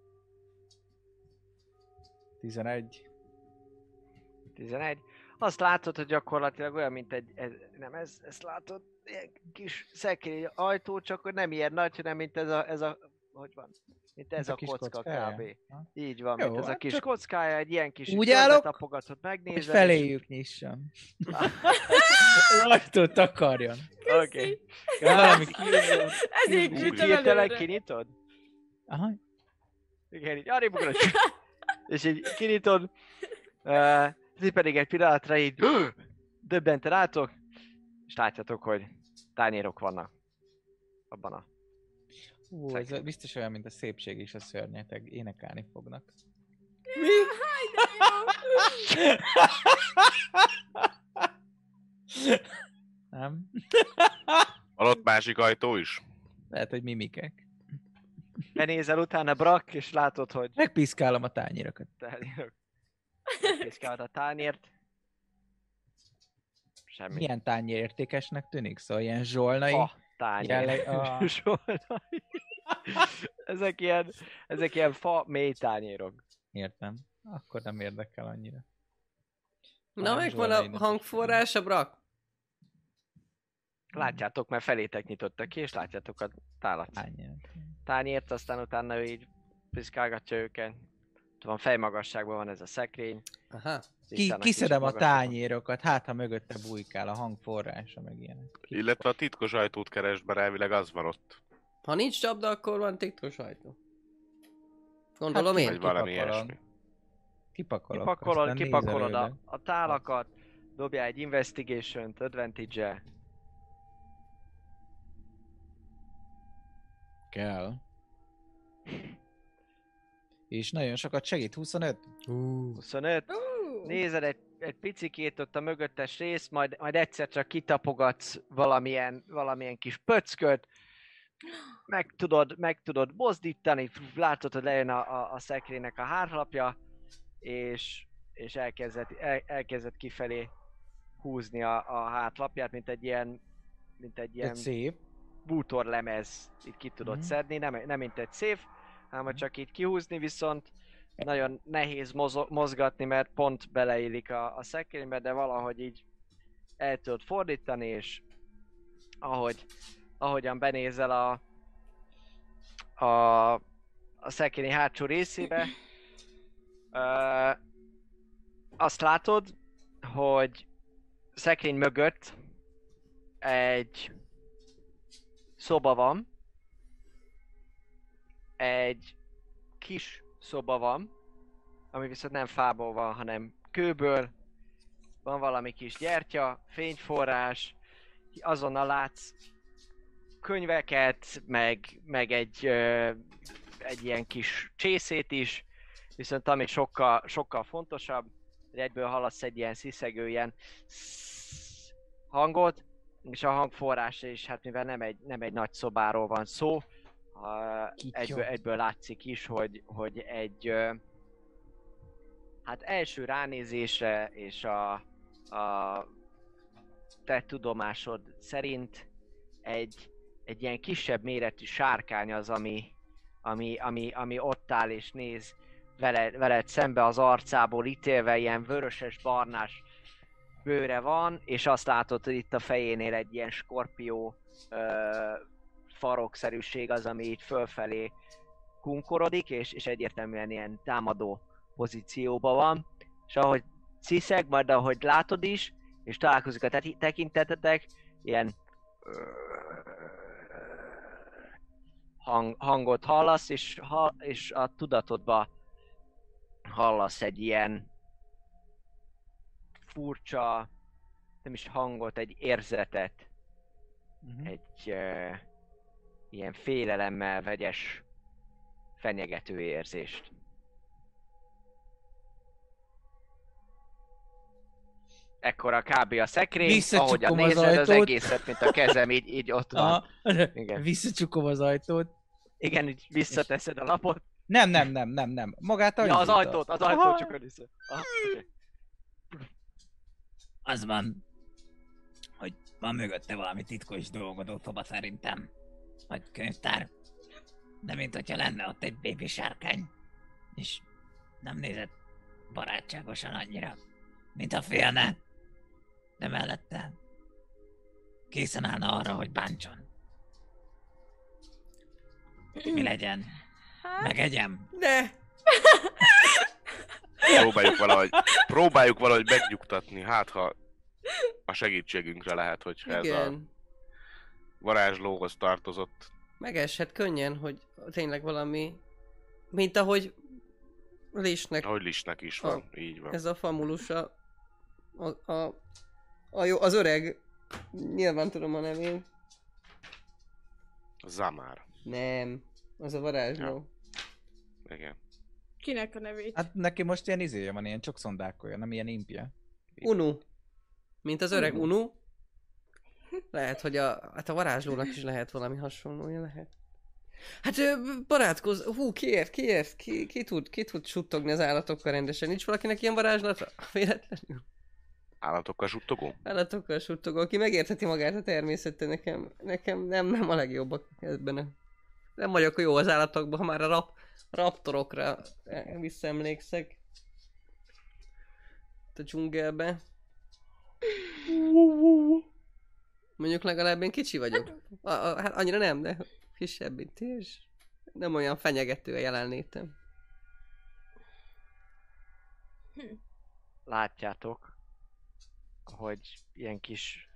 11. 11. Azt látod, hogy gyakorlatilag olyan, mint ezt látod, ilyen kis szekrény ajtó, csak hogy nem ilyen nagy, hanem mint ez a hogy van? Mint ez a kis kocka kockája? kb. Ha? Így van, Jó, mint ez a hát kis csak kockája, egy ilyen kis úgy földbe állok, tapogatod, Hogy megnézed. feléjük nyissam. Az ajtót takarjon. Oké. Valami kiúzó. Ezért Úgy küldtem hirtelen előre. kinyitod? Aha. Igen, így arrébb ugrod. És így kinyitod. Ti pedig egy pillanatra így döbbenten álltok, és látjátok, hogy tányérok vannak abban a... Ez biztos olyan, mint a szépség és a szörnyeteg. Énekelni fognak. Nem? Van ott másik ajtó is? Lehet, hogy mimikek. Benézel utána Brak, és látod, hogy Megpiszkálom a tányérokat. tányérok. Piszkálod a tányért. Semmi. Milyen tányér értékesnek tűnik? Szóval ilyen zsolnai. Fa tányér. jelleg- a- Zsolnai. ezek ilyen fa mély tányérok. Értem. Akkor nem érdekel annyira. Na, Nem megvan zsolnai, a nem hangforrása, Brak? Látjátok, mert felétek nyitotta ki, és látjátok a tálat. Tányér. Tányért, aztán utána ő így piszkálgatja őket. Ott van fejmagasságban van ez a szekrény. Aha. Tisztán Kiszedem a kis magasabban. tányérokat, hát ha mögötte bújkál a hangforrása, meg ilyenek. Illetve a titkos ajtót keresd, mert elvileg az van ott. Ha nincs csapda, akkor van titkos ajtó. Gondolom Hát, én. Vagy valami kipakolom. ilyesmi. Kipakolok. aztán Kipakolod nézelődök. a tálakat, dobjál egy investigation-t, advantage-el. Kell. És nagyon sokat segít, 25? 25. Nézed egy picikét ott a mögöttes rész, majd egyszer csak kitapogatsz valamilyen kis pöcköt, meg tudod mozdítani, látod, hogy lejön a szekrénynek a hárlapja, és elkezded kifelé húzni a hátlapját, mint egy ilyen Ez szép. bútorlemez, itt ki tudod Mhm. szedni, nem mint egy széf, hanem csak így kihúzni, viszont nagyon nehéz mozgatni, mert pont beleillik a szekrénybe, de valahogy így el tudod fordítani, és ahogyan benézel a szekrény hátsó részébe, azt látod, hogy szekrény mögött egy szoba van, egy kis szoba van, ami viszont nem fából van, hanem kőből, van valami kis gyertya, fényforrás, azonnal látsz könyveket, meg egy ilyen kis csészét is, viszont ami sokkal fontosabb, hogy egyből hallasz egy ilyen sziszegő, ilyen hangot, és a hangforrás is, hát mivel nem egy nagy szobáról van szó, egyből látszik is, hogy egy hát első ránézésre és a te tudomásod szerint egy ilyen kisebb méretű sárkány az, ami ott áll és néz veled szembe, az arcából ítélve ilyen vöröses-barnás bőre van, és azt látod, hogy itt a fejénél egy ilyen skorpió farokszerűség az, ami így fölfelé kunkorodik, és egyértelműen ilyen támadó pozícióban van, és ahogy sziszeg, majd ahogy látod is, és találkozik a tekintetetek, ilyen hangot hallasz, és a tudatodba hallasz egy ilyen furcsa, nem is hangot, egy érzetet, egy ilyen félelemmel vegyes fenyegető érzést. Ekkora kb. A szekrény, ahogyan nézed az egészet, mint a kezem így ott van. Igen. Visszacsukom az ajtót. Igen, így visszateszed a lapot. Nem. Magát a... Ja, az ajtót csukod vissza. Okay. Az van, hogy van mögötte valami titkos dolgod otthonba szerintem. Vagy könyvtár. De mint hogyha lenne ott egy bébi sárkány. És nem nézett barátságosan annyira, mint a félne. De mellette készen állna arra, hogy bántson. Mi legyen? Megegyem? Ne! Próbáljuk valahogy megnyugtatni, hát ha a segítségünkre lehet, hogyha ez a varázslóhoz tartozott. Megeshet könnyen, hogy tényleg valami, mint ahogy Lisnek. Ahogy Lisnek is van, így van. Ez a famulus az öreg, nyilván tudom a nevén. Zamár. Nem, az a varázsló. Ja. Igen. Kinek a nevét? Hát neki most ilyen izéje van, ilyen csokszondákolja, nem ilyen impje. Unu. Mint az öreg Unu. Lehet, hogy a varázslónak is lehet valami hasonlója, lehet. Hát barátkozz, ki tud suttogni az állatokkal rendesen? Nincs valakinek ilyen varázslata? Véletlenül? Állatokkal suttogó? Állatokkal suttogó, aki megértheti magát a természettel, nekem nem a legjobbak ebben. Nem vagyok jó az állatokban, ha már a raptorokra visszaemlékszek. A dzsungelbe. Mondjuk legalább én kicsi vagyok. Hát annyira nem, de kisebb, mint ti, és nem olyan fenyegető a jelenlétem. Látjátok, hogy ilyen kis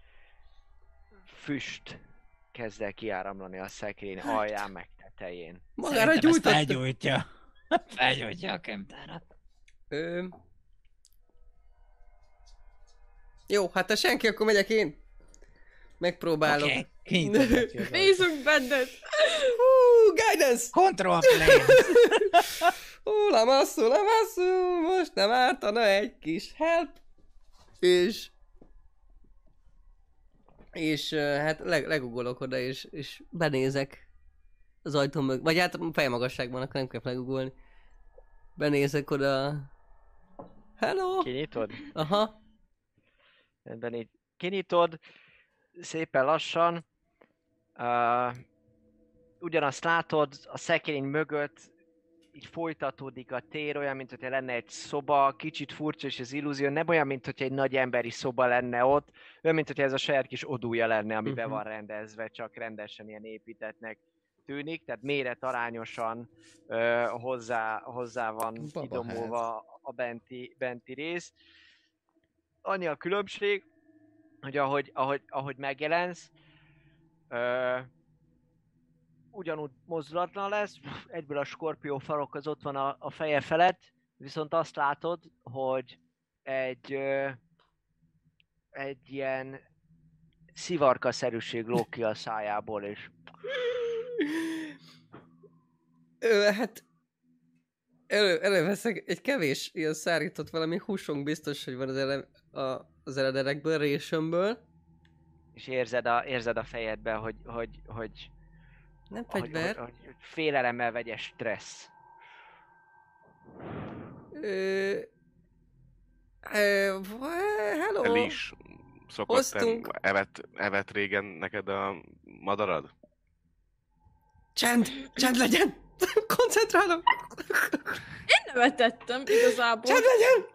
füst kezd el kiáramlani a szekrény alján meg tetején. Magára gyújtott. Felgyújtja a könyvtárat. Jó, hát ha senki, akkor megyek én. Megpróbálom. Okay. Bízunk benned! Guidance! Control plane! Lamasszú, most nem ártana egy kis help. És hát legugolok oda, és benézek az ajtón mögött. Vagy hát fejmagasságban, akkor nem kell legugolni. Benézek oda. Hello! Kinyitod? Aha. Ebben így kinyitod, szépen lassan. Ugyanazt látod, a szekrény mögött így folytatódik a tér, olyan, mint hogyha lenne egy szoba, kicsit furcsa és az illúzió, nem olyan, mint hogyha egy nagy emberi szoba lenne ott, olyan, mint hogyha ez a saját kis odúja lenne, ami be van rendezve, csak rendesen ilyen építettnek tűnik, tehát méretarányosan hozzá van idomulva a benti rész. Annyi a különbség, hogy ahogy megjelensz, ugyanúgy mozdulatlan lesz, egyből a skorpió farok az ott van a feje felett, viszont azt látod, hogy egy ilyen szivarkaszerűség lóg ki a szájából, és... Hát... Előveszek egy kevés ilyen szárított valami húsunk, biztos, hogy van az eredetekből, résömből. És érzed a fejedben, hogy nem fegyver. Hogy félelemmel vegyes stressz. Hello! El is szokott evett régen neked a madarad? Csend legyen! Koncentrálom! Én nem etettem igazából. Csend legyen!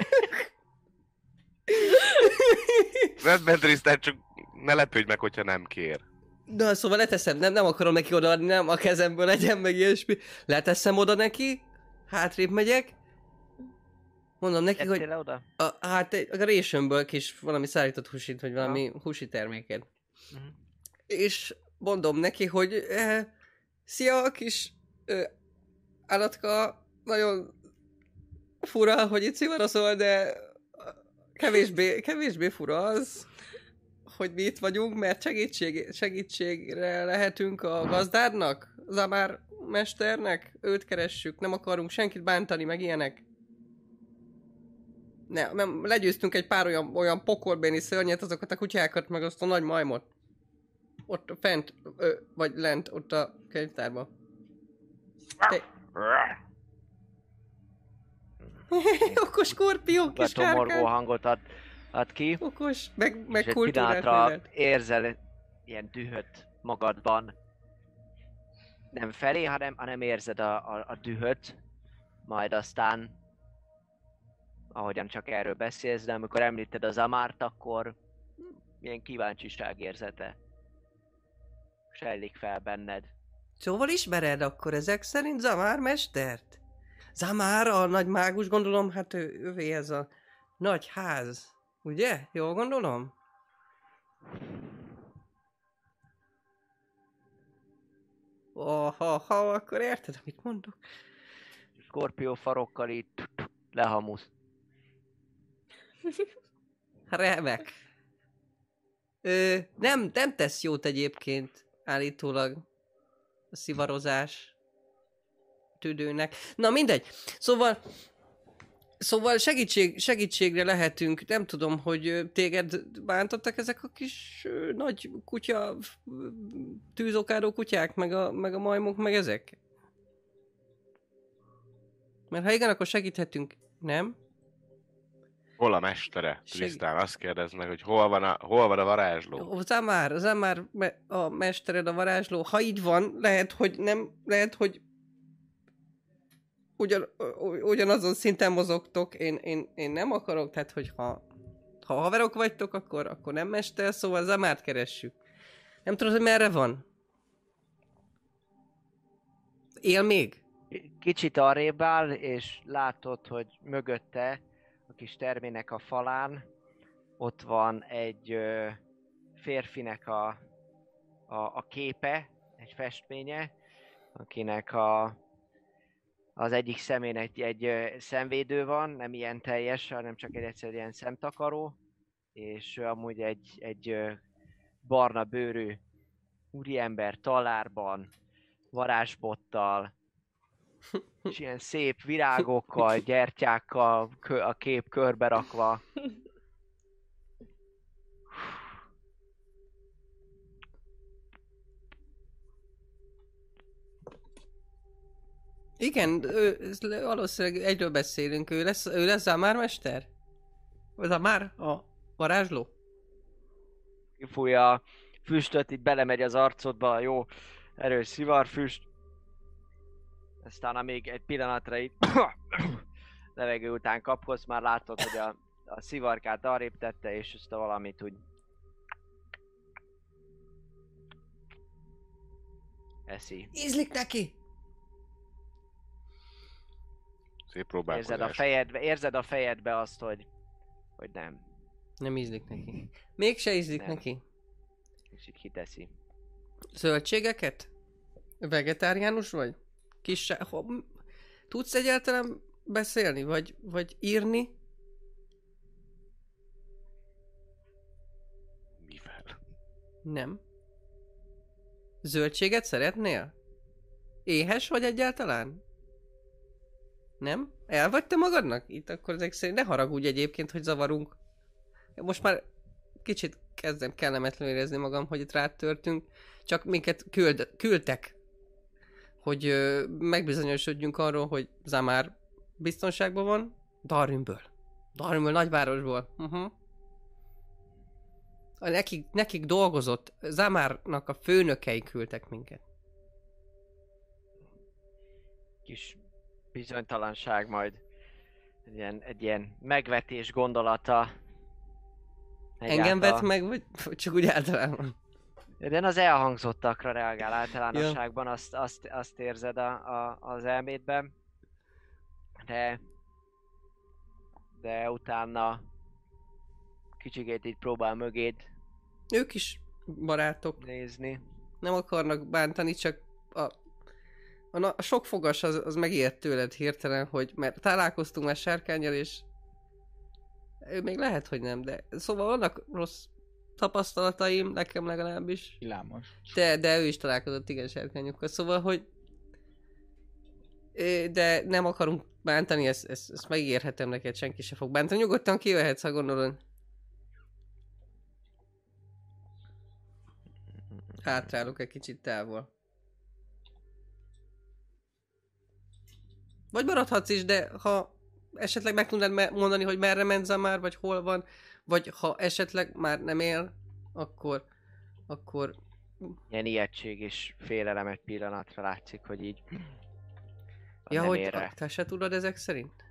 Rendben, Tristan, csak ne lepődj meg, hogyha nem kér. Na, szóval leteszem, nem akarom neki odaadni, nem a kezemből legyen meg ilyesmi. Leteszem oda neki, hátrébb megyek. Mondom neki, hogy oda? Hát a résömből kis valami szállított húsit, vagy valami húsi terméket. És mondom neki, hogy szia, kis állatka, nagyon fura, hogy itt szivarozol, de kevésbé fura az, hogy mi itt vagyunk, mert segítségre lehetünk a gazdárnak, Zamár mesternek, őt keressük, nem akarunk senkit bántani, meg ilyenek. Nem, legyőztünk egy pár olyan pokolbéni szörnyet, azokat a kutyákat, meg azt a nagy majmot. Ott fent, vagy lent, ott a könyvtárban. Okos skorpió, kis kárkán. Morgó hangot ad ki. Okos, meg és kultúrát mindent. Érzel ilyen dühöt magadban. Nem felé, hanem érzed a dühöt. Majd aztán, ahogyan csak erről beszélsz, de amikor említed az Zamárt, akkor ilyen kíváncsiság érzete sejlik fel benned. Szóval ismered akkor ezek szerint Zamár mestert? Zamár, a nagy mágus, gondolom, hát ővé ez a nagy ház. Ugye? Jól gondolom? Akkor érted, amit mondok? Skorpió farokkal itt lehamusz. Remek. Nem tesz jót egyébként, állítólag a szivarozás tüdőnek. Na mindegy. Szóval segítségre lehetünk. Nem tudom, hogy téged bántottak ezek a kis nagy kutya, tűzokádó kutyák, meg a majmok, meg ezek? Mert ha igen, akkor segíthetünk. Nem? Hol a mestere? Tristan, azt kérdezd meg, hogy hol van a varázsló? Zamár a mestered, a varázsló. Ha így van, lehet, hogy ugyanazon szinten mozogtok, én nem akarok, tehát hogy ha haverok vagytok, akkor nem mester, szóval Zamárt keressük. Nem tudod, hogy merre van? Él még? Kicsit arrébb áll, és látod, hogy mögötte, a kis termének a falán, ott van egy férfinek a képe, egy festménye, akinek az egyik szemén egy szemvédő van, nem ilyen teljes, hanem csak egy egyszerű ilyen szemtakaró, és amúgy egy barna bőrű úriember talárban, varázsbottal, és ilyen szép virágokkal, gyertyákkal a kép körbe rakva. Igen, valószínűleg egyről beszélünk. Ő lesz Zamár mester? Zamár? A varázsló? Kifújja a füstöt, így belemegy az arcodba, jó erős szivarfüst. Aztán amíg egy pillanatra itt levegő után kapkodsz, már látod, hogy a szivarkát arrébb tette, és ezt a valamit úgy eszi. Ízlik neki! Szép próbálkozás. Érzed a fejedbe azt, hogy nem. Nem ízlik neki. Mégse ízlik Nem. neki. És így kiteszi. Zöldségeket? Vegetáriánus vagy? Tudsz egyáltalán beszélni, vagy írni? Mivel? Nem. Zöldséget szeretnél? Éhes vagy egyáltalán? Nem? El vagy te magadnak? Itt akkor ezek szerint ne haragudj egyébként, hogy zavarunk. Most már kicsit kezdem kellemetlenül érezni magam, hogy itt rád törtünk. Csak minket küldtek, hogy megbizonyosodjunk arról, hogy Zamár biztonságban van. Darwinből nagyvárosból. Nekik dolgozott. Zamárnak a főnökei küldtek minket. Kis bizonytalanság, majd egy ilyen megvetés gondolata. Engem vett meg, vagy csak úgy általában? De az elhangzottakra reagál általánosságban, azt érzed az elmédben. De utána kicsikét így próbál mögéd Ők is barátok. nézni. Nem akarnak bántani, csak a sok fogas az megijedt tőled hirtelen, mert találkoztunk már sárkánnyal, és ő még lehet, hogy nem, de szóval vannak rossz tapasztalataim, nekem legalábbis. Villámos. De ő is találkozott igen sárkányokkal, szóval, hogy de nem akarunk bántani, ezt megígérhetem neked, senki se fog bántani. Nyugodtan kijöhetsz, ha gondolod. Hátrálok egy kicsit távol. Vagy maradhatsz is, de ha esetleg meg tudnád mondani, hogy merre ment Zamár, vagy hol van, vagy ha esetleg már nem él, akkor... Ilyen ijegység és félelem egy pillanatra látszik, hogy így Ja, nem hogy ér rá. te se tudod ezek szerint?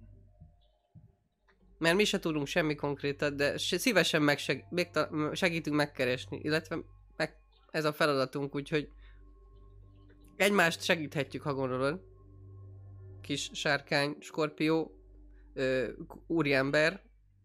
Mert mi se tudunk semmi konkrétat, de szívesen segítünk megkeresni, illetve ez a feladatunk, úgyhogy egymást segíthetjük, ha gondolod. Kis sárkány, skorpió, úriember.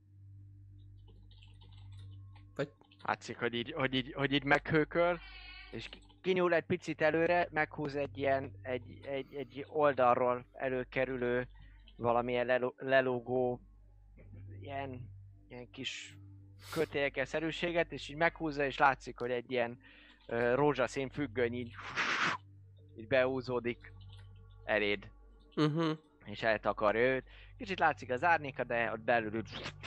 Látszik, hogy így meghőköl, és kinyúl egy picit előre, meghúz egy oldalról előkerülő valamilyen lelógó ilyen kis kötélkeszerűséget, és így meghúzza, és látszik, hogy egy ilyen rózsaszín függöny így behúzódik eléd. És eltakarja őt. Kicsit látszik az árnyéka, de ott belül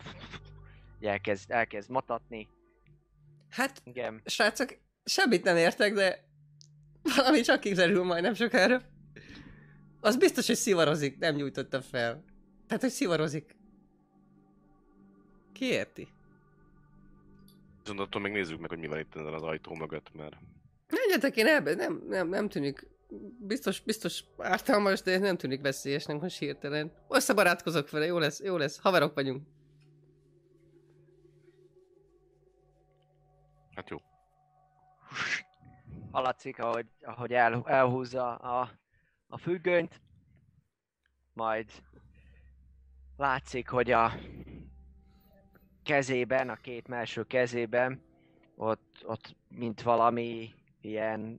elkezd matatni. Hát, igen. Srácok, semmit nem értek, de valami csak kiderül majd nem sokára. Az biztos, hogy szivarozik, nem nyújtotta fel. Tehát, hogy szivarozik. Ki érti? Viszont attól még nézzük meg, hogy mi van itt ezen az ajtó mögött, mert... Menjetek én ebbe, nem tűnik... Biztos ártalmas, de nem tűnik veszélyesnek most hirtelen. Összebarátkozok vele, jó lesz, haverok vagyunk. Hát jó. Hallatszik, ahogy elhúzza a függönyt, majd látszik, hogy a kezében, a két melső kezében, ott mint valami ilyen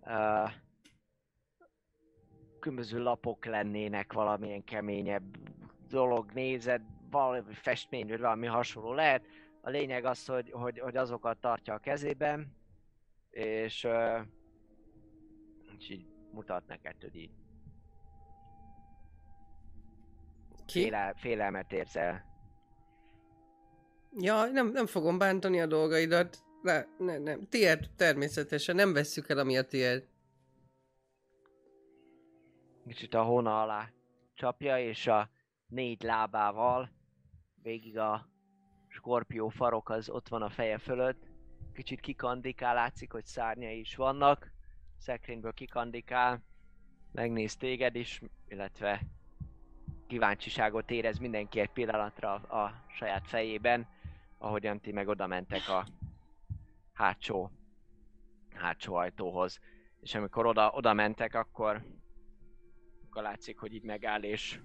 különböző lapok lennének, valamilyen keményebb dolog, nézed, valami festmény, vagy valami hasonló lehet. A lényeg az, hogy azokat tartja a kezében, és így mutat neked, hogy így félelmet érzel. Ja, nem fogom bántani a dolgaidat. Nem. Tiéd természetesen, nem vesszük el, ami a tiéd. Kicsit a hóna alá csapja, és a 4 lábával végig a skorpió farok az ott van a feje fölött. Kicsit kikandikál, látszik, hogy szárnyai is vannak. Szekrényből kikandikál. megnéz téged is, illetve kíváncsiságot érez mindenki egy pillanatra a saját fejében, ahogyan ti meg oda mentek a hátsó ajtóhoz. És amikor oda mentek, akkor látszik, hogy így megáll és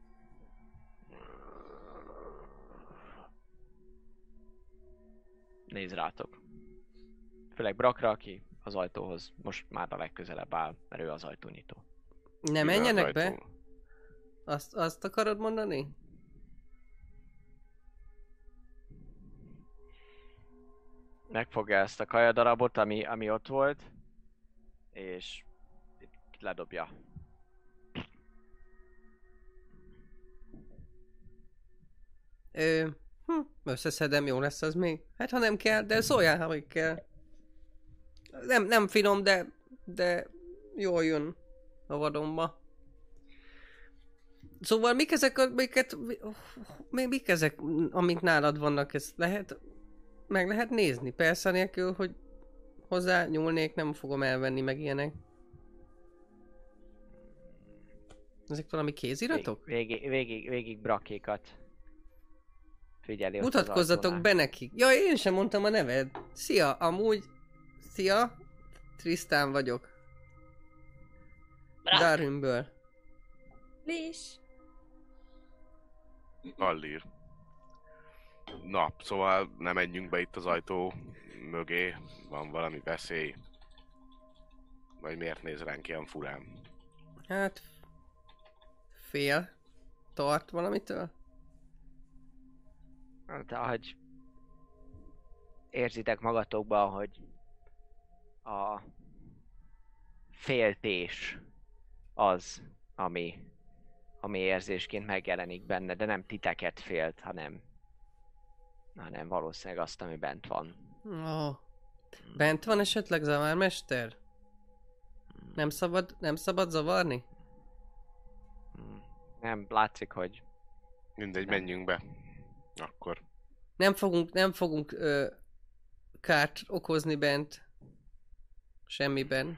néz rátok. Főleg Brakra, aki az ajtóhoz most már a legközelebb áll, mert ő az ajtónyitó. Ne menjenek be? Azt akarod mondani? Megfogja ezt a kajadarabot, ami ott volt, és ledobja. Összeszedem, jó lesz az még. Hát ha nem kell, de szóljál, ha még kell. Nem finom, de jól jön a vadonba. Szóval mik ezek, mik ezek, amik nálad vannak, ezt meg lehet nézni? Persze nélkül, hogy hozzá nyúlnék, nem fogom elvenni meg ilyenek. Ezek valami kéziratok? Végig brakékat figyeli. Mutatkozzatok be nekik. Ja, én sem mondtam a neved. Szia, amúgy. Szia. Trisztán vagyok. Darwinből. Lis. Allír. Na, szóval nem menjünk be itt az ajtó mögé. Van valami veszély. Vagy miért néz ránk ilyen furán? Hát... fél. Tart valamitől? Hát, ahogy érzitek magatokban, hogy a féltés az, ami érzésként megjelenik benne, de nem titeket félt, hanem valószínűleg azt, ami bent van. Oh. Bent van esetleg zavarmester? Nem szabad zavarni? Nem, látszik, hogy... Mindegy, menjünk be. Akkor. Nem fogunk kárt okozni bent. Semmiben.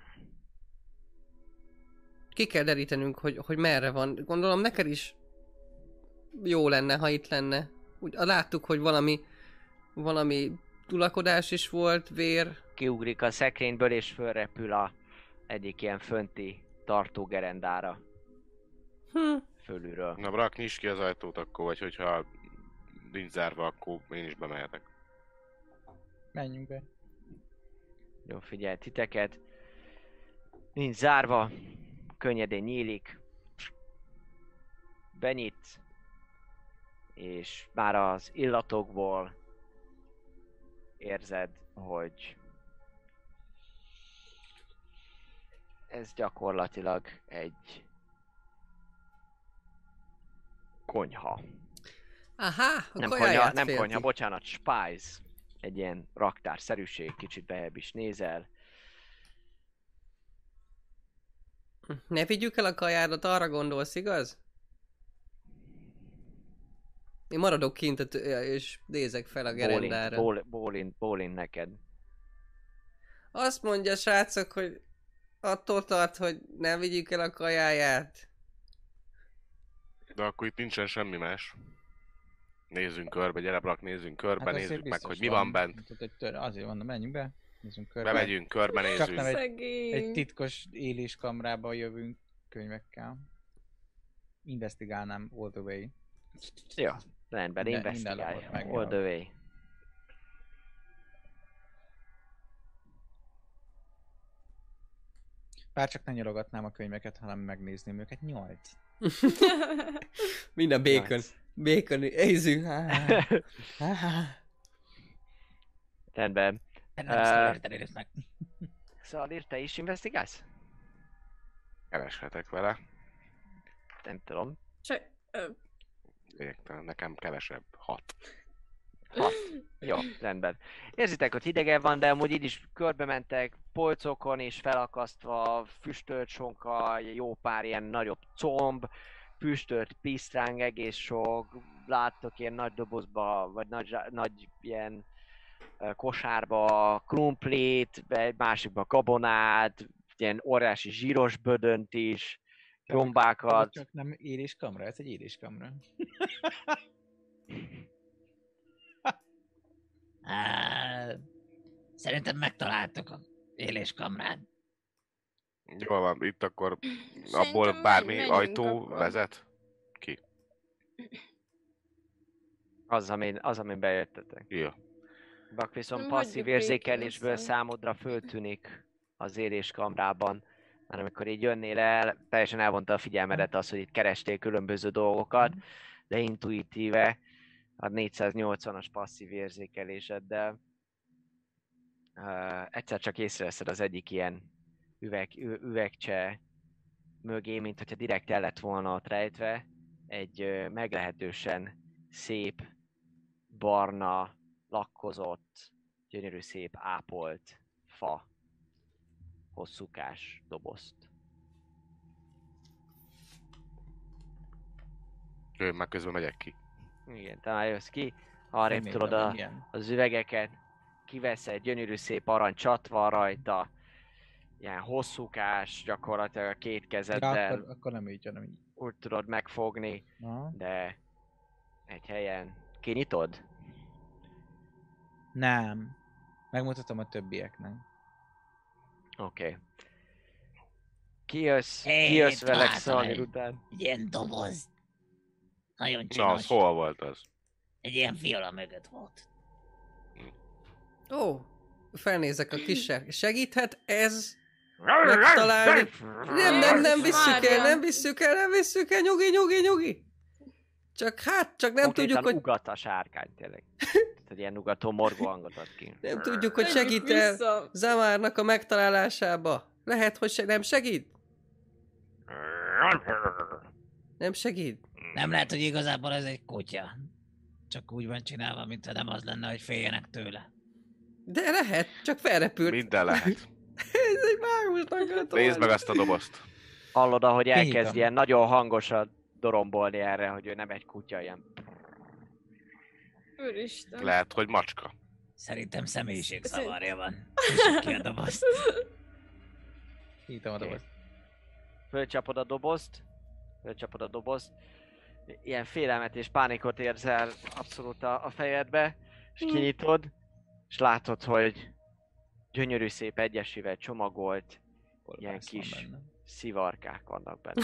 Ki kell derítenünk, hogy merre van. Gondolom neked is jó lenne, ha itt lenne. Úgy láttuk, hogy valami tulakodás is volt, vér. Kiugrik a szekrényből és fölrepül egyik ilyen fönti tartógerendára. Fölülről. Na Brak, nyisd ki az ajtót akkor, vagy hogyha nincs zárva, akkor én is bemehetek. Menjünk be. Jó, figyelj titeket. Nincs zárva, könnyedén nyílik. Benyit. És már az illatokból érzed, hogy ez gyakorlatilag egy konyha. Aha, Nem konyha, bocsánat, spice. Egy ilyen raktárszerűség, kicsit bejebb is nézel. Ne vigyük el a kajádat, arra gondolsz, igaz? Én maradok kint és nézek fel a gerendára. Bólint neked. Azt mondja, srácok, hogy attól tart, hogy ne vigyük el a kajáját. De akkor itt nincsen semmi más. Nézzünk körbe, gyere Brak, nézzünk körbe, hát nézzük meg, hogy mi van bent. Azért mondom, menjünk be, nézzünk körbe. Bemegyünk, körbe nézzünk. Csak nem egy titkos éléskamrába jövünk könyvekkel. Investigálnám all the way. Jó, rendben, investigálj. All the way. Bár csak ne nyalogatnám a könyveket, hanem megnézném őket. 8. Minden bacon. Bacon, ézünk. Rendben. Szóval te is investigálsz? Kereshetek vele. Nem tudom. Végtelen, nekem kevesebb. 6. Jó, rendben. Érzitek, hogy hidegen van, de amúgy így is körbe mentek, polcokon és felakasztva, füstölt sonka, jó pár ilyen nagyobb comb, füstölt pisztráng egész sok, láttok ilyen nagy dobozba, vagy nagy ilyen kosárba krumplit, egy másikba gabonát, ilyen óriási zsíros bödönt is, Trombákat. Csak nem éléskamra? Ez egy éléskamra. Szerintem megtaláltuk a éléskamrát. Jól van, itt akkor Szerintem abból bármi menjünk ajtó akkor. vezet? Ki? Az, amin bejöttetek. Jó. Bak viszont Nem passzív hagyjuk érzékelésből békén, számodra föltűnik az éléskamrában. Mert amikor így jönnél el, teljesen elvonta a figyelmedet az, hogy itt kerestél különböző dolgokat, de intuitíve a 480-as passzív érzékeléseddel egyszer csak észreveszed az egyik ilyen üvegcse mögé, mint hogyha direkt el lett volna ott rejtve, egy meglehetősen szép, barna, lakkozott, gyönyörű szép ápolt fa hosszúkás dobozt. Én már közben megyek ki. Igen, te már jössz ki, arrébb tudod az üvegeket, kivesz egy gyönyörű szép arany csatva rajta, ilyen hosszúkás, gyakorlatilag a két kezeddel. Akkor nem így, hanem így. Úgy tudod megfogni, de egy helyen kinyitod? Nem. Megmutatom a többieknek. Oké. Kijössz vele Xalir után. Egy ilyen doboz. Nagyon Na, csinos. az hol volt az? Egy ilyen fiola mögött volt. Ó, felnézek a kisre. Segíthet ez megtalálni? Nem visszük el, nyugi. Csak nem tudjuk, hogy... ugat a sárkány, tényleg. Tehát ilyen ugató morgó hangot ad ki. Nem tudjuk, hogy Menjünk segít el vissza. Zamárnak a megtalálásába. Lehet, hogy nem segít? Nem segít? Nem lehet, hogy igazából ez egy kutya. Csak úgy van csinálva, mintha nem az lenne, hogy féljenek tőle. De lehet, csak felrepült. Minden lehet. Ez egy mágusnak gratulálok. Nézd meg azt a dobozt. Hallod, ahogy elkezd Kinyitom. ilyen nagyon hangosan dorombolni erre, hogy ő nem egy kutya, ilyen... Úristen. Lehet, hogy macska. Szerintem személyiségszavarja van. Ki a dobozt. Nyitom a dobozt. Fölcsapod a dobozt, ilyen félelmet és pánikot érzel abszolút a fejedbe, és kinyitod, és látod, hogy gyönyörű szép egyesével csomagolt, ilyen kis szivarkák vannak benne.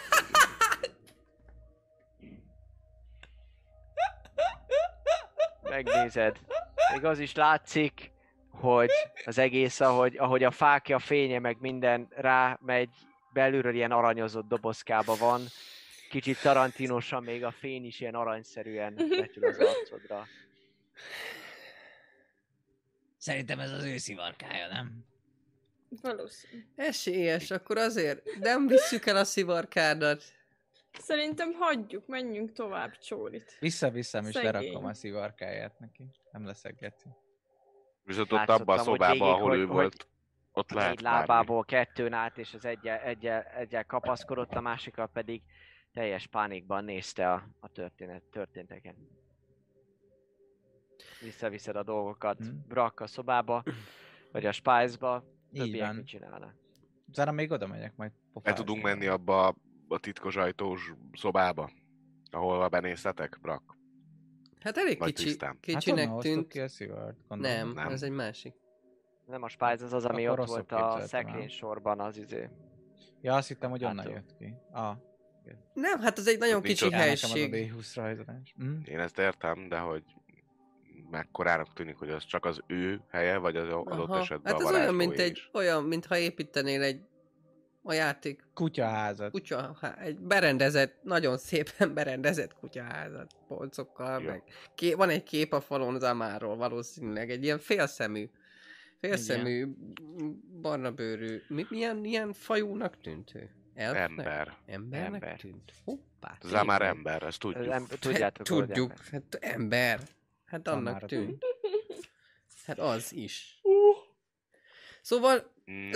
Megnézed, még az is látszik, hogy az egész, ahogy a fákja fénye meg minden rámegy, belülről ilyen aranyozott dobozkába van. Kicsit tarantinosan, még a fény is ilyen aranyszerűen vetül az arcodra. Szerintem ez az ő szivarkája, nem? Valószínű. Esélyes, akkor azért nem visszük el a szivarkádat. Szerintem hagyjuk, menjünk tovább, Csórit. Visszaviszem és Szegény. lerakom a szivarkáját neki. Nem leszek geci. Viszont ott Látszottam, abban a hogy szobában, végig, ahol ő hogy volt, ott A lehet négy várni. lábából kettőn át, és az egyel kapaszkodott, a másikkal pedig teljes pánikban nézte a történteket. Visszaviszed a dolgokat Brak a szobába, vagy a Spice-ba, többiek van. mit csinálnak? Zára még oda megyek majd Be pofázni. tudunk menni abba a titkos ajtós szobába, ahol benéztetek, Brak? Hát elég Vagy kicsi, tisztán. Hát kicsinek honnan hoztuk tűnt. ki a szivart, gondolom. Nem, Nem. ez egy másik. Nem a Spice, az, ami Akkor ott rosszul volt a képzeltem szekrény el. sorban, az izé. Ja, azt hittem, hogy onnan Látom. jött ki. Nem, hát ez egy nagyon Ott nincs kicsi ott. Ja, nekem az a helység. D20 rajzolás. Én ezt értem, de hogy mekkorának tűnik, hogy az csak az ő helye, vagy az adott Aha. esetben Hát a ez olyan, mint varázslóé egy, is? olyan, mintha építenél a játék Kutyaházat. egy berendezett, nagyon szépen berendezett kutyaházat, polcokkal, Jó. meg van egy kép a falon Zamáról valószínűleg, egy ilyen félszemű, barna bőrű, milyen fajúnak tűnt ő? Elfnek? Embernek Ember. tűnt? Hoppá. Zamár tényleg. ember, ezt tudjuk. Tudjátok, Hát, hogy tudjuk, ember. hát ember. Hát annak Zamára tűnt. Hát az is. Szóval,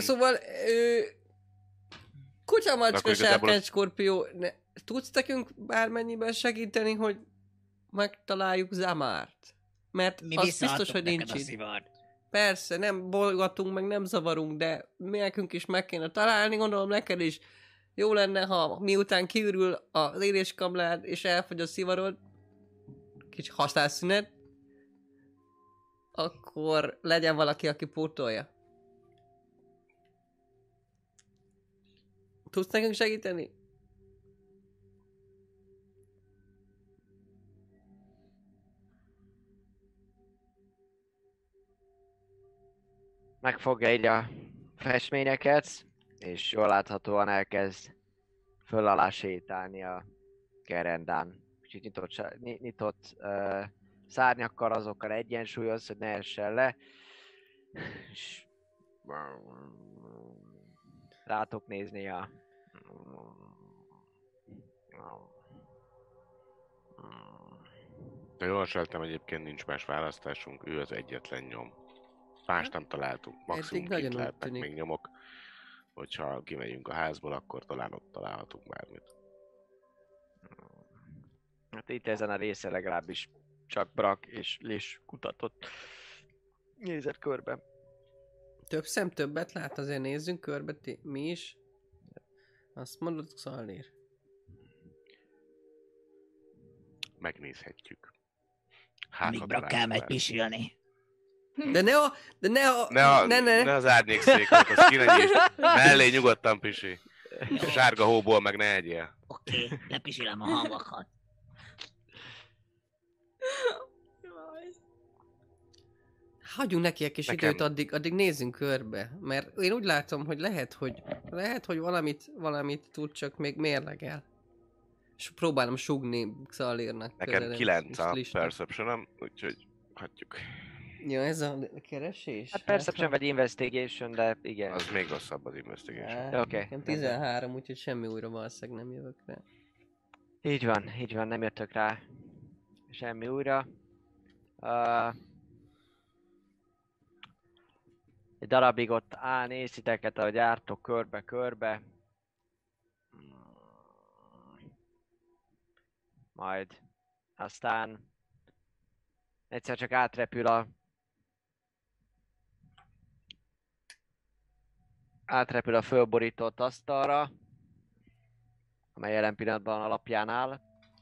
kutya, De macska, akkor igazából sárkány, az- skorpió, tudsz nekünk bármennyiben segíteni, hogy megtaláljuk Zamárt? Mert Mi az biztos, visszaadtuk hogy neked nincs a itt. szivart. Persze, nem bolgatunk, meg nem zavarunk, de mi nekünk is meg kéne találni, gondolom neked is. jó lenne, ha miután kiürül az éléskamlád és elfogy a szivarod, kicsi használszünet, akkor legyen valaki, aki pótolja. Tudsz nekünk segíteni? Megfogja így a festményeket, és jól láthatóan elkezd föl alá sétálni a gerendán. Kicsit nyitott szárnyakkal, azokkal egyensúlyoz, hogy ne essen le. És rátok nézni a... De jól sejtem, egyébként nincs más választásunk, ő az egyetlen nyom. Más nem találtunk, maximum kint lehetnek még nyomok. Hogyha kimegyünk a házból, akkor talán ott találhatunk bármit. Hát itt ezen a részen legalábbis csak Brak és Lis kutatott. Nézett körbe. Több szem többet lát, azért nézzünk körbe, mi is. Azt mondod, Xalir. Megnézhetjük. Amíg Brak elmegy pisilni. De ne az árnyékszékot, az kinegy és mellé nyugodtan pisi. Sárga hóból meg ne egyél. Oké, lepisilem a hamakat. Hagyjunk neki egy kis időt, addig nézzünk körbe. Mert én úgy látom, hogy lehet, hogy valamit tud, csak még mérlegel. És próbálom sugni Xalirnak. Nekem 9 a perception-om, úgyhogy hagyjuk. Ja, ez a keresés? Hát perception vagy investigation, de igen. Az még rosszabb az investigation. Oké. Nekem 13, úgyhogy semmi újra valószínűleg nem jövök rá. Így van, nem jöttök rá semmi újra. Egy darabig ott néz titeket, ahogy jártok körbe-körbe. Majd aztán egyszer csak átrepül a fölborított asztalra, amely jelen pillanatban alapján áll.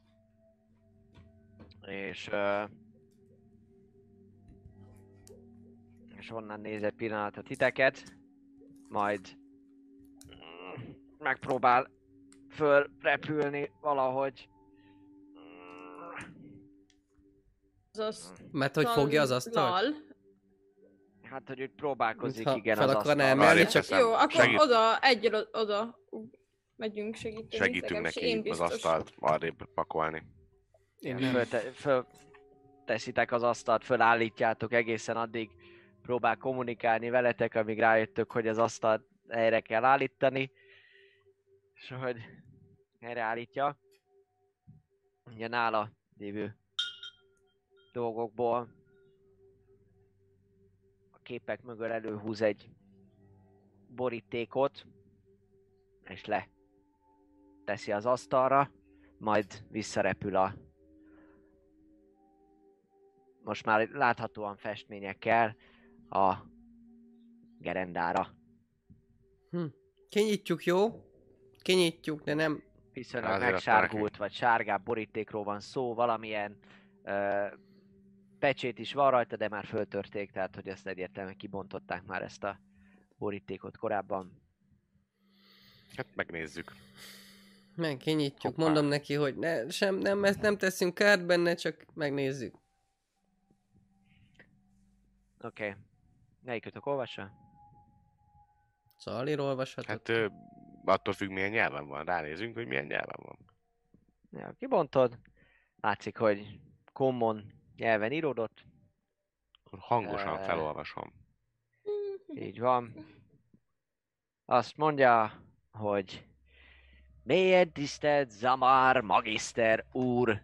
És onnan néz egy pillanatra titeket, majd megpróbál fölrepülni valahogy. Mert hogy fogja az asztalt? Hát, hogy úgy próbálkozik, ha igen, fel az akarná asztalra. emelni, csak... Jó, akkor oda megyünk segíteni. Segítünk neki az asztalt arrébb pakolni. Fölteszitek az asztalt, fölállítjátok egészen addig, próbál kommunikálni veletek, amíg rájöttök, hogy az asztalt helyre kell állítani. És hogy helyreállítja. Ugye nála lévő dolgokból a képek mögül előhúz egy borítékot, és teszi az asztalra, majd visszarepül most már láthatóan festményekkel a gerendára. Kinyitjuk, jó? Kinyitjuk, de nem... Viszonylag megsárgult, vagy sárgább borítékról van szó, valamilyen pecsét is van rajta, de már föltörték, tehát hogy ezt egyértelműen kibontották már ezt a borítékot korábban. Hát megnézzük. Kinyitjuk, mondom neki, hogy nem teszünk kárt benne, csak megnézzük. Oké. Melyikötök olvassa? Xalir olvashatott. Hát attól függ, milyen nyelven van. Ránézünk, hogy milyen nyelven van. Ja, kibontod. Látszik, hogy common nyelven íródott. Akkor hangosan felolvasom. Így van. Azt mondja, hogy mélyen tisztelt Zamar magiszter úr.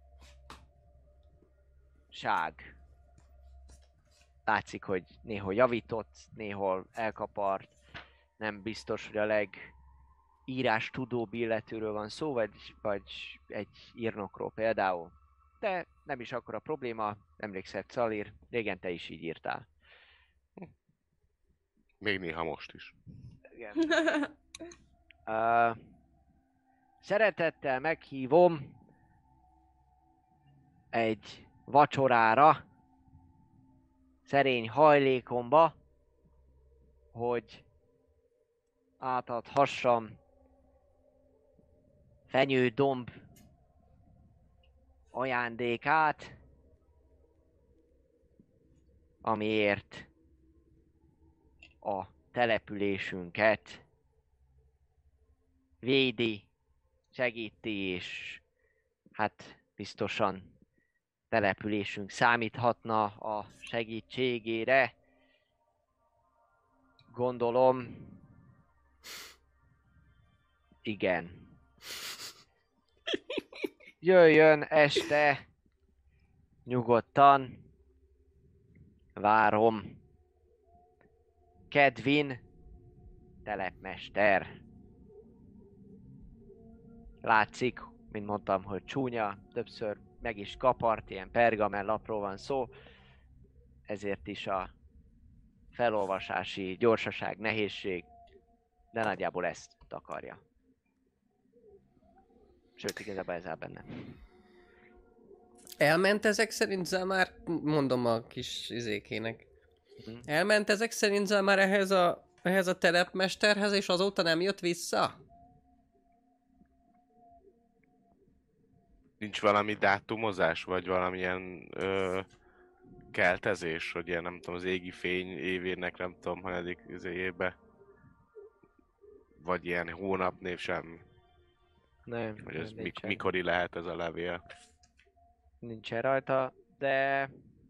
Ság. Látszik, hogy néhol javított, néhol elkapart. Nem biztos, hogy a legírás tudóbb illetőről van szó, vagy egy írnokról például. De nem is akkora probléma, emlékszel Xalir, régen te is így írtál. Még néha most is. Igen. szeretettel meghívom egy vacsorára, szerény hajlékomba, hogy átadhassam fenyődomb ajándékát, amiért a településünket védi, segíti, és hát biztosan településünk számíthatna a segítségére. Gondolom, igen. Jöjjön este, nyugodtan, várom. Kedvin, telepmester. Látszik, mint mondtam, hogy csúnya, többször meg is kapart, ilyen pergamen lapról van szó, ezért is a felolvasási gyorsaság, nehézség, de nagyjából ezt takarja. Sőt, igazából ez áll benne. Elment ezek szerint Zamár, mondom a kis izékének. Elment ezek szerint Zamár ehhez a telepmesterhez, és azóta nem jött vissza? Nincs valami dátumozás, vagy valamilyen keltezés, hogy ilyen, nem tudom, az égi fény évének, nem tudom, hanyadik éve, vagy ilyen hónapnév sem. Nem. Hogy ez mikori lehet ez a levél. Nincsen rajta, de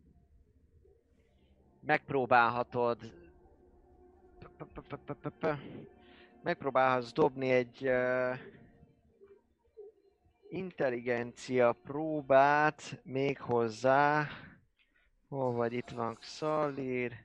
megpróbálhatod. Megpróbálhatsz dobni egy intelligencia próbát még hozzá. Hol vagy? Itt van Xalir.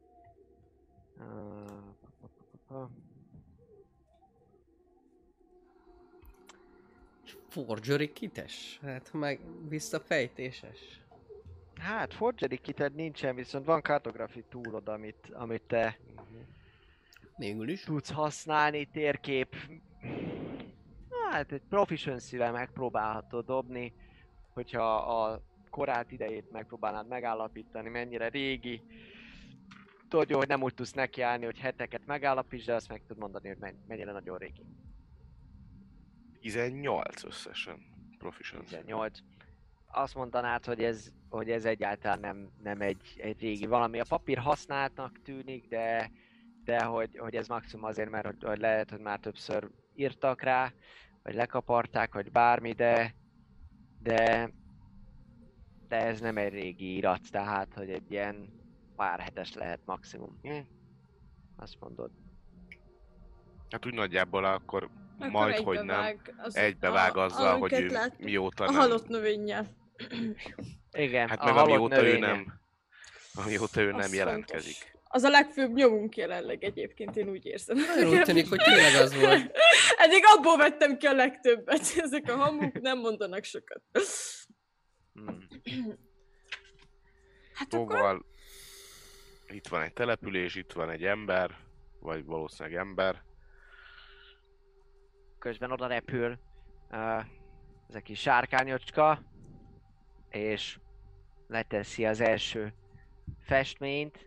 Forgery kites? Hát ha meg visszafejtéses. Hát forgery kited nincsen, viszont van cartography túlod, amit te Végül is. tudsz használni, térkép. Hát egy proficiency-vel megpróbálhatod dobni, hogyha a korát idejét megpróbálnád megállapítani, mennyire régi. Tudod jó, hogy nem úgy tudsz nekiállni, hogy heteket megállapítsd, de azt meg tudod mondani, hogy mennyire nagyon régi. 18 összesen. Proficiency. 18. Azt mondanád, hogy ez egyáltalán nem egy régi valami. A papír használtnak tűnik, de hogy ez maximum azért, mert hogy lehet, hogy már többször írtak rá, vagy lekaparták, vagy bármi, de ez nem egy régi irat, tehát hogy egy ilyen pár hetes lehet maximum. Azt mondod. Hát úgy nagyjából akkor Akkor majd, hogy nem, egybevág egybevág azzal, hogy ő láttuk. mióta A nem. halott növényjel. Igen, Hát a meg halott amióta ő növénye. nem, amióta ő nem Az jelentkezik. fontos. Az a legfőbb nyomunk jelenleg egyébként, én úgy érzem. Nagyon úgy tűnik, hogy tényleg az volt. Eddig abból vettem ki a legtöbbet. Ezek a hamuk nem mondanak sokat. Hát akkor... Szóval itt van egy település, itt van egy ember, vagy valószínűleg ember. Közben oda repül ez a kis sárkányocska, és leteszi az első festményt.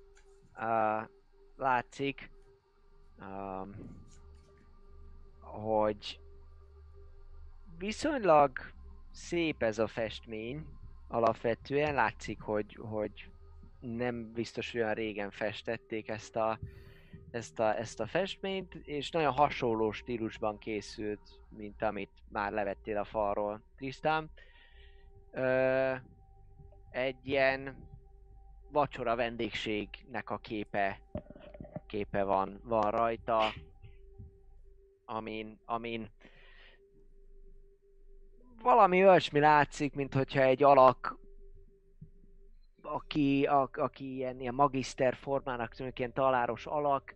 Látszik, hogy viszonylag szép ez a festmény. Alapvetően látszik, hogy nem biztos olyan régen festették ezt a festményt, és nagyon hasonló stílusban készült, mint amit már levettél a falról, Tristan. Egy ilyen vacsora vendégségnek a képe van rajta, amin valami olyasmi látszik, mint hogyha egy alak, aki ilyen magiszter formának tűnik, ilyen taláros alak,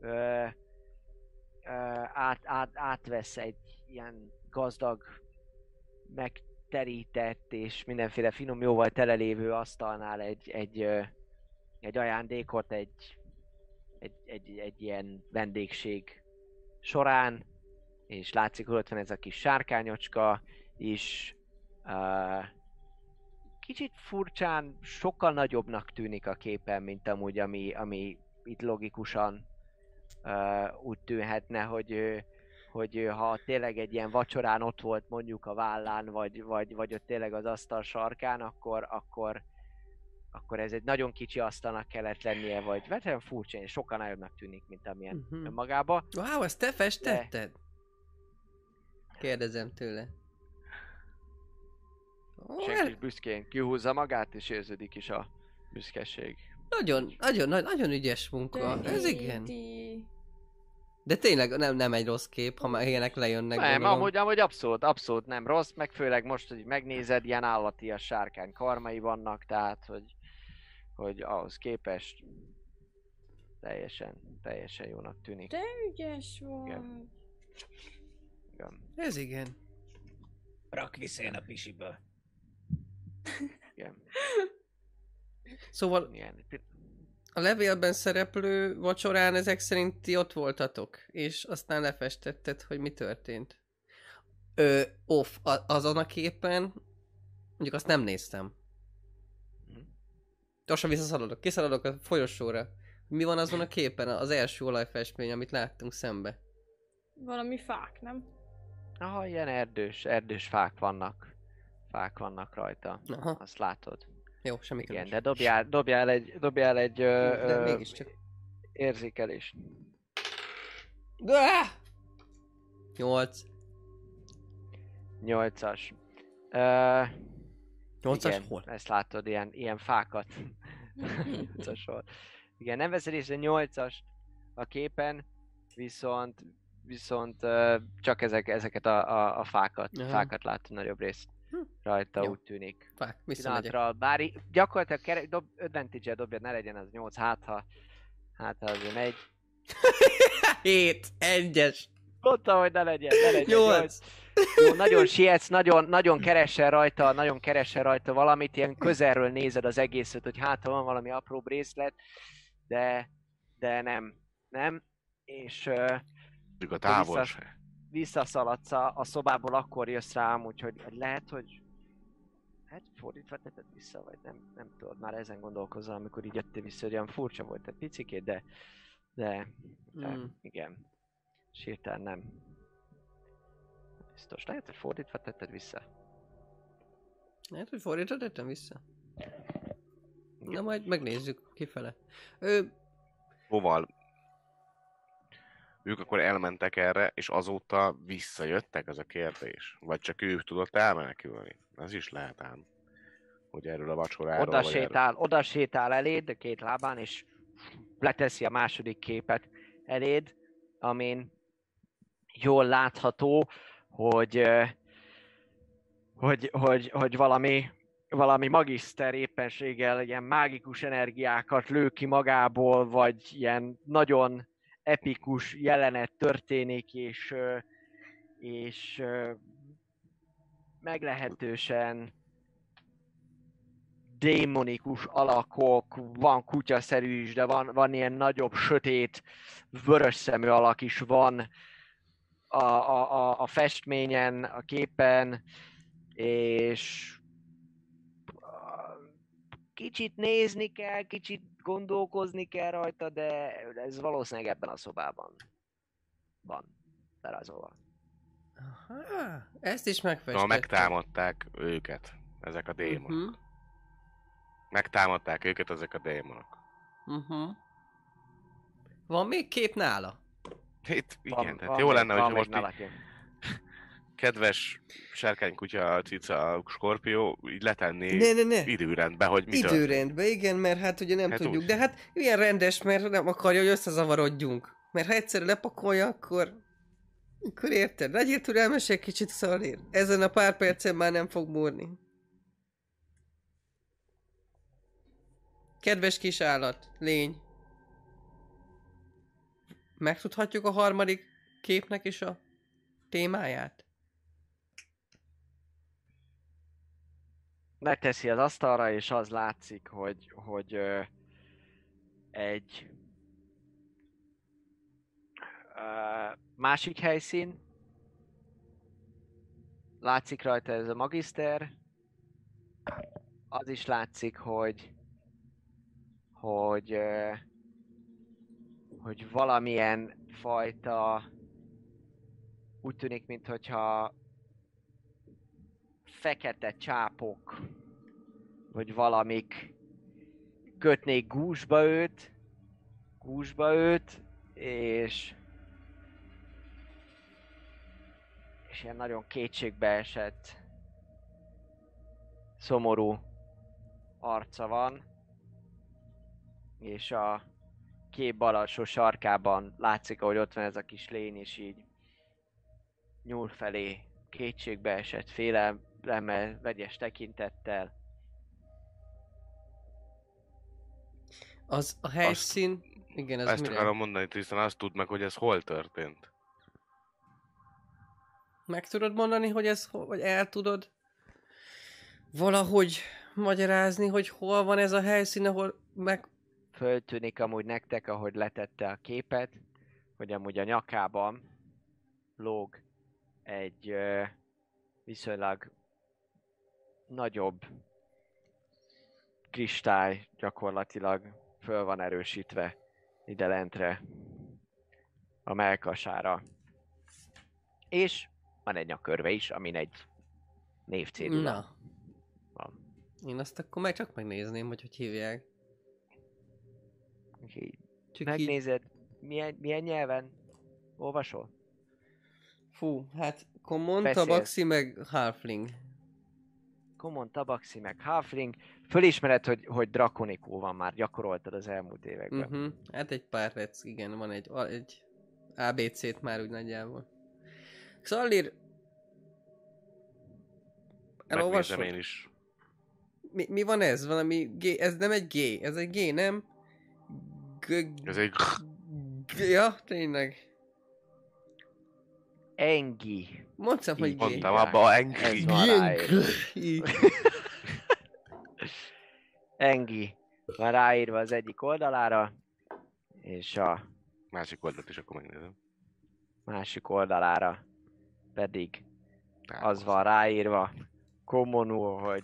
átvesz egy ilyen gazdag, megterített és mindenféle finom jóval telelévő asztalnál egy ajándékot, egy ilyen vendégség során, és látszik, hogy ott van ez a kis sárkányocska is. Kicsit furcsán, sokkal nagyobbnak tűnik a képen, mint amúgy, ami itt logikusan úgy tűnhetne, hogy ha tényleg egy ilyen vacsorán ott volt mondjuk a vállán, vagy ott tényleg az asztal sarkán, akkor ez egy nagyon kicsi asztalnak kellett lennie, vagy nagyon furcsa, és sokkal nagyobbnak tűnik, mint amilyen önmagába. Wow, ezt te festetted? Kérdezem tőle. Senki is büszkén kihúzza magát, és érződik is a büszkeség. Nagyon ügyes munka. Ez igen. De tényleg nem egy rossz kép, ha már ilyenek lejönnek. Nem, amúgy abszolút nem rossz, meg főleg most, hogy megnézed, ilyen állatias sárkány karmai vannak, tehát, hogy ahhoz képest teljesen jónak tűnik. De ügyes vagy. Igen. Ez igen. Rak vissza én a pisiből. Igen. Szóval a levélben szereplő vacsorán ezek szerint ti ott voltatok, és aztán lefestetted, hogy mi történt. Azon a képen, mondjuk azt nem néztem. Gyorsan visszaszaladok, kiszaladok a folyosóra. Mi van azon a képen, az első olajfestmény, amit láttunk szembe? Valami fák, nem? Aha, ilyen erdős fák vannak. Fák vannak rajta. Aha. Azt látod. Jó, semmi Igen, különös. de dobjál egy De mégiscsak. érzékelést. 8. 8-as. 8-as igen, hol? ezt látod, ilyen fákat. 8-as hol. Igen, nem veszed észre 8-as a képen, viszont csak ezeket a fákat látod nagyobb részt. Rajta Jó. úgy tűnik. Fák, visszamegyek. Pillanatra, bár gyakorlatilag advantage-el dobjad, ne legyen az 8, hát ha azért megy. 7, 1-es. Mondtam, hogy ne legyen 8. Jó, nagyon sietsz, nagyon keresel rajta valamit, ilyen közelről nézed az egészet, hogy hát ha van valami apró részlet, de nem, és A távolság. visszaszaladsz a szobából, akkor jössz rám, úgyhogy lehet, hogy fordítva tetted vissza, vagy nem tudod, már ezen gondolkozol, amikor így jöttél vissza, hogy olyan furcsa volt egy picikét, de igen, sírtál nem. Biztos, lehet, hogy fordítva tetted vissza. Lehet, hogy fordítva tettem vissza. Na majd megnézzük kifele. Hova? Ők akkor elmentek erre, és azóta visszajöttek, ez a kérdés? Vagy csak ő tudott elmenekülni? Ez is lehet ám. Hogy erről a vacsoráról... Oda sétál eléd, a két lábán, és leteszi a második képet eléd, amin jól látható, hogy valami magiszter éppenséggel ilyen mágikus energiákat lő ki magából, vagy ilyen nagyon epikus jelenet történik, és meglehetősen démonikus alakok, van kutyaszerű is, de van ilyen nagyobb, sötét, vörös szemű alak is van a festményen, a képen, és kicsit nézni kell, kicsit gondolkozni kell rajta, de ez valószínűleg ebben a szobában van felrajzolva. Aha, ezt is megfestettem. Megtámadták őket, ezek a démonok. Megtámadták őket ezek a démonok. Van még kép nála? Itt, igen, tehát jó lenne, hogy most így kedves sárkánykutya, cica, skorpió így letenni időrendbe, hogy mi történt. Időrendbe, igen, mert hát ugye nem tudjuk, de hát ilyen rendes, mert nem akarja, hogy összezavarodjunk. Mert ha egyszer lepakolja, akkor érted, legyél türelmes egy kicsit, Szalér. Ezen a pár percen már nem fog múlni. Kedves kis állat, lény. Megtudhatjuk a harmadik képnek is a témáját? Megteszi az asztalra, és az látszik, hogy egy másik helyszín, látszik rajta ez a magiszter. Az is látszik, hogy valamilyen fajta, úgy tűnik, minthogyha fekete csápok, vagy valamik kötnék gúzsba őt, és ilyen nagyon kétségbeesett, szomorú arca van, és a kép bal alsó sarkában látszik, ahogy ott van ez a kis lény, és így nyúl felé kétségbeesett, félelemmel, vegyes tekintettel. Az a helyszín... Igen, ez ezt mire? akarom mondani, Tristan, azt tudd meg, hogy ez hol történt. Meg tudod mondani, hogy ez, vagy el tudod valahogy magyarázni, hogy hol van ez a helyszín, ahol meg... Föltűnik amúgy nektek, ahogy letette a képet, hogy amúgy a nyakában lóg egy viszonylag nagyobb kristály, gyakorlatilag föl van erősítve ide lentre a mellkasára. És van egy nyakörve is, amin egy névcédula Na, van. én azt akkor csak megnézném, hogy hívják. Úgyhogy Csak megnézed, milyen nyelven olvasol? Fú, hát Common, Beszélsz. Tabaxi meg Halfling. Common, Tabaxi meg Halfling. Fölismered, hogy Draconicó van már, gyakoroltad az elmúlt években. Hát egy pár rec, igen, van egy ABC-t már úgy nagyjából. Xallir... Megnézem én is. Mi van ez? Valami G? Ez nem egy G, ez egy G, nem? Ez egy... Ja, tényleg. Engi. Mondtam, hogy G. Mondtam abba, Ez Engi. van ráírva. Engi van ráírva az egyik oldalára, és a Másik oldalt is akkor megnézem. másik oldalára pedig az van ráírva commonul, hogy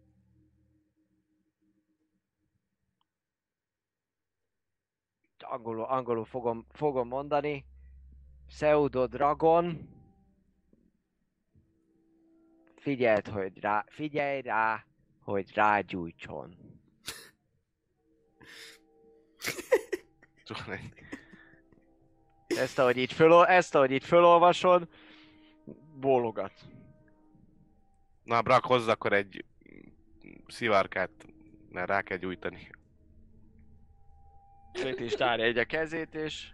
angolul fogom mondani, Pseudo Dragon, figyelj rá, hogy rágyújtson. Ezt ahogy így fölolvasod, bólogat. Na, Brak, hozz akkor egy szivárkát, mert rá kell gyújtani. Szét is tárja egy a kezét, és...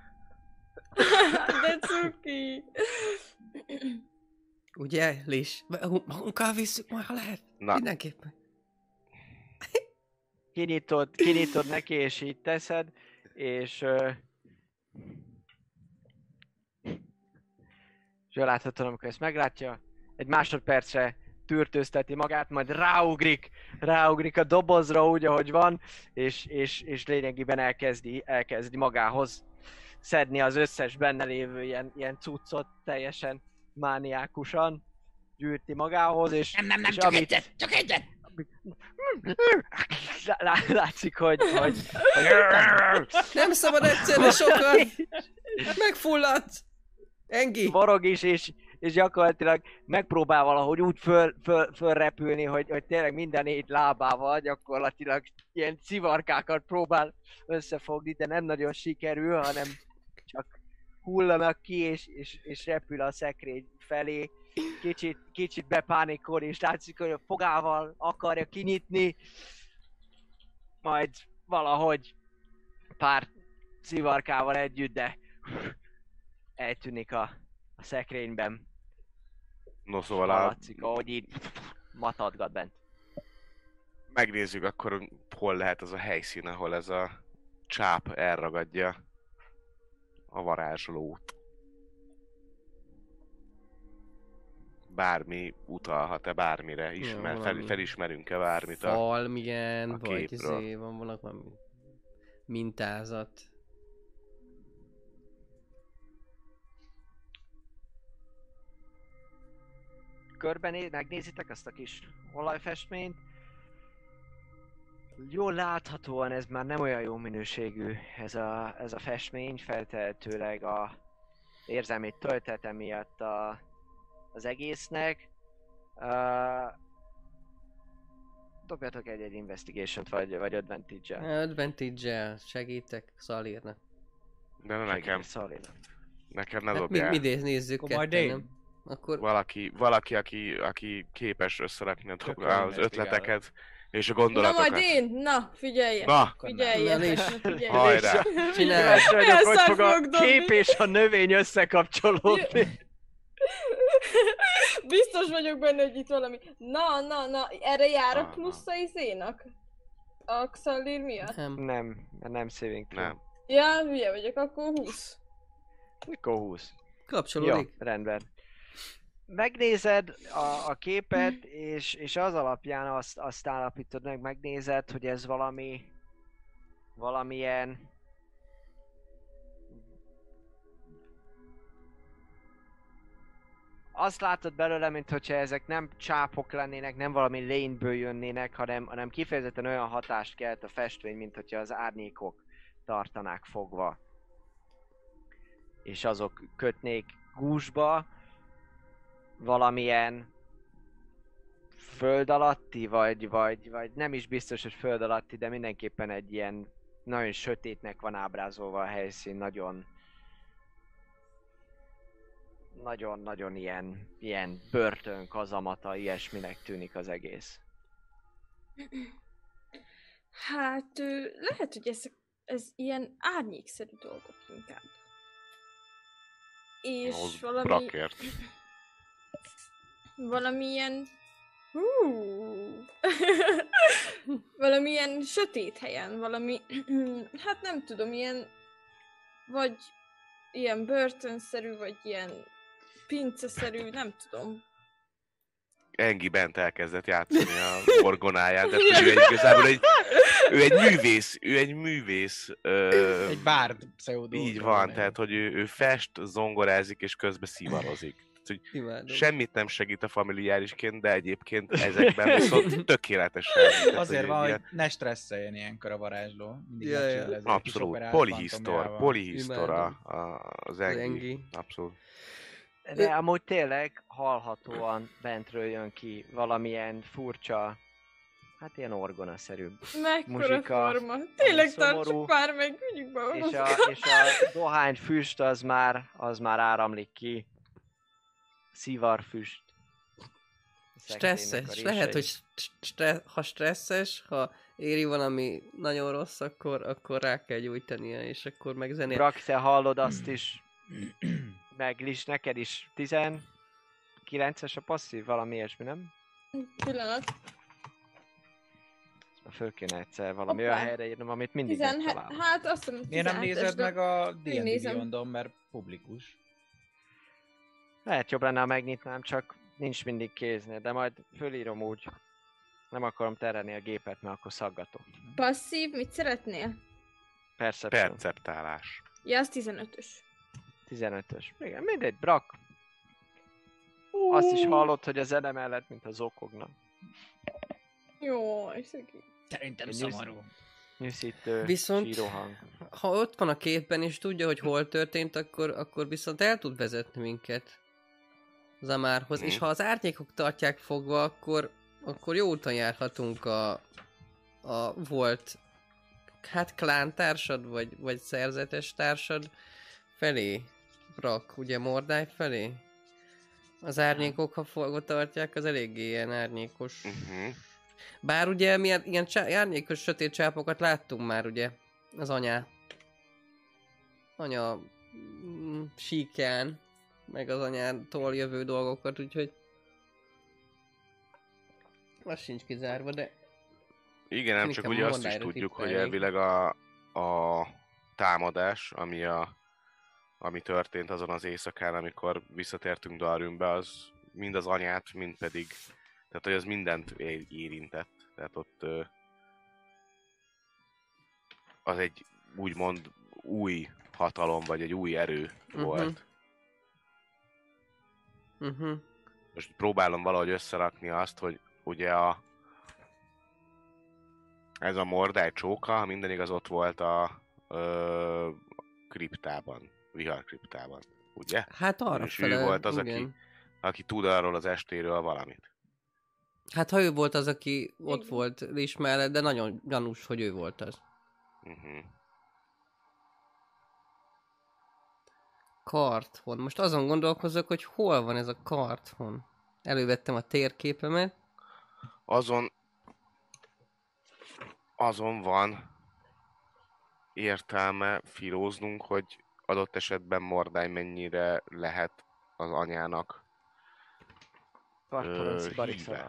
De cuki! Ugye, Lis? Magunkkal visszük majd, ha lehet. Na. Mindenképpen. Kinyitod neki, és így teszed, és jól láthatod, amikor ezt meglátja, egy másodpercre tűrtőzteti magát, majd ráugrik a dobozra úgy, ahogy van, és lényegében elkezdi magához szedni az összes benne lévő ilyen cuccot teljesen mániákusan, gyűjti magához, és... Nem, és csak egyet! Látszik, hogy... Nem szabad egyszerre sokat! Megfulladt! Engi! Forog is, és gyakorlatilag megpróbál valahogy úgy fölrepülni, hogy tényleg minden 4 lábával gyakorlatilag ilyen civarkákat próbál összefogni, de nem nagyon sikerül, hanem csak hullanak ki, és repül a szekrény felé. Kicsit bepánikol, és látszik, hogy a fogával akarja kinyitni, majd valahogy pár civarkával együtt, de eltűnik a szekrényben. No, szóval látszik, ahogy így matadgat bent. megnézzük akkor, hol lehet az a helyszín, ahol ez a csáp elragadja a varázslót. Bármi utalhat-e bármire, felismerünk-e bármit a Valamilyen, a vagy képről. van valami mintázat. megnézitek azt a kis olajfestményt. Jól láthatóan ez már nem olyan jó minőségű ez a festmény, feltehetőleg a érzelmi töltete miatt az egésznek. Dobjatok egy investigation-t vagy advantage-el. Advantage-el segítek Szalírnak. De nekem. Nekem ne Hát dobjál. mi nézzük ketten, nem? Akkor... Valaki aki képes összerakni az ötleteket és a gondolatokat. Na majd én! Na, figyeljen! Na! Figyeljen! Hajrá! Csinálj! Hogy fog a kép és a növény összekapcsolódni. Biztos vagyok benne, hogy itt valami... Na, erre jár a plusz a izénak? A Xallir miatt? Nem saving throw. Nem. Ja, hülye vagyok, akkor 20. Mikor 20? Kapcsolódik. Jó, rendben. Megnézed a képet, és az alapján azt állapítod megnézed, hogy ez valamilyen... Azt látod belőle, mintha ezek nem csápok lennének, nem valami lényből jönnének, hanem kifejezetten olyan hatást kelt a festmény, mint hogyha az árnyékok tartanák fogva. És azok kötnék gúzsba, valamilyen föld alatti, vagy nem is biztos, hogy föld alatti, de mindenképpen egy ilyen nagyon sötétnek van ábrázolva a helyszín, nagyon ilyen börtön, kazamata, ilyesminek tűnik az egész. Hát lehet, hogy ez ilyen árnyékszerű dolgok inkább. És valami... Brakért. Valamilyen... valamilyen sötét helyen, valami... hát nem tudom, ilyen... Vagy ilyen börtönszerű, vagy ilyen pinceszerű, nem tudom. Engi bent elkezdett játszani a orgonáját, de ő igazából ő egy művész. Egy bárd pseudó. Így van, tehát hogy ő fest, zongorázik és közben szivarozik. Semmit nem segít a familiárisként, de egyébként ezekben viszont tökéletesen. Azért van, hogy ne stresszeljen ilyenkor a varázsló. Abszolút, polihisztor az Engi. Abszolút. De amúgy tényleg hallhatóan bentről jön ki valamilyen furcsa, hát ilyen orgonaszerű mekkora forma. Tényleg tartsuk már meg, vigyük be és a dohányfüst az már áramlik ki. Szivarfüst. Stresszes. Lehet, hogy ha stresszes, ha éri valami nagyon rossz, akkor rá kell gyújtania, és akkor meg zenél. Brak, te hallod azt is. Meg Lis, neked is 19-es a passzív, valami ilyesmi, nem? Pillanat. Föl kéne egyszer valami olyan helyre írnom, amit mindig megtalálom. Hát azt hiszem, miért nem nézed meg a D&D Beyondon, mert publikus? Lehet jobb lenne, ha megnyitnám, csak nincs mindig kéznél, de majd fölírom úgy. Nem akarom terelni a gépet, mert akkor szaggatok. Passzív, mit szeretnél? Perceptálás. Ja, az 15-ös. 15-ös. Igen, mindegy, Brak. Azt is hallod, hogy a zene mellett, mint az okognak. Jó, szegény. Szerintem szomorú. Nyűszítő, viszont, síróhang. Ha ott van a képben és tudja, hogy hol történt, akkor viszont el tud vezetni minket Zamárhoz. És ha az árnyékok tartják fogva, akkor jó úton járhatunk a volt klántársad, vagy szerzetes társad felé. Brak, ugye Mordály felé? Az árnyékok, ha fogva tartják, az eléggé ilyen árnyékos. Bár ugye mi ilyen árnyékos sötét csápokat láttunk már ugye az anya síkján, meg az anyától jövő dolgokat, úgyhogy az sincs kizárva, de... Igen, nem csak ugye azt is tudjuk, hogy elvileg a támadás, ami történt azon az éjszakán, amikor visszatértünk Darwinbe, az mind az anyát, mind pedig, tehát hogy az mindent érintett. Tehát ott az egy úgymond új hatalom, vagy egy új erő volt. Most próbálom valahogy összerakni azt, hogy ugye ez a Mordály csóka, ha minden igaz, ott volt a kriptában, vihar kriptában, ugye? Hát arra és fele, ő volt az, igen. aki tud arról az estéről valamit. Hát ha ő volt az, aki ott volt Lis mellett, de nagyon gyanús, hogy ő volt az. Karthon. Most azon gondolkozok, hogy hol van ez a Karthon. Elővettem a térképemet. Azon van értelme filóznunk, hogy adott esetben Mordály mennyire lehet az anyának híve.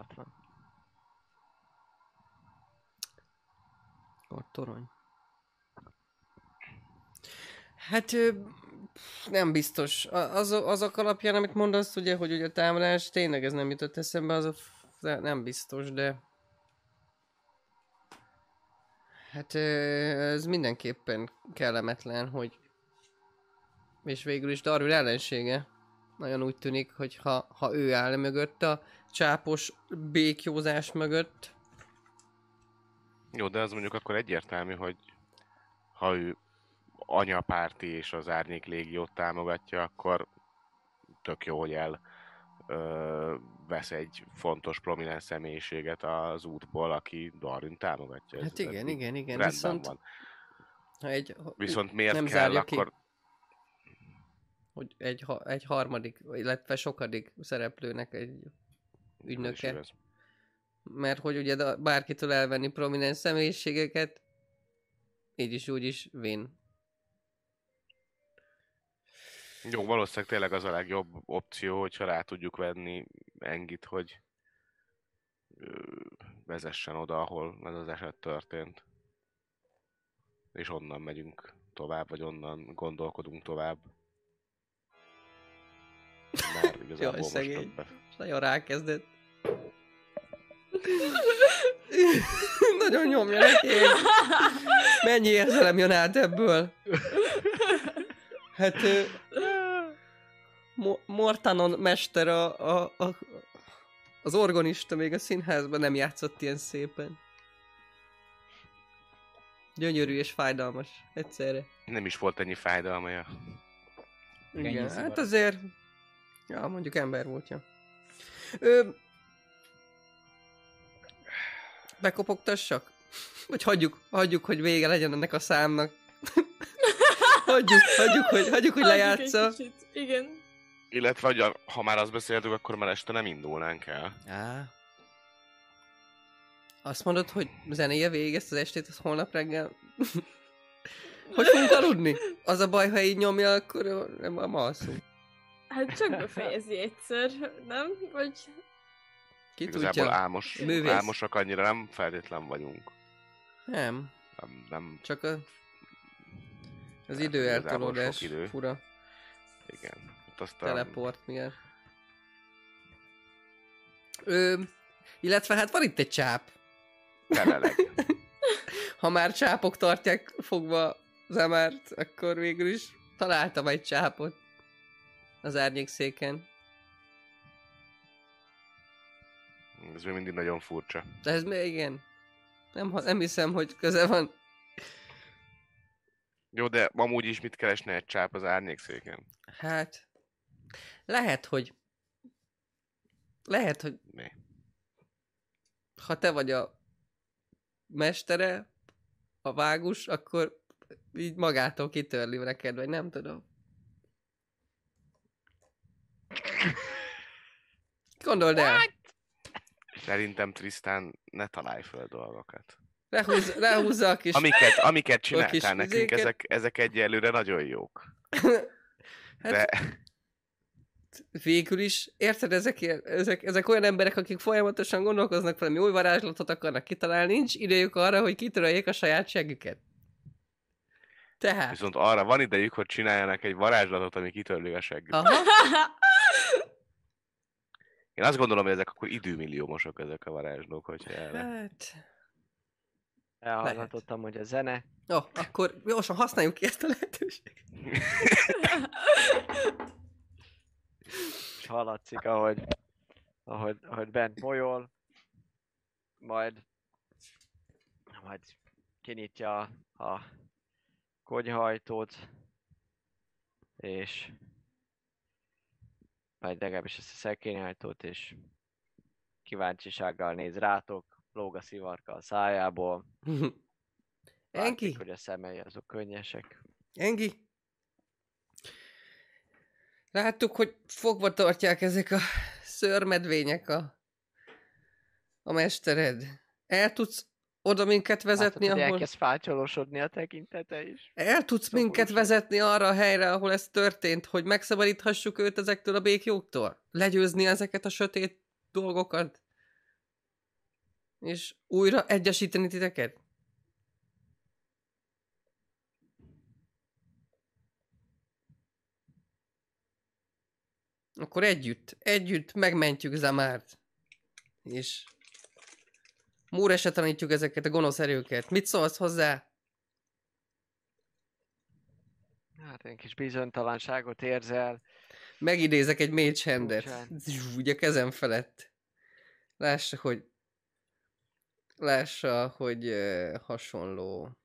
Torony. Hát nem biztos. Azok alapján, amit mondasz, ugye, hogy ugye a támadás, tényleg ez nem jutott eszembe, nem biztos, de... Hát ez mindenképpen kellemetlen, hogy... És végül is Darwin ellensége. Nagyon úgy tűnik, hogy ha ő áll mögött a csápos békjózás mögött. Jó, de az mondjuk akkor egyértelmű, hogy ha ő anyapárti és az Árnyék Légiót támogatja, akkor tök jó, hogy vesz egy fontos, prominens személyiséget az útból, aki Darwin támogatja. Hát igen. Viszont, viszont miért nem kell akkor... Hogy egy harmadik, illetve sokadik szereplőnek egy ügynöke. Mert hogy ugye bárkitől elvenni prominens személyiségeket, így is úgy is vén. Jó, valószínűleg tényleg az a legjobb opció, hogyha rá tudjuk venni Engit, hogy vezessen oda, ahol ez az eset történt. És onnan megyünk tovább, vagy onnan gondolkodunk tovább. Már igazából most szegény. Nagyon rákezdett. Nagyon nyomja neki. Mennyi érzelem jön át ebből? Hát Mortanon mester az orgonista még a színházban nem játszott ilyen szépen. Gyönyörű és fájdalmas egyszerre. Nem is volt ennyi fájdalmaja. Igen, hát azért... Ja, mondjuk ember volt, ja. Bekopogtassak? Vagy hagyjuk, hogy vége legyen ennek a számnak. hagyjuk, hogy lejátsza. Igen. Illetve, ha már azt beszéltük, akkor már este nem indulnánk el. Azt mondod, hogy zenéje végig ezt az estét, az holnap reggel... Hogy fogunk aludni? Az a baj, ha így nyomja, akkor nem alszunk. Hát csak befejezi egyszer, nem? Vagy... Ki igazából tudja? Álmosak annyira nem feltétlen vagyunk. Nem. Nem. Csak az idő eltolódás fura. Igen. Aztán... Teleport miatt. Illetve hát van itt egy csáp. Teleleg. Ha már csápok tartják fogva Zamárt, akkor végül is találtam egy csápot az árnyékszéken. Ez még mindig nagyon furcsa. De ez még igen. Nem hiszem, hogy köze van. Jó, de amúgy is mit keresne egy csáp az árnyékszéken? Hát... Lehet, hogy... Mi? Ha te vagy a mestere, a vágus, akkor így magától kitörli neked, vagy nem tudom. Gondold el! Szerintem Tristan ne találj föl dolgokat. Lehúzza a kis... Amiket csináltál kis nekünk, ezek egyelőre nagyon jók. De... Végül is, érted, ezek olyan emberek, akik folyamatosan gondolkoznak valami új varázslatot akarnak kitalálni, nincs idejük arra, hogy kitöröljék a saját següket. Tehát... Viszont arra van idejük, hogy csináljanak egy varázslatot, ami kitörli a seggüket. Aha. Én azt gondolom, hogy ezek akkor időmilliómosok ezek a varázslók, hogyha Hát... Elhallgatottam, hogy a zene. Akkor gyorsan használjuk ki ezt a lehetőséget. És hallatszik, ahogy ahogy bent molyol, majd kinyitja a konyhajtót, és majd legalábbis ezt a szekrényajtót, és kíváncsisággal néz rátok, lóg a szivarka a szájából. Enki? Látszik, hogy a szemei azok könnyesek. Engi? Láttuk, hogy fogva tartják ezek a szőrmedvények a mestered. El tudsz oda minket vezetni, Látod, hogy ahol... elkezd fácsolósodni a tekintete is. El tudsz minket vezetni arra a helyre, ahol ez történt, hogy megszabadíthassuk őt ezektől a békjóktól? Legyőzni ezeket a sötét dolgokat? És újra egyesíteni titeket? Akkor együtt megmentjük Zamárt. És Múresre tanítjuk ezeket a gonosz erőket. Mit szólsz hozzá? Hát egy kis bizonytalanságot érzel. Megidézek egy mage handet. Úgy a kezem felett. Lássa, hogy hasonló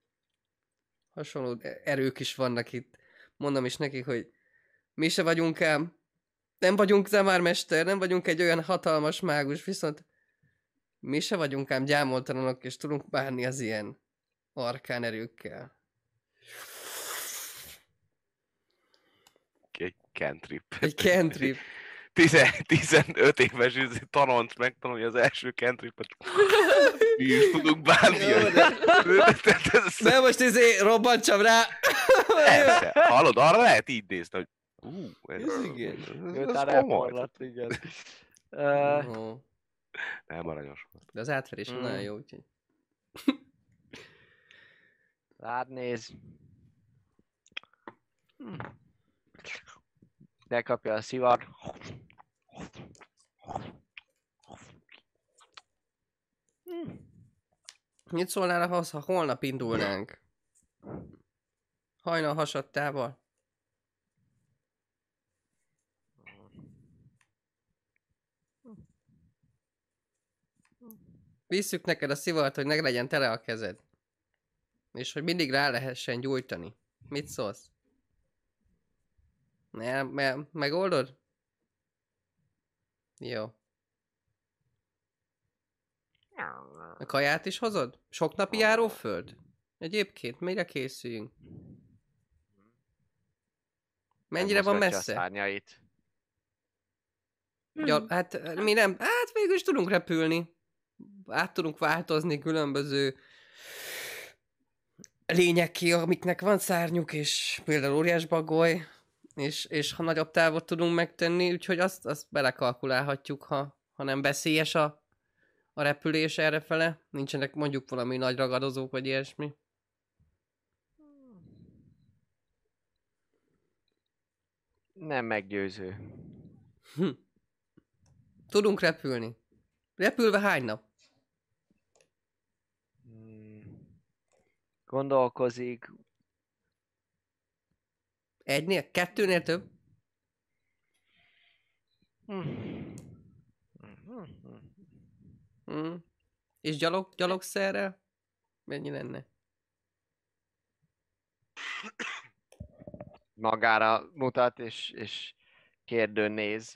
erők is vannak itt. Mondom is neki, hogy mi se vagyunk ám. Nem vagyunk zamármester, nem vagyunk egy olyan hatalmas mágus, viszont mi se vagyunk ám gyámoltalanok, és tudunk bánni az ilyen arkán erőkkel. Egy cantrip. Egy cantrip. 15 éves tanonc megtanulja az első cantripet. Mi is tudunk bánni. De most robbantsam rá. Persze. Hallod, arra lehet így nézni, hogy ez igen. Ez komoly. Igen. Nem aranyos volt. De az átverés nagyon jó, úgyhogy... Rád néz. Lekapja a szivar. Mit szólnál, ha holnap indulnánk? Hajnal hasadtával? Visszük neked a szivart, hogy ne legyen tele a kezed. És hogy mindig rá lehessen gyújtani. Mit szólsz? Megoldod? Jó. A kaját is hozod? Sok napi járóföld? Egyébként, mire készüljünk? Mennyire van messze? Hát mi nem, hát végül is tudunk repülni. Át tudunk változni különböző lényekké, amiknek van szárnyuk, és például óriás bagoly, és ha nagyobb távot tudunk megtenni, úgyhogy azt belekalkulálhatjuk, ha nem veszélyes a repülés errefele. Nincsenek mondjuk valami nagy ragadozók, vagy ilyesmi. Nem meggyőző. Tudunk repülni. Repülve hány nap? Gondolkozik. Egynél? Kettőnél több? És gyalogszerrel? Mennyi lenne? Magára mutat, és kérdőn néz.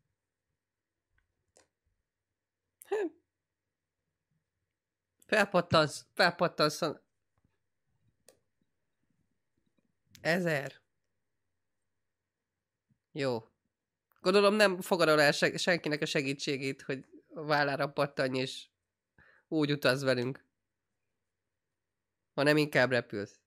Felpattansz 1000. Jó. Gondolom nem fogadol el senkinek a segítségét, hogy a vállára pattanj és úgy utaz velünk. Hanem inkább repülsz.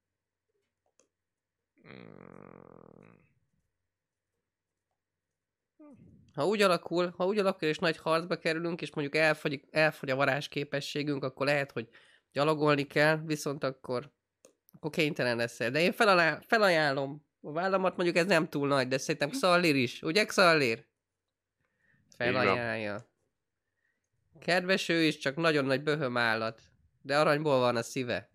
Ha úgy alakul és nagy harcba kerülünk, és mondjuk elfogy a varázsképességünk, akkor lehet, hogy gyalogolni kell, viszont akkor kénytelen leszel. De én felajánlom a vállamat, mondjuk ez nem túl nagy, de szerintem Xallir is. Ugye Xallir? Felajánlja. Kedves ő is, csak nagyon nagy böhöm állat. De aranyból van a szíve.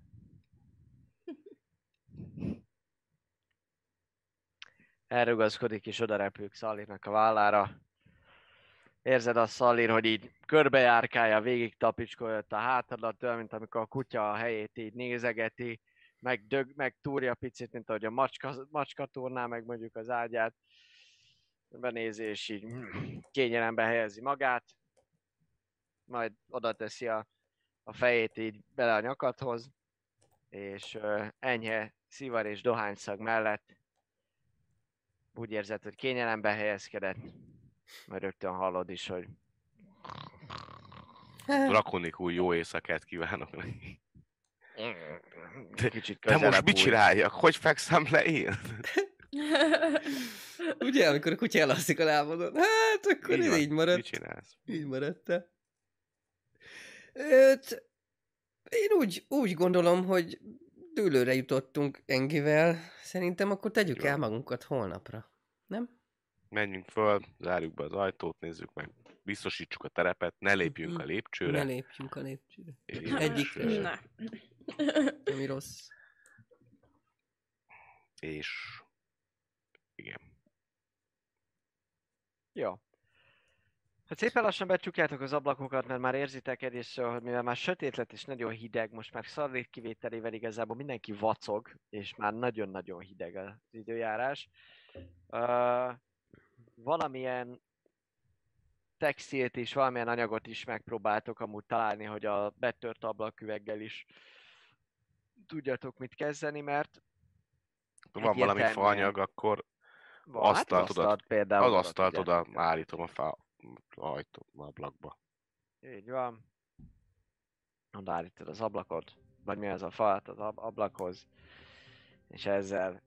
Elrugaszkodik és odarepül Xallirnak a vállára. érzed a Szalír, hogy így körbejárkálja, végig tapicskolja a hátadat, olyan, mint amikor a kutya a helyét így nézegeti, meg túrja picit, mint ahogy a macska túrná meg mondjuk az ágyát. Benézi és így kényelembe helyezi magát, majd oda teszi a fejét így bele a nyakadhoz, és enyhe szivar és dohányszag mellett úgy érzed, hogy kényelembe helyezkedett, majd rögtön hallod is, hogy Drakonikul jó éjszakát kívánok neki. kicsit De most közelebb mit új. csináljak? Hogy fekszem le én? Ugye, amikor a kutya elalszik a lábadon? Hát, akkor Így van. így maradt. Mit csinálsz? Így maradt te. Én úgy gondolom, hogy dőlőre jutottunk Engivel. Szerintem akkor tegyük Jó. el magunkat holnapra. Nem? Menjünk föl, zárjuk be az ajtót, nézzük meg, biztosítsuk a terepet, ne lépjünk a lépcsőre. Ne lépjünk a lépcsőre. És- Egyikre sem. Ne. Ami rossz. És... igen. Jó. Hát szépen lassan becsukjátok az ablakokat, mert már érzitek egyrésztről, hogy mivel már sötét lett és nagyon hideg, most már Szalír kivételével igazából mindenki vacog, és már nagyon-nagyon hideg az időjárás. Valamilyen textilt és valamilyen anyagot is megpróbáltok amúgy találni, hogy a betört ablaküveggel is tudjatok mit kezdeni, mert Ha van valami egyértelműen faanyag, akkor van, asztalt hát oda- például az oda asztalt oda tudjátok. állítom a ajtó ablakba. Így van. Odaállítod az ablakot, vagy mi az a falat az ablakhoz, és ezzel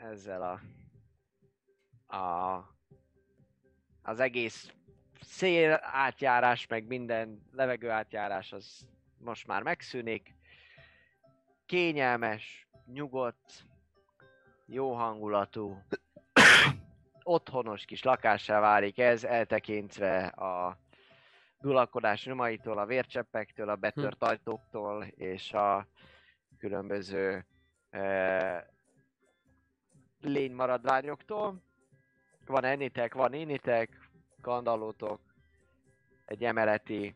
az egész szél átjárás, meg minden levegő átjárás az most már megszűnik. Kényelmes, nyugodt, jó hangulatú, otthonos kis lakássá válik ez, eltekintve a dulakodás nyomaitól, a vércseppektől, a betört ajtóktól és a különböző lénymaradványoktól. Van ennitek, van innitek, kandallótok, egy emeleti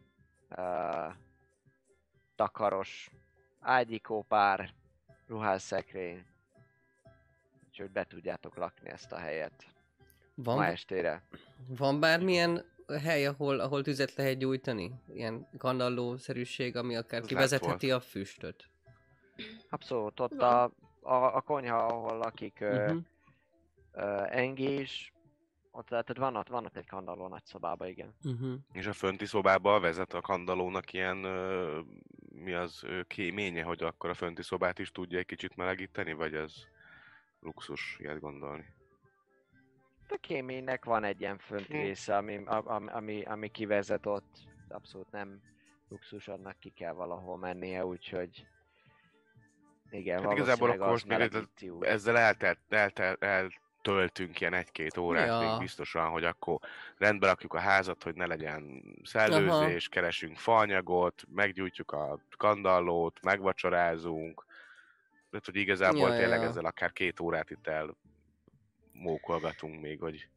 takaros ágyikópár, ruhásszekrény, úgyhogy be tudjátok lakni ezt a helyet ma Van, estére. van bármilyen hely, ahol tüzet lehet gyújtani? Ilyen kandallószerűség, ami akár Ez kivezetheti a füstöt. Abszolút, ott Van. a konyha, ahol lakik Uh-huh. Engi is, tehát van ott egy kandalló nagy szobába, igen. Uh-huh. És a fönti szobába vezet a kandallónak ilyen, mi az kéménye, hogy akkor a fönti szobát is tudja egy kicsit melegíteni, vagy ez luxus ilyet gondolni? A kéménynek van egy ilyen fönti része, ami kivezet ott, abszolút nem luxus, annak ki kell valahol mennie, úgyhogy igen, Hát igazából valószínűleg akkor az most még melegíti úgy. ezzel eltöltünk ilyen 1-2 órát, Ja. még biztosan, hogy akkor rendbe rakjuk a házat, hogy ne legyen szellőzés, keresünk faanyagot, meggyújtjuk a kandallót, megvacsorázunk. Tehát, hogy igazából Ja, tényleg ja. ezzel akár 2 órát itt mókolgatunk még, hogy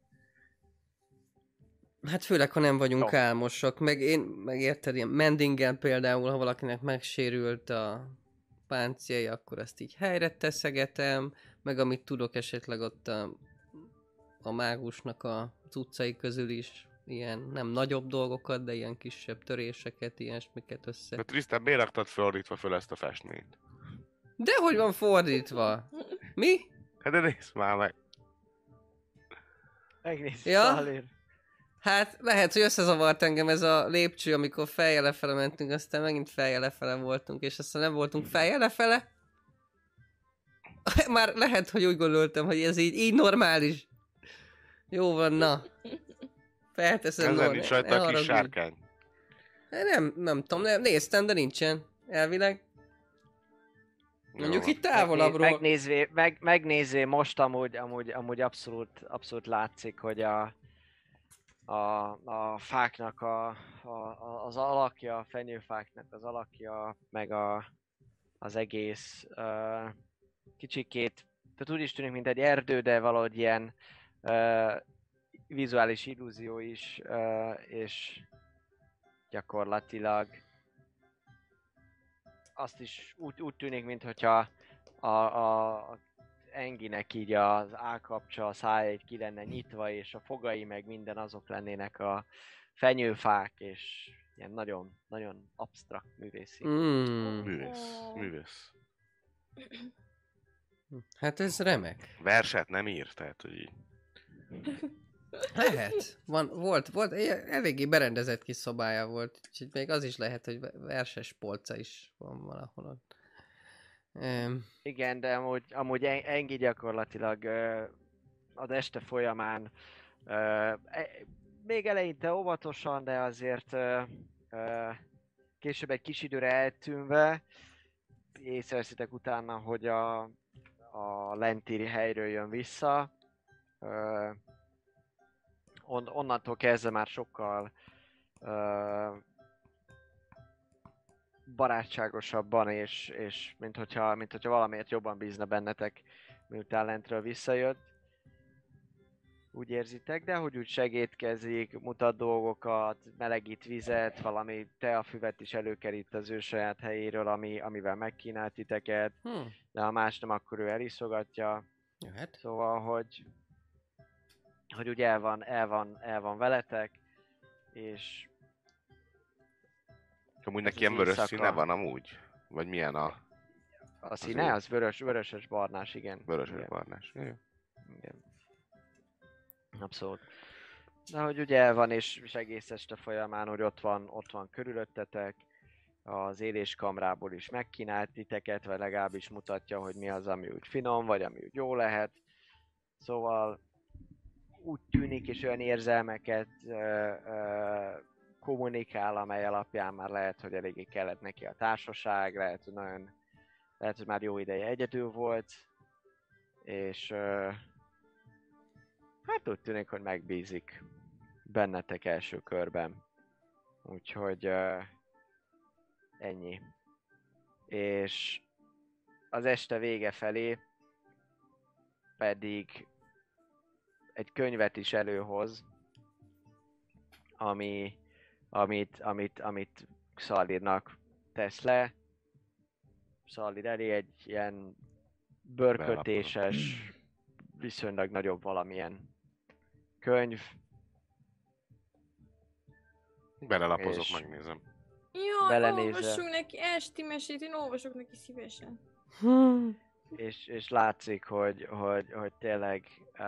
Hát főleg, ha nem vagyunk Jó. álmosak, meg én, meg érted, ilyen mendingen például, ha valakinek megsérült a páncélja, akkor azt így helyre teszegetem, meg amit tudok esetleg ott a mágusnak a cuccai közül is, ilyen nem nagyobb dolgokat, de ilyen kisebb töréseket, ilyesmiket össze. de Tristan, miért raktad fordítva föl ezt a festményt? De hogy van fordítva? Mi? Hát de nézd már meg! Megnézzük, Ja? Szalír. Hát lehet, hogy összezavart engem ez a lépcső, amikor fejjel lefele mentünk, aztán megint fejjel lefele voltunk, és aztán nem voltunk fejjel lefele. Már lehet, hogy úgy gondoltam, hogy ez így normális. Jó van, na. Felteszem, Ezen nincs rajta a kis haragudj. sárkány. Nem tudom, néztem, de nincsen. Elvileg. Mondjuk Jó. itt távolabbról. Megnézve most amúgy abszolút látszik, hogy a fáknak az alakja, a fenyőfáknak az alakja, meg az egész kicsikét, tehát úgy is tűnik, mint egy erdő, de valahogy ilyen vizuális illúzió is, és gyakorlatilag azt is úgy tűnik, mintha a Enginek így az állkapcsa, a szája így ki lenne nyitva, és a fogai meg minden azok lennének a fenyőfák, és ilyen nagyon, nagyon absztrakt művészi. Művész. Hát ez remek. Verset nem írt, tehát hogy így. Lehet. Volt, eléggé berendezett kis szobája volt, úgyhogy még az is lehet, hogy verses polca is van valahol ott. Igen, de amúgy Engi gyakorlatilag az este folyamán még eleinte óvatosan, de azért később egy kis időre eltűnve észreveszitek utána, hogy a lenti helyről jön vissza. Onnantól kezdve már sokkal barátságosabban, és mint hogyha valamiért jobban bízna bennetek, miután lentről visszajött. Úgy érzitek, de hogy úgy segítkezik, mutat dolgokat, melegít vizet, valami teafüvet is előkerít az ő saját helyéről, amivel megkínált titeket, de ha más nem, akkor ő eliszogatja. Jöhet. Szóval, hogy ugye el van veletek, és Amúgy neki ilyen vörös színe van amúgy? Vagy milyen a... A színe? Az vöröses barnás, igen. Vöröses barnás. Igen. Abszolút. De hogy ugye el van, és egész este folyamán, hogy ott van körülöttetek, az éléskamrából is megkínált titeket, vagy legalábbis mutatja, hogy mi az, ami úgy finom, vagy ami úgy jó lehet. Szóval úgy tűnik, és olyan érzelmeket kommunikál, amely alapján már lehet, hogy eléggé kellett neki a társaság, lehet, hogy már jó ideje egyedül volt, és hát úgy tűnik, hogy megbízik bennetek első körben. Úgyhogy ennyi. És az este vége felé pedig egy könyvet is előhoz, amit Szalirnak tesz le. Szalir elé egy ilyen bőrkötéses, viszonylag nagyobb valamilyen könyv. Belelapozok, megnézem. Jaj, olvassunk neki esti mesét, én olvasok neki szívesen. És látszik, hogy tényleg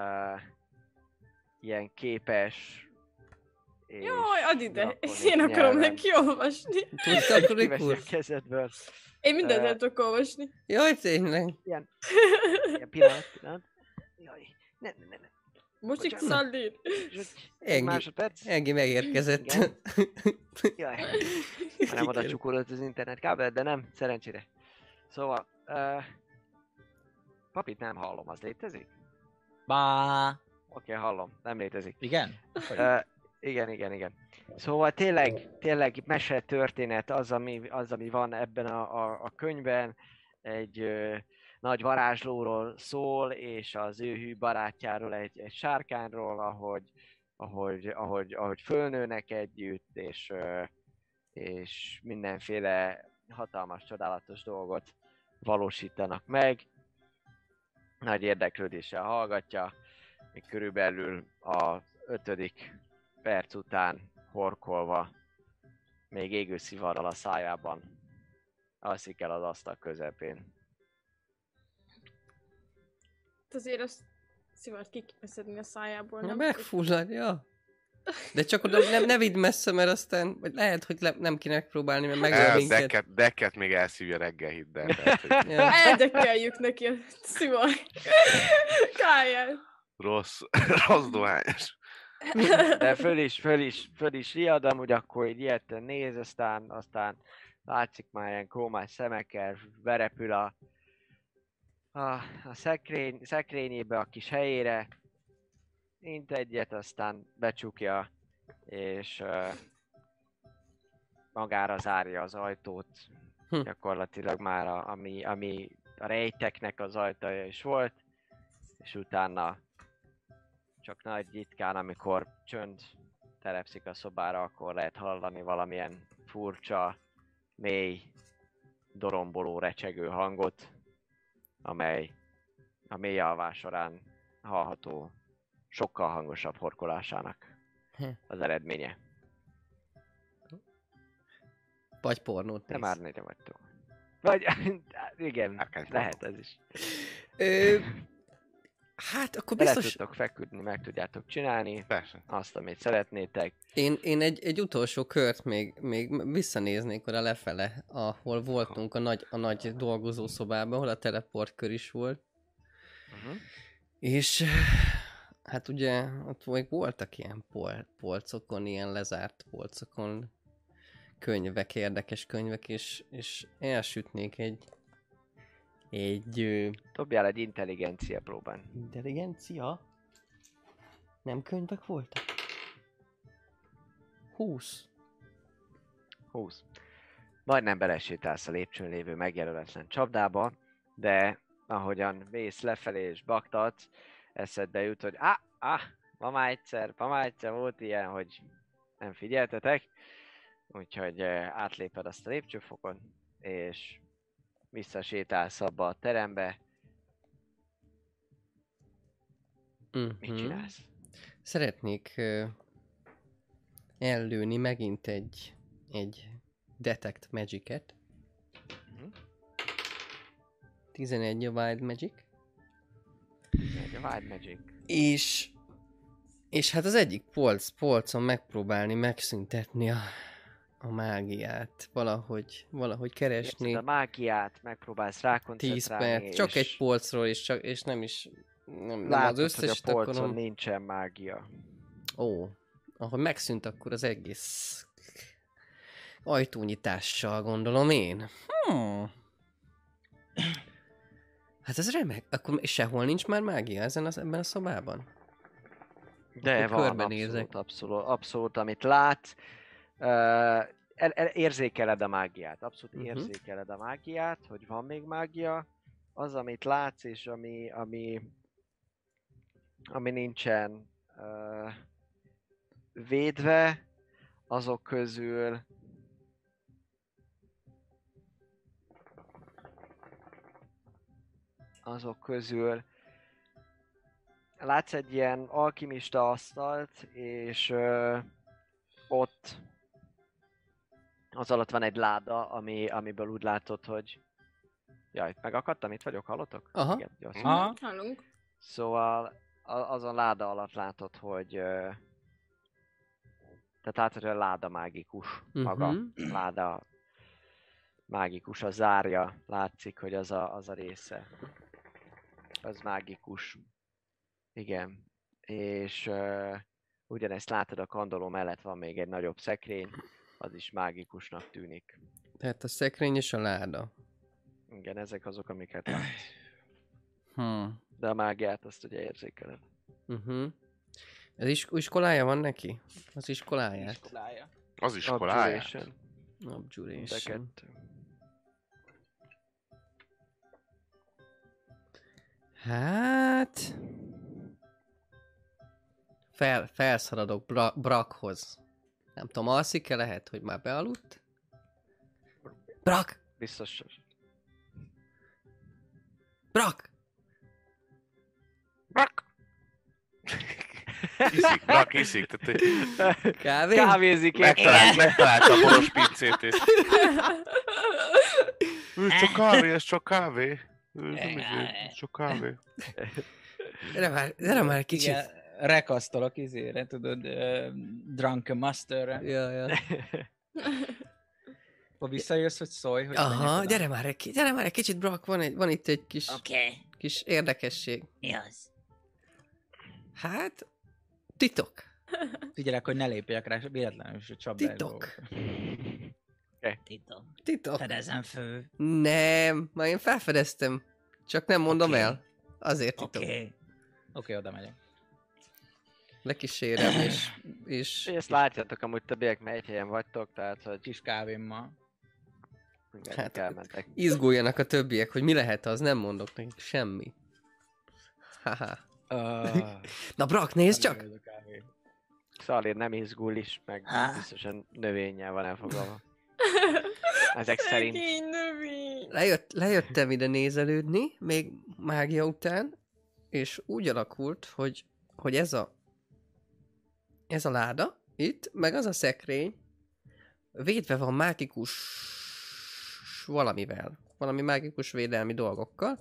ilyen képes. Jaj, add ide! Én akarom neki olvasni. Tudsz akkor egy Kiveszi a kezedből. Én mindent el tudok olvasni. Jaj, tényleg. Ilyen pillanat. Jaj, ne. Mocsik Szallir. Másodperc. Megérkezett. Jaj. Nem oda csukolott az internetkábel, de nem, szerencsére. Szóval, papit nem hallom, az létezik? Bá. Oké, hallom, nem létezik. Igen? Igen. Szóval tényleg mese történet az, ami van ebben a könyvben. Egy nagy varázslóról szól, és az ő hű barátjáról, egy sárkányról, ahogy fölnőnek együtt, és mindenféle hatalmas, csodálatos dolgot valósítanak meg. Nagy érdeklődéssel hallgatja, még körülbelül a 5. perc után horkolva, még égő szivarral a szájában alszik el az asztal közepén. Azért azt szivart ki kéne szedni a szájából, nem? Megfulladja. De csak oda ne vidd messze, mert aztán vagy lehet, hogy nem kéne megpróbálni, mert megöl minket. Dekket még elszívja reggel, hidd el. Eldekkeljük neki a szivar káját. Rossz dohányos. De föl is riad, amúgy akkor így ilyetten néz, aztán látszik már ilyen krómás szemekkel, berepül a szekrényébe, a kis helyére, int egyet, aztán becsukja, és magára zárja az ajtót. Gyakorlatilag már ami a rejteknek az ajtaja is volt, és utána csak nagy ritkán, amikor csönd telepszik a szobára, akkor lehet hallani valamilyen furcsa, mély, doromboló, recsegő hangot, amely a mély alvás során hallható sokkal hangosabb horkolásának az eredménye. Vagy pornót De néz. már 4 vagytok. Vagy, igen, lehet ez is. Hát akkor Bele biztos... tudtok feküdni, meg tudjátok csinálni Persze. azt, amit szeretnétek. Én egy utolsó kört még visszanéznék oda lefele, ahol voltunk a nagy dolgozószobában, ahol a teleportkör is volt. És hát ugye ott még voltak ilyen polcokon, ilyen lezárt polcokon könyvek, érdekes könyvek, és elsütnék egy Dobjál egy intelligencia próbán. intelligencia? Nem könyvek voltak? 20. 20. Majdnem belesétálsz a lépcsőn lévő megjelöletlen csapdába, de ahogyan mész lefelé és baktatsz, eszedbe jut, hogy ma már egyszer volt ilyen, hogy nem figyeltetek, úgyhogy átléped azt a lépcsőfokon, és visszasétálsz abba a terembe. Mit csinálsz? Szeretnék ellőni megint egy Detect Magic-et. 11 a Wild Magic. Egy a Wild Magic. És hát az egyik polcon megpróbálni megszüntetni a mágiát. Valahogy keresni. Érted, a mágiát megpróbálsz 10 rákoncentrálni, perc. Csak egy polcról, és nem is... Nem látod, az összes hogy a polcon akarom. nincsen mágia. Ó, ahogy megszűnt, akkor az egész ajtónyitással, gondolom én. Hát ez remek. Akkor sehol nincs már mágia ebben a szobában? De Akkor van, körbenézek. abszolút, amit látsz. Érzékeled a mágiát, abszolút érzékeled a mágiát, hogy van még mágia. Az, amit látsz, és ami nincsen védve, azok közül látsz egy ilyen alkimista asztalt, és ott az alatt van egy láda, amiből úgy látod, hogy... Jaj, megakadtam, itt vagyok, hallottok? Aha. Igen, gyorsan. Hallunk. Szóval azon láda alatt látod, hogy... Tehát látod, hogy a láda mágikus maga. Láda mágikus, a zárja látszik, hogy az a része. Az mágikus. Igen. És ugyanezt látod, a kandalló mellett van még egy nagyobb szekrény, az is mágikusnak tűnik. Tehát a szekrény és a láda. Igen, ezek azok, amiket látsz. De a mágiát azt ugye érzékeled. Ez iskolája van neki? Az iskoláját? Az iskolája? Abjuration. Hát... Felszaladok Brakhoz. Nem tudom, alszik-e? Lehet, hogy már bealudt? Brak! Biztos. Brak! Brak iszik. Kávé? Kávézik. Megtalálta a boros pincét és... Ez csak kávé. Csak kávé. Gyere már egy kicsit. Igen, rekasztolok izére, tudod, Drunken Masterre. Ja. Akkor visszajössz, hogy szólj, hogy... Aha, gyere már egy kicsit, Brak, van itt egy kis érdekesség. Mi az? Hát, titok. Figyelek, hogy ne lépjek rá, véletlenül is a csapdába. Titok. Fedezem föl. Nem, már én felfedeztem. Csak nem mondom el. Azért titok. Oké, oda megyek. Lekísérem, és... Ezt látjátok, amúgy többiek melyik helyen vagytok, tehát hogy... Kis kávémmal. Hát, elmentek. izguljanak a többiek, hogy mi lehet az, nem mondok nekik semmi. Haha. Na Brak, nézd csak! Szalér nem izgul is, meg biztosan növényel van elfoglalva. Ezek szerint. Szegény növény. Lejöttem ide nézelődni, még mágia után, és úgy alakult, hogy ez a láda itt, meg az a szekrény védve van mágikus valamivel. Valami mágikus védelmi dolgokkal.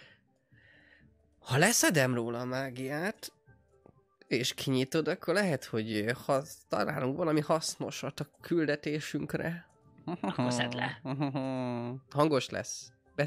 Ha leszedem róla a mágiát, és kinyitod, akkor lehet, hogy találunk valami hasznosat a küldetésünkre. Akkor szedd le. Hangos lesz.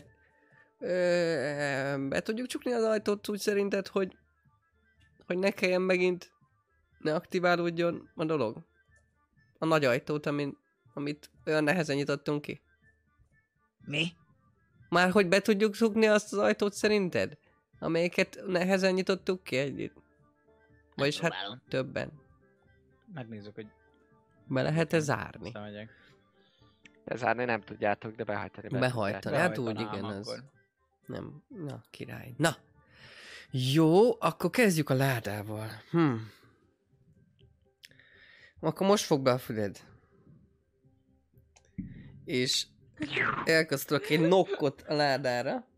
Be tudjuk csukni az ajtót úgy szerinted, hogy ne kelljen megint, ne aktiválódjon a dolog? A nagy ajtót, amit olyan nehezen nyitottunk ki. Mi? Már hogy be tudjuk csukni azt az ajtót szerinted? Amelyiket nehezen nyitottuk ki együtt. Vagyis hát többen. Megnézzük, hogy... Be lehet-e zárni? Bezárni nem tudjátok, de behajtani. Behajtani, hát úgy igen, az... Nem, na király. Na! Jó, akkor kezdjük a ládával. Akkor most fog be a füled. És elkezdtek egy knockot a ládára.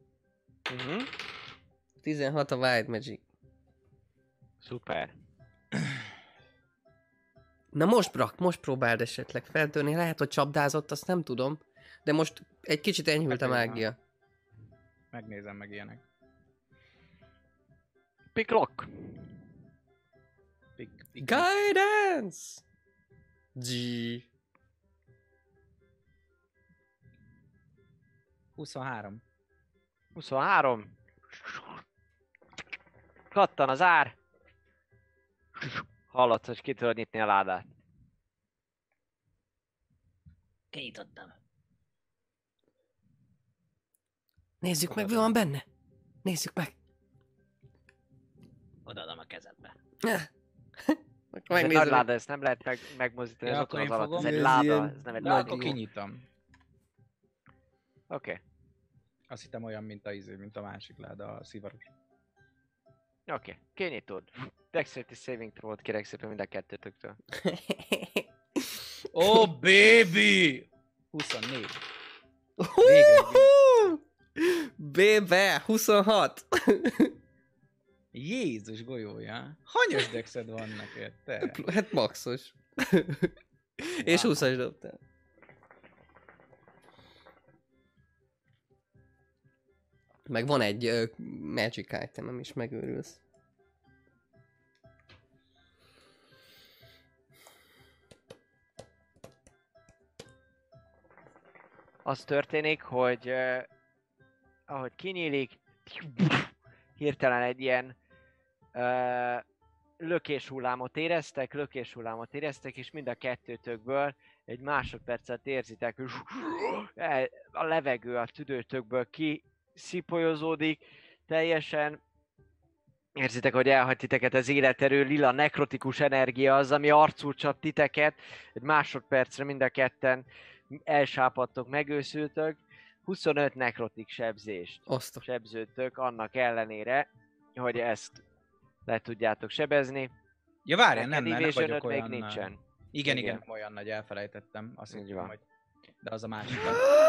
16 a Wild Magic. Szuper. Na most Brak, most próbáld esetleg feltörni. Lehet, hogy csapdázott, azt nem tudom. De most egy kicsit enyhült a mágia. Megnézem meg ilyenek. Pick lock. Guidance! G. 23. 23. Kattan az ár. Hallod, hogy ki tudod nyitni a ládát. Kinyitottam. Nézzük meg, mi van benne. Nézzük meg. Odaadom a kezedbe. Ez egy nagy láda, ezt nem lehet megmozdítani, ez ott az alatt. Ez egy láda, ez nem egy láda. Akkor kinyitom. Oké. Azt hittem olyan, mint a másik láda, a szivaros. Oké, kinyitod. Dexterity saving throw-t kérek szépen mind a kettőtöktől. Oh baby! 24. Bébe, 26. Jézus golyója. Hanyas dexed van neked, te? Hát maxos. És 20-as dobtál. Meg van egy magic item, is megőrülsz. Az történik, hogy ahogy kinyílik, hirtelen egy ilyen lökéshullámot éreztek, és mind a kettőtökből egy másodpercet érzitek, hogy a levegő a tüdőtökből kiszipolyozódik, teljesen érzitek, hogy elhagy titeket az életerő, lila nekrotikus energia az, ami arcul csap titeket, egy másodpercre mind a ketten elsápadtok, megőszültök, 25 nekrotik sebzést sebződtök annak ellenére, hogy ezt le tudjátok sebezni. Ja várjál, nem vagyok még olyan... nincsen. Igen, nem olyan nagy, elfelejtettem. Azt hittem, hogy... De az a másik.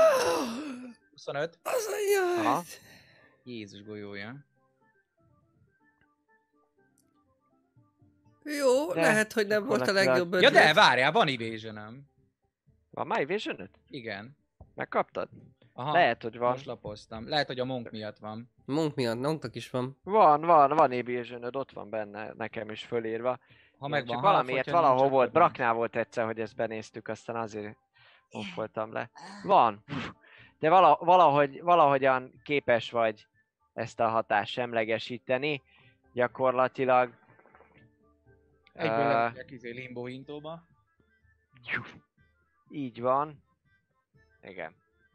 25? Az a jaj! Jézus golyója. Jó, de lehet, hogy nem volt a legjobb ötlet. Ja de várjál, van evasion-öm. Van már evasion-öd? Igen. Megkaptad? Aha, lehet, hogy van. Most lapoztam. Lehet, hogy a monk miatt van. Monk miatt, Monknak is van. Van evasion-öd, ott van benne nekem is fölírva. Ha megvan, csak valamiért valahol volt, Braknál volt egyszer, hogy ezt benéztük, aztán azért voltam le. Van. De valahogyan képes vagy ezt a hatást semlegesíteni. Gyakorlatilag. Egyből lemegyek limbo hintóba. Így van. Igen.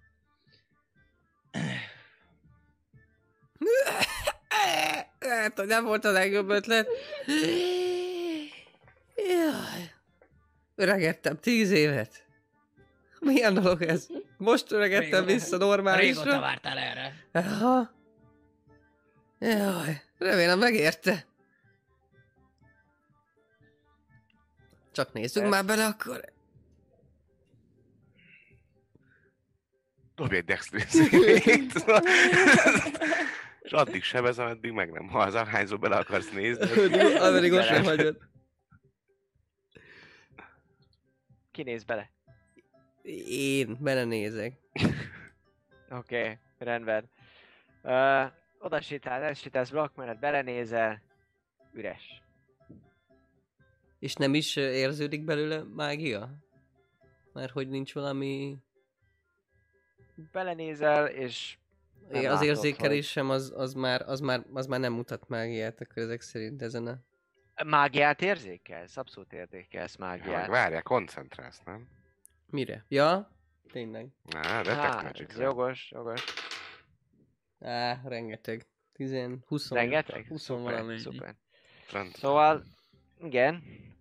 Hát, hogy nem volt a legjobb ötlet. Jaj. Öregedtem 10 évet. Milyen dolog ez? Most öregedtem vissza normálisra. Régóta vártál erre. Aha. Jaj. Remélem megérte. Csak nézzünk már bele akkor. Dobj egy dexterity. És addig sebez, ameddig meg nem halsz, ahányszor bele akarsz nézni. Ameddig most sem hagyod. Ki néz bele? Én belenézek. Oké, rendben. Oda sétálsz blokk mellett, belenézel, üres. És nem is érződik belőle mágia? Mert hogy nincs valami... Belenézel, és nem Az látod, érzékelésem az már nem mutat mágiát, akkor ezek szerint ezen a... Mágiát érzékelsz? Abszolút érzékelsz mágiát. Várjál, koncentrálsz, nem? Mire? Ja? Tényleg. Detect Magic. Jogos. Rengeteg. 20. Rengeteg? 20 valami. Szuper. Szóval, igen.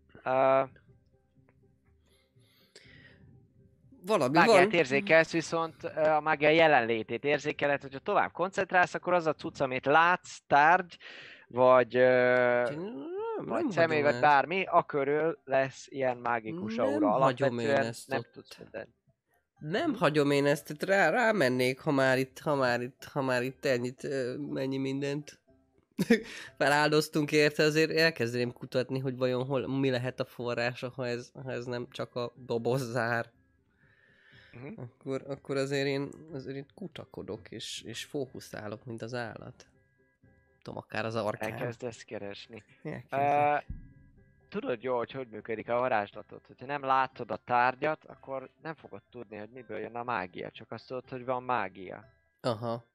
Valami mágiát van. érzékelsz, viszont a mágia jelenlétét érzékeled, hogyha tovább koncentrálsz, akkor az a cucc, amit látsz, tárgy, vagy személy, vagy bármi, a körül lesz ilyen mágikus aura. Alapvetően nem tudsz mindent. Nem hagyom én ezt, tehát rámennék, ha már itt ennyit, mennyi mindent feláldoztunk érte, azért elkezdeném kutatni, hogy vajon mi lehet a forrása, ha ez nem csak a dobozzár. Akkor azért én kutakodok, és fókuszálok, mint az állat. Tudom, akár az arkán. Elkezdesz keresni. Tudod jó, hogy működik a varázslatot. Hogyha nem látod a tárgyat, akkor nem fogod tudni, hogy miből jön a mágia. Csak azt tudod, hogy van mágia. Aha.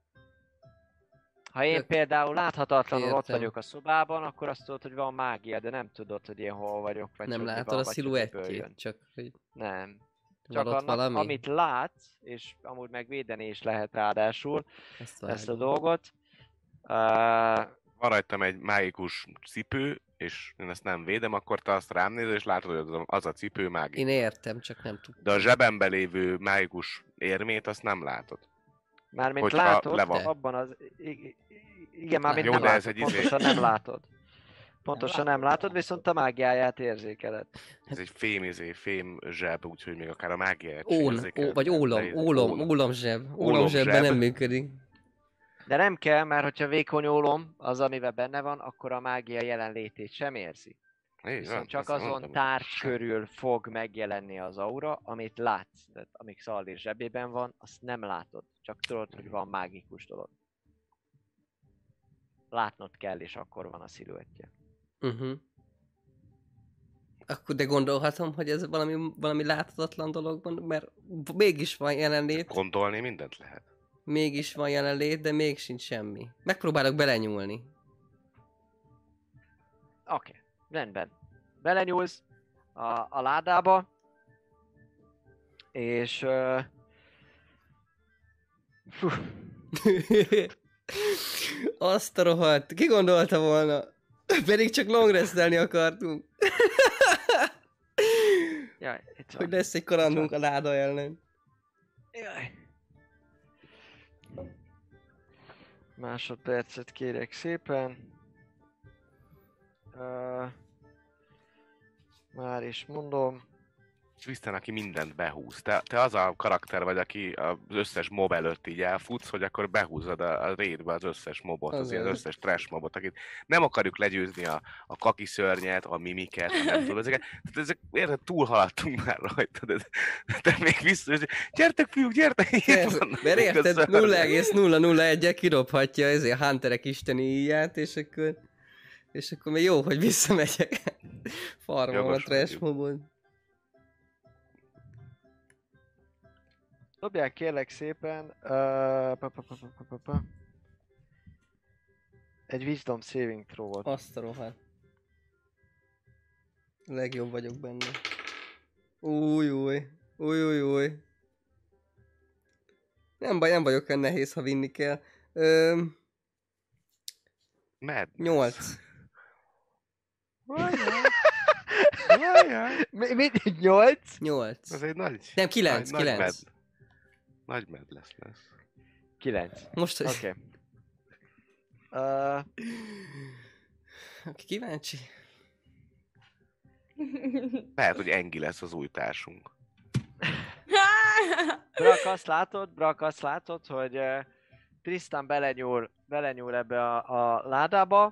Ha én például láthatatlanul ott vagyok a szobában, akkor azt tudod, hogy van mágia, de nem tudod, hogy én hol vagyok. Vagy nem hogy látod van, a sziluettjét, csak hogy... Nem. Csak annak, amit látsz, és amúgy meg védeni is lehet ráadásul ezt a dolgot. Van rajtam egy mágikus cipő, és én ezt nem védem, akkor te azt rám nézel, és látod, hogy az a cipő mágikus. Én értem, csak nem tudom. De a zsebembe lévő mágikus érmét, azt nem látod. Mármint hogyha látod, abban az... Igen, mármint nem látod, pontosan nem látod. Pontosan nem látod, viszont a mágiáját érzékeled. Ez egy fém zseb, úgyhogy még akár a mágiáját vagy ólomzseb. Ólomzsebben nem működik. De nem kell, mert hogyha vékony ólom az, amivel benne van, akkor a mágia jelenlétét sem érzi. Viszont csak azon tárgy körül fog megjelenni az aura, amit látsz. Tehát amíg Szallér zsebében van, azt nem látod. Csak tudod, hogy van mágikus dolog. Látnod kell, és akkor van a sziluettje. Akkor de gondolhatom, hogy ez valami láthatatlan dologban, mert mégis van jelenlét. Gondolni mindent lehet. Mégis van jelenlét, de még sincs semmi. Megpróbálok belenyúlni. Oké, rendben. Belenyúlsz a ládába, és... Azt a rohadt. Ki gondolta volna? Pedig csak long restelni akartunk. Jaj, itt van. Hogy lesz egy kalandunk a láda ellen. Jaj. Másodpercet kérek szépen. Már is mondom. Tristan, aki mindent behúz. Te az a karakter vagy, aki az összes mob előtt így elfutsz, hogy akkor behúzod a raidbe az összes mobot, az összes trash mobot, akit nem akarjuk legyőzni a kaki szörnyet, a mimiket, nem tudom, ezeket. Tehát ezek érted, túlhaladtunk már rajta, de még vissza, gyertek fiúk, gyertek! Mert érted, 0,001-el kidobhatja ezért a hunterek isteni íját, és akkor még jó, hogy visszamegyek. Farmol a trash mobot. Dobják kérlek szépen egy Wisdom Saving Throw-ot. Azt a rohadt. Legjobb vagyok benne. Új. Nem vagyok olyan nehéz, ha vinni kell. 8. Mit? 8? 8. Ez egy nagy... Nem, 9. Nagy med lesz. 9. Most... Oké. Aki kíváncsi. Lehet, hogy Engi lesz az új társunk. Brak, azt látod, hogy Tristan belenyúl ebbe a ládába.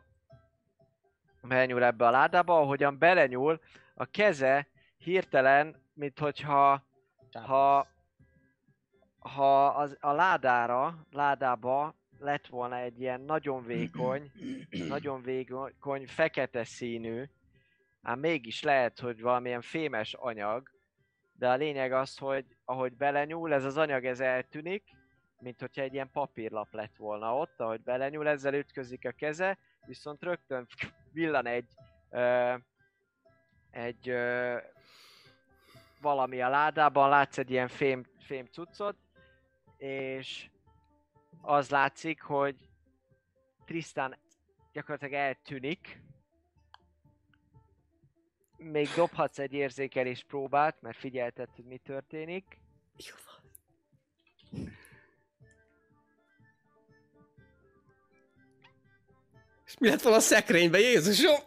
Ahogyan belenyúl, a keze hirtelen, mint hogyha a ládába lett volna egy ilyen nagyon vékony, fekete színű, ám mégis lehet, hogy valamilyen fémes anyag, de a lényeg az, hogy ahogy belenyúl, ez az anyag ez eltűnik, mint hogyha egy ilyen papírlap lett volna ott, ahogy belenyúl, ezzel ütközik a keze, viszont rögtön villan egy valami a ládában, látsz egy ilyen fém cuccot, és az látszik, hogy Tristan gyakorlatilag eltűnik. Még dobhatsz egy érzékelés próbát, mert figyelted, hogy mi történik. Jó van. És mi lett volna a szekrényben, Jézusom?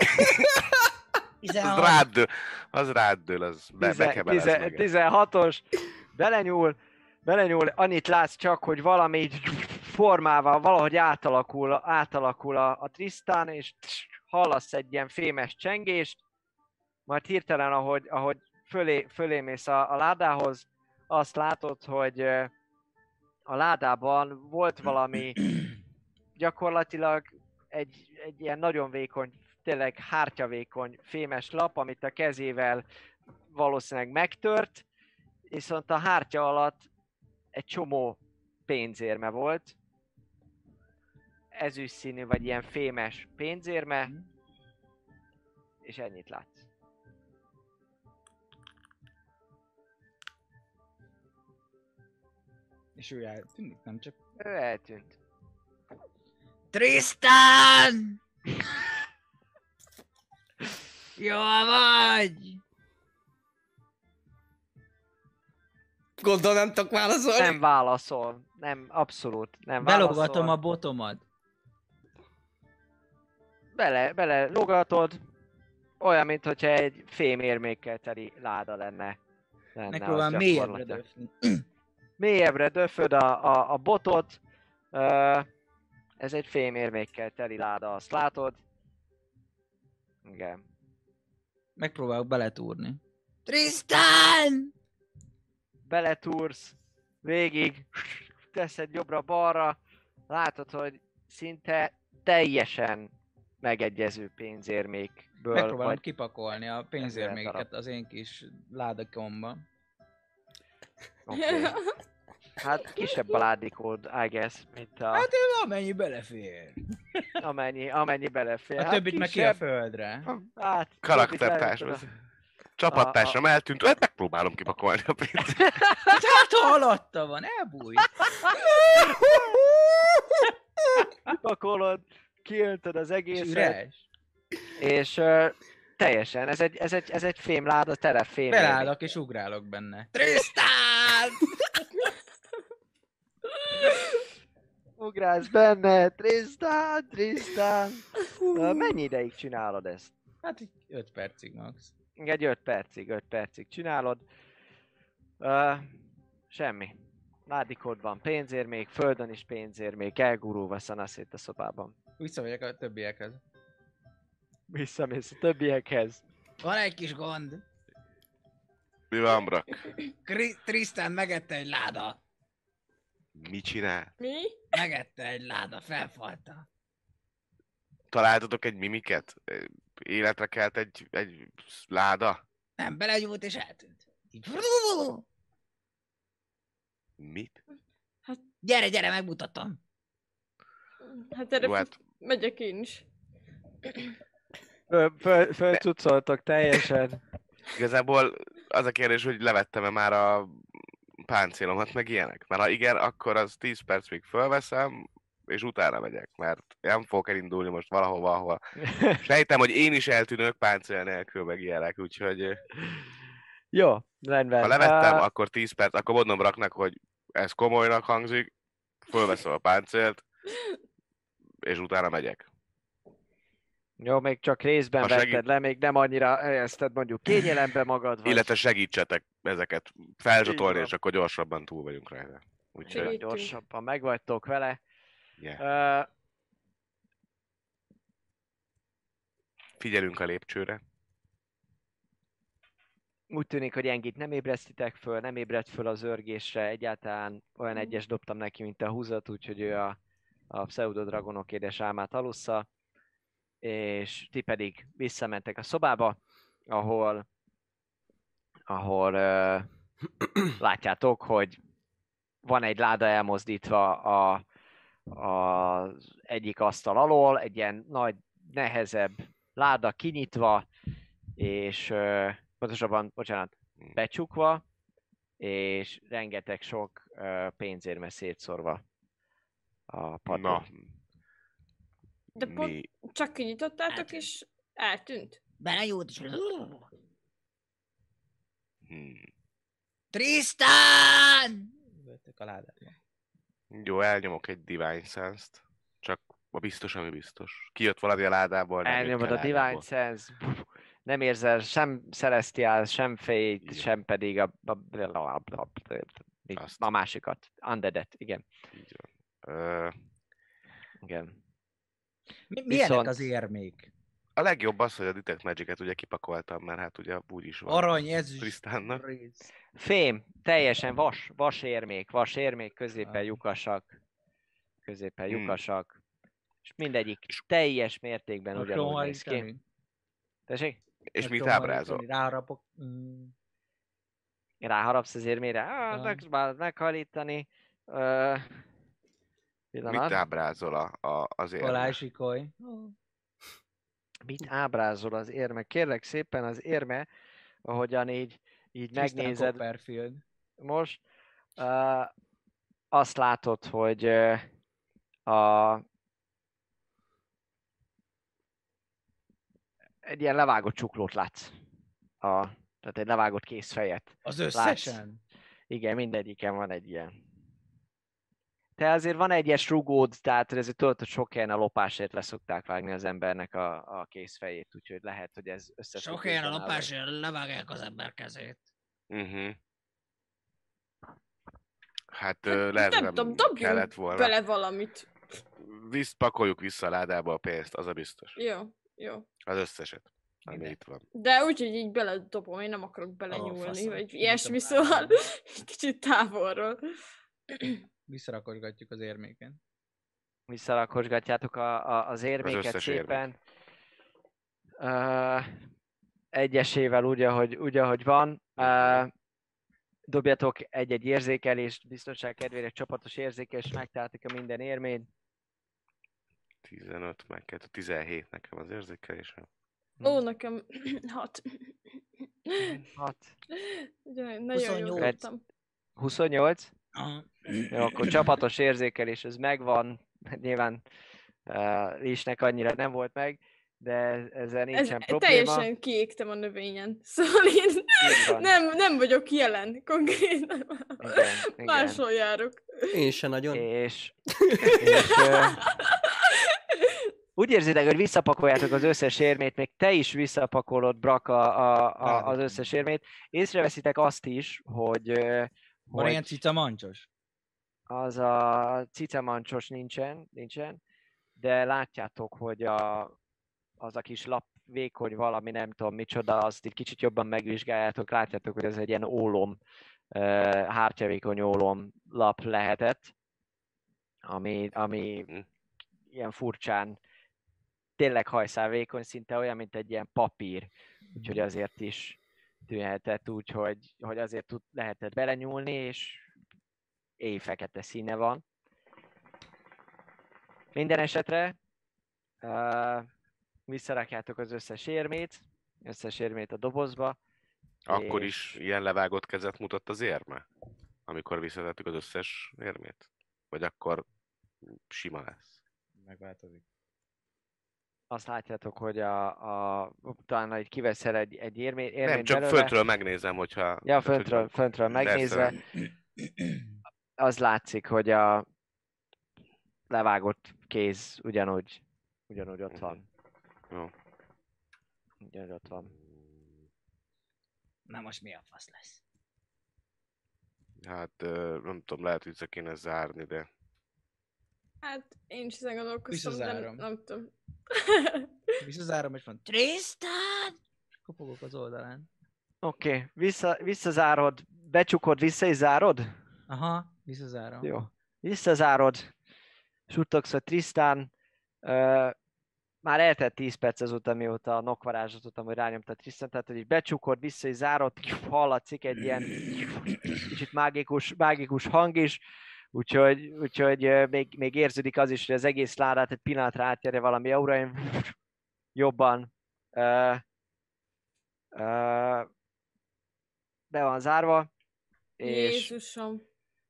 Az rád dől, az bekebelez meg. 16-os, belenyúl, annyit látsz csak, hogy valami formával valahogy átalakul a Tristan, és hallasz egy ilyen fémes csengést, majd hirtelen, ahogy fölé mész a ládához, azt látod, hogy a ládában volt valami, gyakorlatilag egy ilyen nagyon vékony, tényleg hártyavékony fémes lap, amit a kezével valószínűleg megtört, viszont a hártya alatt egy csomó pénzérme volt, ezüst színű vagy ilyen fémes pénzérme, és ennyit látsz. És ő eltűnik, nem csak... Ő eltűnt. Tristan! Jól vagy! Gondolom nem tudok válaszolni. Nem válaszol. Nem, abszolút nem válaszol. Belogatom a botomat. Bele logatod. Olyan, mintha egy fémérmékkel teli láda lenne. Megpróbálom mélyebbre döfni. Mélyebbre döföd a botot. Ez egy fémérmékkel teli láda, azt látod. Igen. Megpróbálok beletúrni. Tristan! Beletúrsz, végig, teszed jobbra-balra, látod, hogy szinte teljesen megegyező pénzérmékből Megpróbálom vagy... kipakolni a pénzérméket az én kis ládakomba. Okay. Hát kisebb a ládikód, I guess, mint a... Hát amennyi belefér. Amennyi belefér. A többit meg ki a földre. Hát, Karaktertárs. Csapattársam eltűnt, hát megpróbálom kipakolni a pénzt. Hát alatta van, elbújj! Kipakolod, kiöntöd az egészet. Üres. És teljesen, ez egy fémláda, tele fém. Belállok és ugrálok benne. Tristan! Ugrálsz benne, Tristan! Mennyi ideig csinálod ezt? Hát 5 percig max. Egy 5 percig csinálod. Semmi. Ládikod van, pénzérmék, földön is pénzérmék, elgurulva szanaszét a szobában. Visszamegyek a többiekhez. Visszamész a többiekhez. Van egy kis gond. Mi van, Brak? Tristan megette egy láda. Mit csinál? Mi? Megette egy láda, felfalta. Találtatok egy mimiket? Életre kelt egy láda? Nem, belegyújt és eltűnt. Így. Mit? Gyere, megmutatom. Hát erre Jó, hát megyek én is. Fölcucoltok teljesen. igazából az a kérdés, hogy levettem-e már a páncélomat, meg ilyenek. Mert ha igen, akkor az 10 percig fölveszem, és utána megyek, mert nem fogok elindulni most valahova, ahol sejtem, hogy én is eltűnök páncél nélkül, meg ilyenek, úgyhogy... Jó, rendben. Ha levettem, akkor 10 perc, akkor mondom Braknak, hogy ez komolynak hangzik, fölveszem a páncélt, és utána megyek. Jó, még csak részben vetted le, még nem annyira helyezted mondjuk kényelembe magad. Vagy... Illetve segítsetek ezeket felzsatolni, és akkor gyorsabban túl vagyunk rajta. Úgyhogy gyorsabban megvagytok vele. Yeah. Figyelünk a lépcsőre. Úgy tűnik, hogy Engit nem ébresztitek föl, nem ébredt föl az örgésre, egyáltalán olyan egyes dobtam neki, mint a húzat, úgyhogy ő a pseudodragonok édesálmát alussza, és ti pedig visszamentek a szobába, ahol látjátok, hogy van egy láda elmozdítva az egyik asztal alól, egy ilyen nagy, nehezebb láda kinyitva, és pontosabban, becsukva, és rengeteg sok pénzérme szétszórva a padon. Na. De pont csak kinyitottátok, és eltűnt. Belejött, és... Tristan! Völtök a ládába. Jó, elnyomok egy Divine Sense-t. Csak a biztos, ami biztos. Kijött valami a ládából, nem elnyomod a Divine Sense, nem érzel sem Celestial, sem Fate, sem pedig a másikat. Undead-et, igen. Így van. Igen. Milyenek az érmék? A legjobb az, hogy a Detect Magic-et ugye kipakoltam, mert hát ugye úgy is van. Arany, ezüst, Tristannak. Fém, teljesen vas érmék, középen lyukasak. És mindegyik teljes mértékben ugyanúgy néz ki. Tessék? És mit ábrázol? Ráharapok. Ráharapsz az érmére? Már meghalítani. Mit ábrázol az érme? Alásikolj. Mit ábrázol az érme? Kérlek szépen az érme, ahogyan így megnézed most, azt látod, hogy egy ilyen levágott csuklót látsz. Tehát egy levágott kézfejet. Az összesen? Látsz. Igen, mindegyiken van egy ilyen. Te azért van egyes rugód, tehát ezért tudod, hogy sok helyen a lopásért leszokták vágni az embernek a kézfejét, úgyhogy lehet, hogy ez összefüggésben sok helyen a lopásért levágják az ember kezét. Hát lehet, nem tudom, kellett volna. Bele valamit. Pakoljuk vissza a ládába a pénzt, az a biztos. Jó. Az összeset, ami itt van. De úgy, hogy így beledobom, én nem akarok belenyúlni, vagy ilyesmi, szóval kicsit távolról. Visszarakosgatjuk az érméken. Visszarakosgatjátok az érméket az szépen. Egyesével úgy, ahogy van. Dobjatok egy érzékelést, biztonság kedvére csapatos érzékelést, megtaláltuk a minden érményt. 15, meg 17 nekem az érzékelésem. Ó, nekem 6. 6. Nagyon jól voltam. 28? Jó, akkor csapatos érzékelés, ez megvan. Nyilván Lisnek annyira nem volt meg, de ezzel nincsen probléma. Teljesen kiégtem a növényen, szóval én nem vagyok jelen konkrétan. Igen. Máshol járok. Én se nagyon. És úgy érzitek, hogy visszapakoljátok az összes érmét, még te is visszapakolod, Braka, az összes érmét. Észreveszitek azt is, hogy... Van ilyen cicamancsos? Az a cicamancsos nincsen, de látjátok, hogy az a kis lap vékony valami, nem tudom micsoda, azt egy kicsit jobban megvizsgáljátok, látjátok, hogy ez egy ilyen ólom, hártyavékony ólom lap lehetett, ami ilyen furcsán, tényleg hajszálvékony, szinte olyan, mint egy ilyen papír, úgyhogy azért is tűnhetett úgy, hogy azért lehetett belenyúlni, és éjfekete színe van. Minden esetre visszarakjátok az összes érmét a dobozba. Akkor is ilyen levágott kezet mutat az érme? Amikor visszatettük az összes érmét? Vagy akkor sima lesz? Megváltozik. Azt látjátok, hogy talán hogy kiveszel egy érmét nem, csak belőle. föntről megnézem, hogyha... Ja, föntről megnézve. Az látszik, hogy levágott kéz ugyanúgy ott van. Jó. Ugyanúgy ott van. Na most mi a fasz lesz? Hát nem tudom, lehet, hogy vissza kéne zárni, de... Hát én is ezen gondolkoztam, de Visszazárom. nem tudom. Visszazárom, és mondom, Tristan! kopogok az oldalán. Oké, visszazárod, becsukod, vissza is zárod? Aha, visszazárom. Jó. Visszazárod, suttogsz, hogy Tristan, már eltelt 10 perc azóta, mióta a knock varázslatot, amúgy rányomta Tristan, tehát hogy így becsukod, vissza is zárod, hallatszik egy ilyen kicsit mágikus hang is, úgyhogy még érződik az is, hogy az egész ládát egy pillanatra átjárja valami aura, jobban be van zárva, és Jézusom.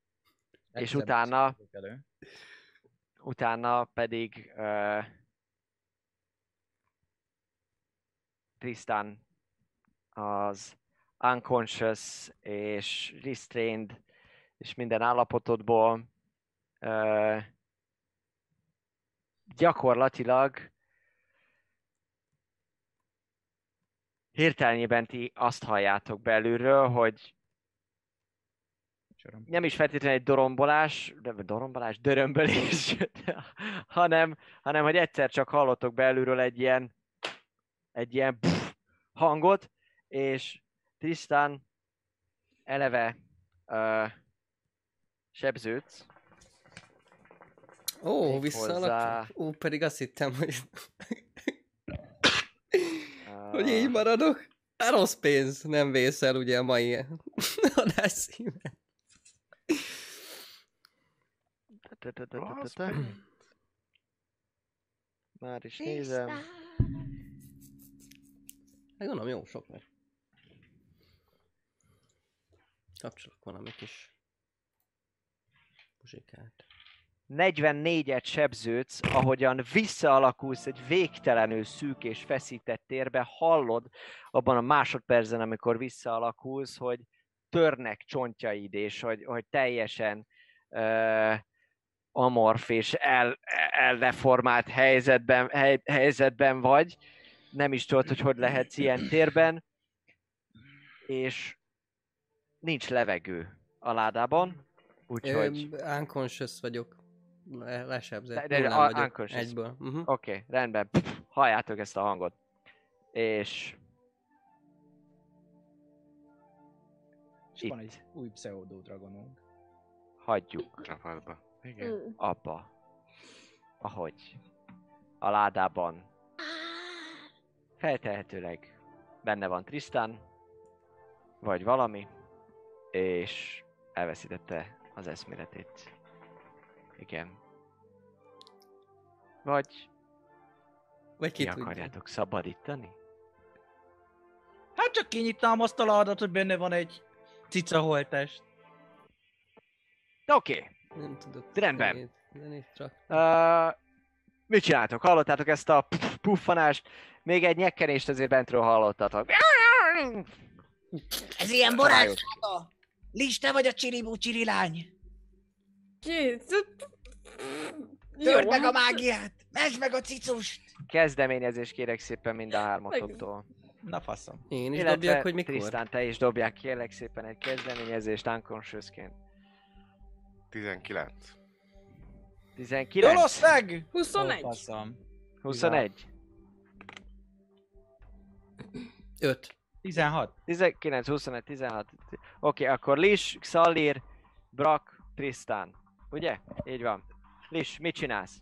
utána pedig Tristan az unconscious és restrained és minden állapotodból gyakorlatilag hirtelenében ti azt halljátok belülről, hogy nem is feltétlenül egy dörömbölés, hanem hogy egyszer csak hallottok belülről egy ilyen hangot, és Tristan eleve sebződsz. Ó, visszaalakul. Pedig azt hittem, hogy... hogy így maradok. A rossz pénz nem vészel ugye a mai adásszíven. Már is nézem. Hát gondolom jó sok, mert kapcsolok valami kis muzsikát. 44-et sebződsz, ahogyan visszaalakulsz egy végtelenül szűk és feszített térbe, hallod abban a másodpercben, amikor visszaalakulsz, hogy törnek csontjaid, és hogy teljesen amorf és eldeformált helyzetben vagy. Nem is tudod, hogy lehetsz ilyen térben, és nincs levegő a ládában, úgyhogy... Unconscious vagyok. Lesebzett. De vagyok. Egyből. Oké, rendben. Halljátok ezt a hangot. És... van egy új pseudo-dragonunk. Hagyjuk. Csapatba. Igen. Abba. Ahogy a ládában feltehetőleg benne van Tristan, vagy valami, és elveszítette az eszméletét. Igen. Vagy ki akarjátok szabadítani? Hát csak kinyitnám azt a ládat, hogy benne van egy cica holttest. Oké. Nem tudok. Rendben. Csak. Mit csináltok? Hallottátok ezt a puffanást? Még egy nyekkenést azért bentről hallottatok. Ez ilyen barátsága! Lista vagy a csiribú csirilány? Törd meg a mágiát! Mesd meg a cicust! Kezdeményezést kérek szépen mind a hármatoktól. Na faszom. Én is dobjak, hogy mikor? Tristan, te is dobják, kérlek szépen egy kezdeményezést unconsciousként. 19. 19? Jolosz meg! 21. 21. 5. 16. 19, 21, 16. Oké, akkor Lis, Xalir, Brak, Tristan. Ugye? Így van. Lis, mit csinálsz?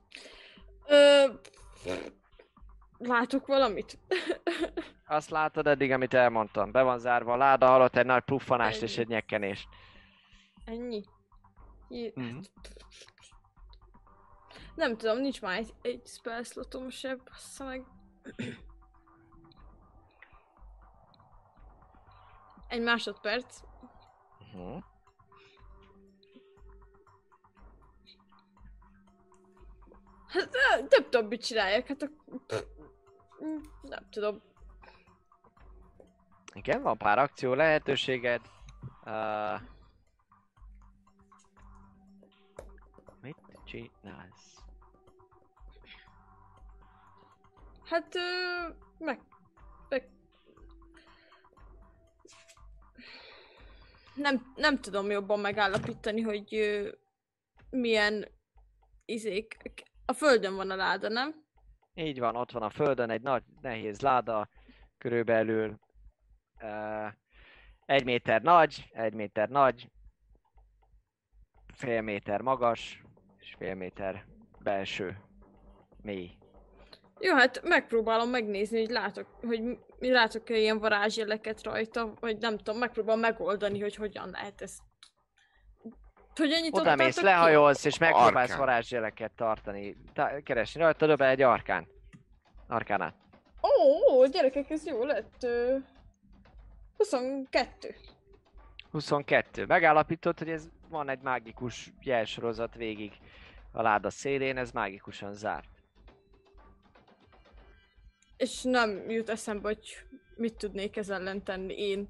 Látok valamit? Azt látod eddig, amit elmondtam. Be van zárva a láda, hallott egy nagy puffanást és Ennyi. egy nyekkenést. Ennyi? Mhm. Nem tudom, nincs már egy spell slotom se, bassza meg. Egy másodperc. Uh-huh. Hát nem tudom, mit csináljak, hát nem tudom. Igen, van pár akció lehetőséged. Mit csinálsz? Hát, meg... Nem tudom jobban megállapítani, hogy milyen izék... A földön van a láda, nem? Így van, ott van a földön egy nagy, nehéz láda, körülbelül 1 méter nagy, fél méter magas, és fél méter belső, mély. Jó, hát megpróbálom megnézni, hogy látok-e ilyen varázsjeleket rajta, vagy nem tudom, megpróbálom megoldani, hogy hogyan lehet ezt. Hogyan nyitottátok Oda mész, ki? lehajolsz, és megpróbálsz Arkán. varázsjeleket tartani, keresni rajta, dob el egy arkánát. Ó, gyerekek, ez jó lett. 22. 22. Megállapított, hogy ez van egy mágikus jelsorozat végig a láda szélén, ez mágikusan zárt. És nem jut eszembe, hogy mit tudnék ez ellen tenni én.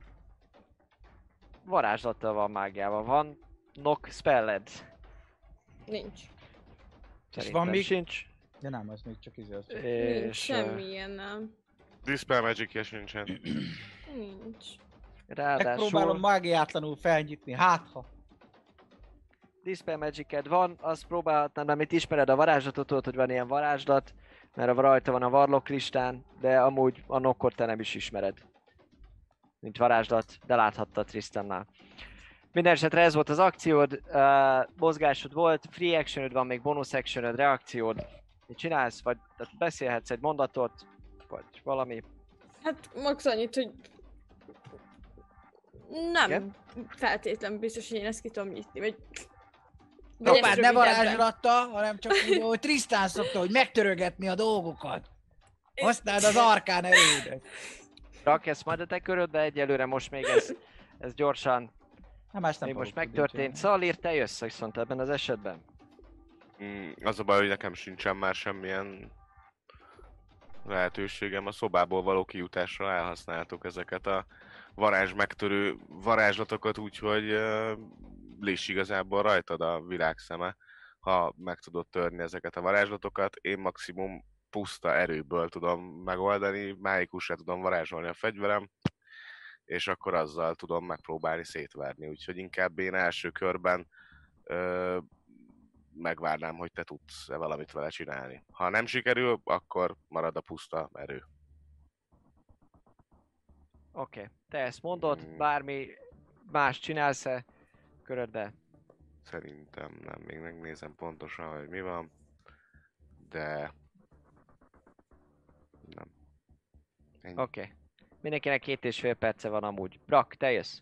Varázslattal van mágiával, van knock spelled. Nincs. Szerintem még- sincs. De nem, az még csak izé. Nincs És semmilyen, nem. Dispel Magic-je sincsen. Nincs. Megpróbálom ráadásul mágiátlanul felnyitni, hát ha. Dispel Magic-ed van, azt próbálhatnám, amit ismered a varázslatot, tudod, hogy van ilyen varázslat, mert rajta van a Warlock listán, de amúgy a knockot te nem is ismered. Mint varázslat, de láthattad Tristannál. Mindenesetre ez volt az akciód, mozgásod volt, free actionod van, még bonus actionod, reakciód. Mit csinálsz? Vagy tehát beszélhetsz egy mondatot, vagy valami. Hát max annyit, hogy nem Igen? feltétlenül biztos, hogy én ezt ki tudom nyitni, vagy Apád ezt ne rövidebben. varázslatta, hanem csak úgy, hogy Trisztán szokta, hogy megtörögetni a dolgokat. Használd az arkán erődet. Rak ezt majd a te körödbe, egyelőre most még ez gyorsan, Nem, más nem még most fogok tudni megtörtént. csinálni. Szalir, te jössz viszont ebben az esetben. Az a baj, hogy nekem sincsen már semmilyen lehetőségem. A szobából való kijutásra elhasználtuk ezeket a varázs megtörő varázslatokat, úgyhogy Liss igazából rajtad a világszeme, ha meg tudod törni ezeket a varázslatokat. Én maximum puszta erőből tudom megoldani, mágikusra tudom varázsolni a fegyverem, és akkor azzal tudom megpróbálni szétverni. Úgyhogy inkább én első körben megvárnám, hogy te tudsz-e valamit vele csinálni. Ha nem sikerül, akkor marad a puszta erő. Oké, te ezt mondod, bármi más csinálsz-e körödbe? Szerintem nem, még megnézem pontosan, hogy mi van, de nem. Ennyi. Oké. Mindenkinek 2,5 perce van amúgy. Brak, te jössz.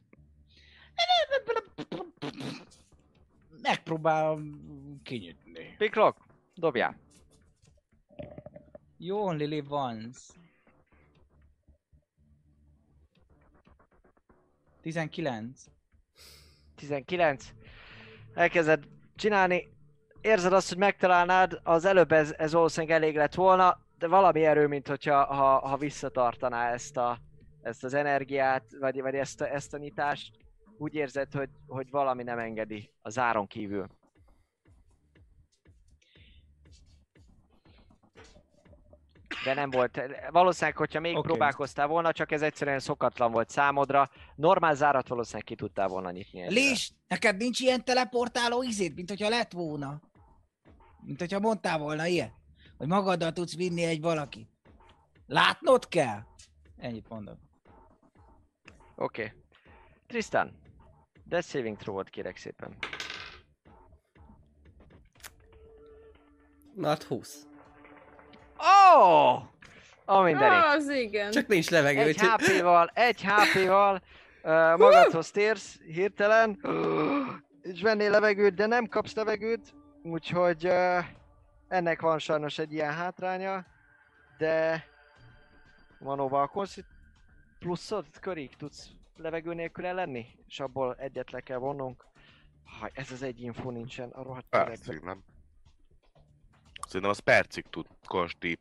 Megpróbálom kinyitni. Piklok, dobjál. You only live once. 19. 19. Elkezded csinálni. Érzed azt, hogy megtalálnád, az előbb ez valószínűleg elég lett volna, de valami erő, mint hogyha ha visszatartaná ezt az energiát, vagy ezt a nyitást, úgy érzed, hogy valami nem engedi a záron kívül. De nem volt. Valószínűleg, hogyha még Oké. próbálkoztál volna, csak ez egyszerűen szokatlan volt számodra. Normál zárat valószínűleg ki tudtál volna nyitni. egyre. Lis, neked nincs ilyen teleportáló izét, mint hogyha lett volna? Mint hogyha mondtál volna ilyet? Hogy magaddal tudsz vinni egy valakit. Látnod kell? Ennyit mondok. Oké. Tristan, Death Saving Throw-ot kérek szépen. Hát 20. Oh! A mindenit. Az igen. Csak nincs levegő, Egy HP-val magadhoz térsz hirtelen, és vennél levegőt, de nem kapsz levegőt, úgyhogy ennek van sajnos egy ilyen hátránya, de van a konszit pluszod, körig tudsz levegő nélkül lenni, és abból egyet le kell vonnunk. Ez az egy info nincsen a rohadt Percig, köregben. nem? Szerintem az percig tud konsti.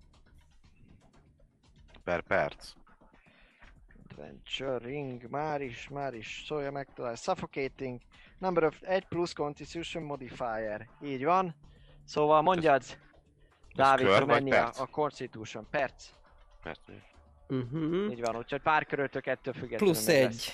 Per perc. Adventuring, már is, szólja meg talán. Suffocating, number of 1 plusz Constitution modifier. Így van. Szóval mondjad, Dávidra menni a Constitution. Perc. Így van, úgyhogy pár köröltök ettől függetlenül. Plusz 1.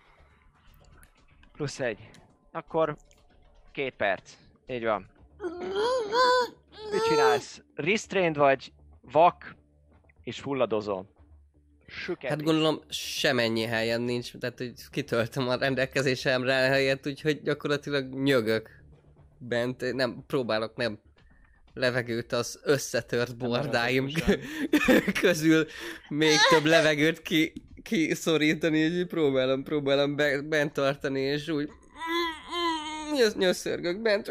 Plusz 1. Akkor 2 perc. Így van. Mit csinálsz? Restrained vagy, vak, és fulladozol. Hát gondolom semennyi helyen nincs, tehát hogy kitöltöm a rendelkezésemre helyet, úgyhogy gyakorlatilag nyögök bent, nem próbálok nem levegőt az összetört bordáim közül még több levegőt kiszorítani, és próbálom bent tartani, és úgy nyöszörgök bent.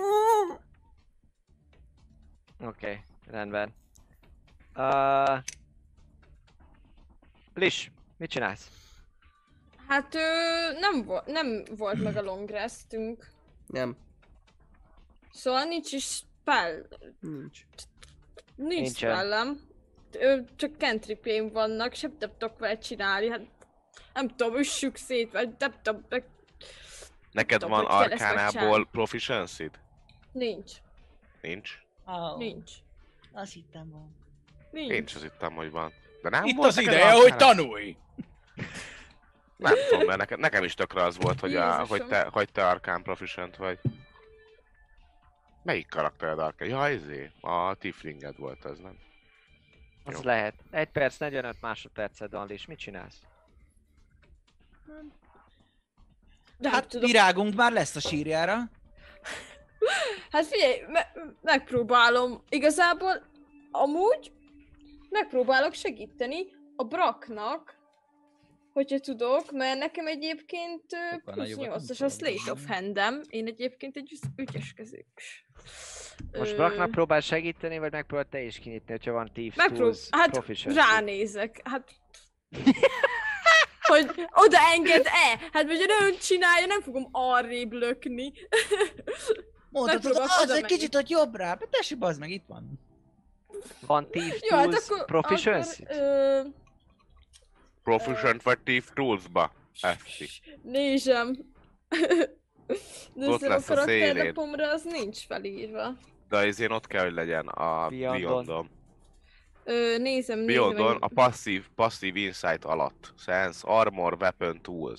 Oké, rendben. Lish, mit csinálsz? Hát nem volt meg a long restünk. Nem. Szóval nincs is spell. Nincs spellem. Csak cantripjaim vannak, sem nem tudok vele csinálni. Hát nem tudom, üssük szét, vagy nem tudom. Neked tudom, van hogy kell ezt Arkánából megcsinálni. proficiency-d? Nincs. Nincs? Oh, Nincs. azt hittem volna. Nincs. Én is azt hittem, hogy van. De nem Itt volt az neked ideje, Arcana? hogy tanulj! Nem tudom, mert nekem is tökre az volt, hogy, Jézusom. hogy te Arcane proficient vagy. Melyik karaktered Arcane? Ja, a Tieflinged volt az, nem? Az Jó. lehet. 1 perc, 45 másodperced van, Lish, mit csinálsz? De Hát tudom. virágunk már lesz a sírjára. Hát figyelj, megpróbálom. Igazából amúgy megpróbálok segíteni a Braknak, hogyha tudok, mert nekem egyébként Sokkal plusz nagyobbat nem 8-as a tudom. Slate of Hand-em. Én egyébként egy ügyeskezős. Most Braknak próbál segíteni, vagy megpróbál te is kinyitni, hogyha van Thief Tools Hát proficiency? ránézek, hát... hogy odaenged-e? Hát vagy ha nem csinálja, nem fogom arrébb lökni. Mondhatod, Megpróbálok az egy oda menni. kicsit, hogy jobbra. Tessék, bazd meg, itt van. Van Thief Jó, hát Tools akkor... proficiency? Proficient vagy Thief Tools-ba? Eszti. Nézem. Ott Nézem, a lesz a szélén. karakterlapomra az nincs felírva. De ezért ott kell, hogy legyen a Beyondon. Beyondon. Nézem. Beyondon a passive insight alatt. Sense, Armor, Weapon, Tools.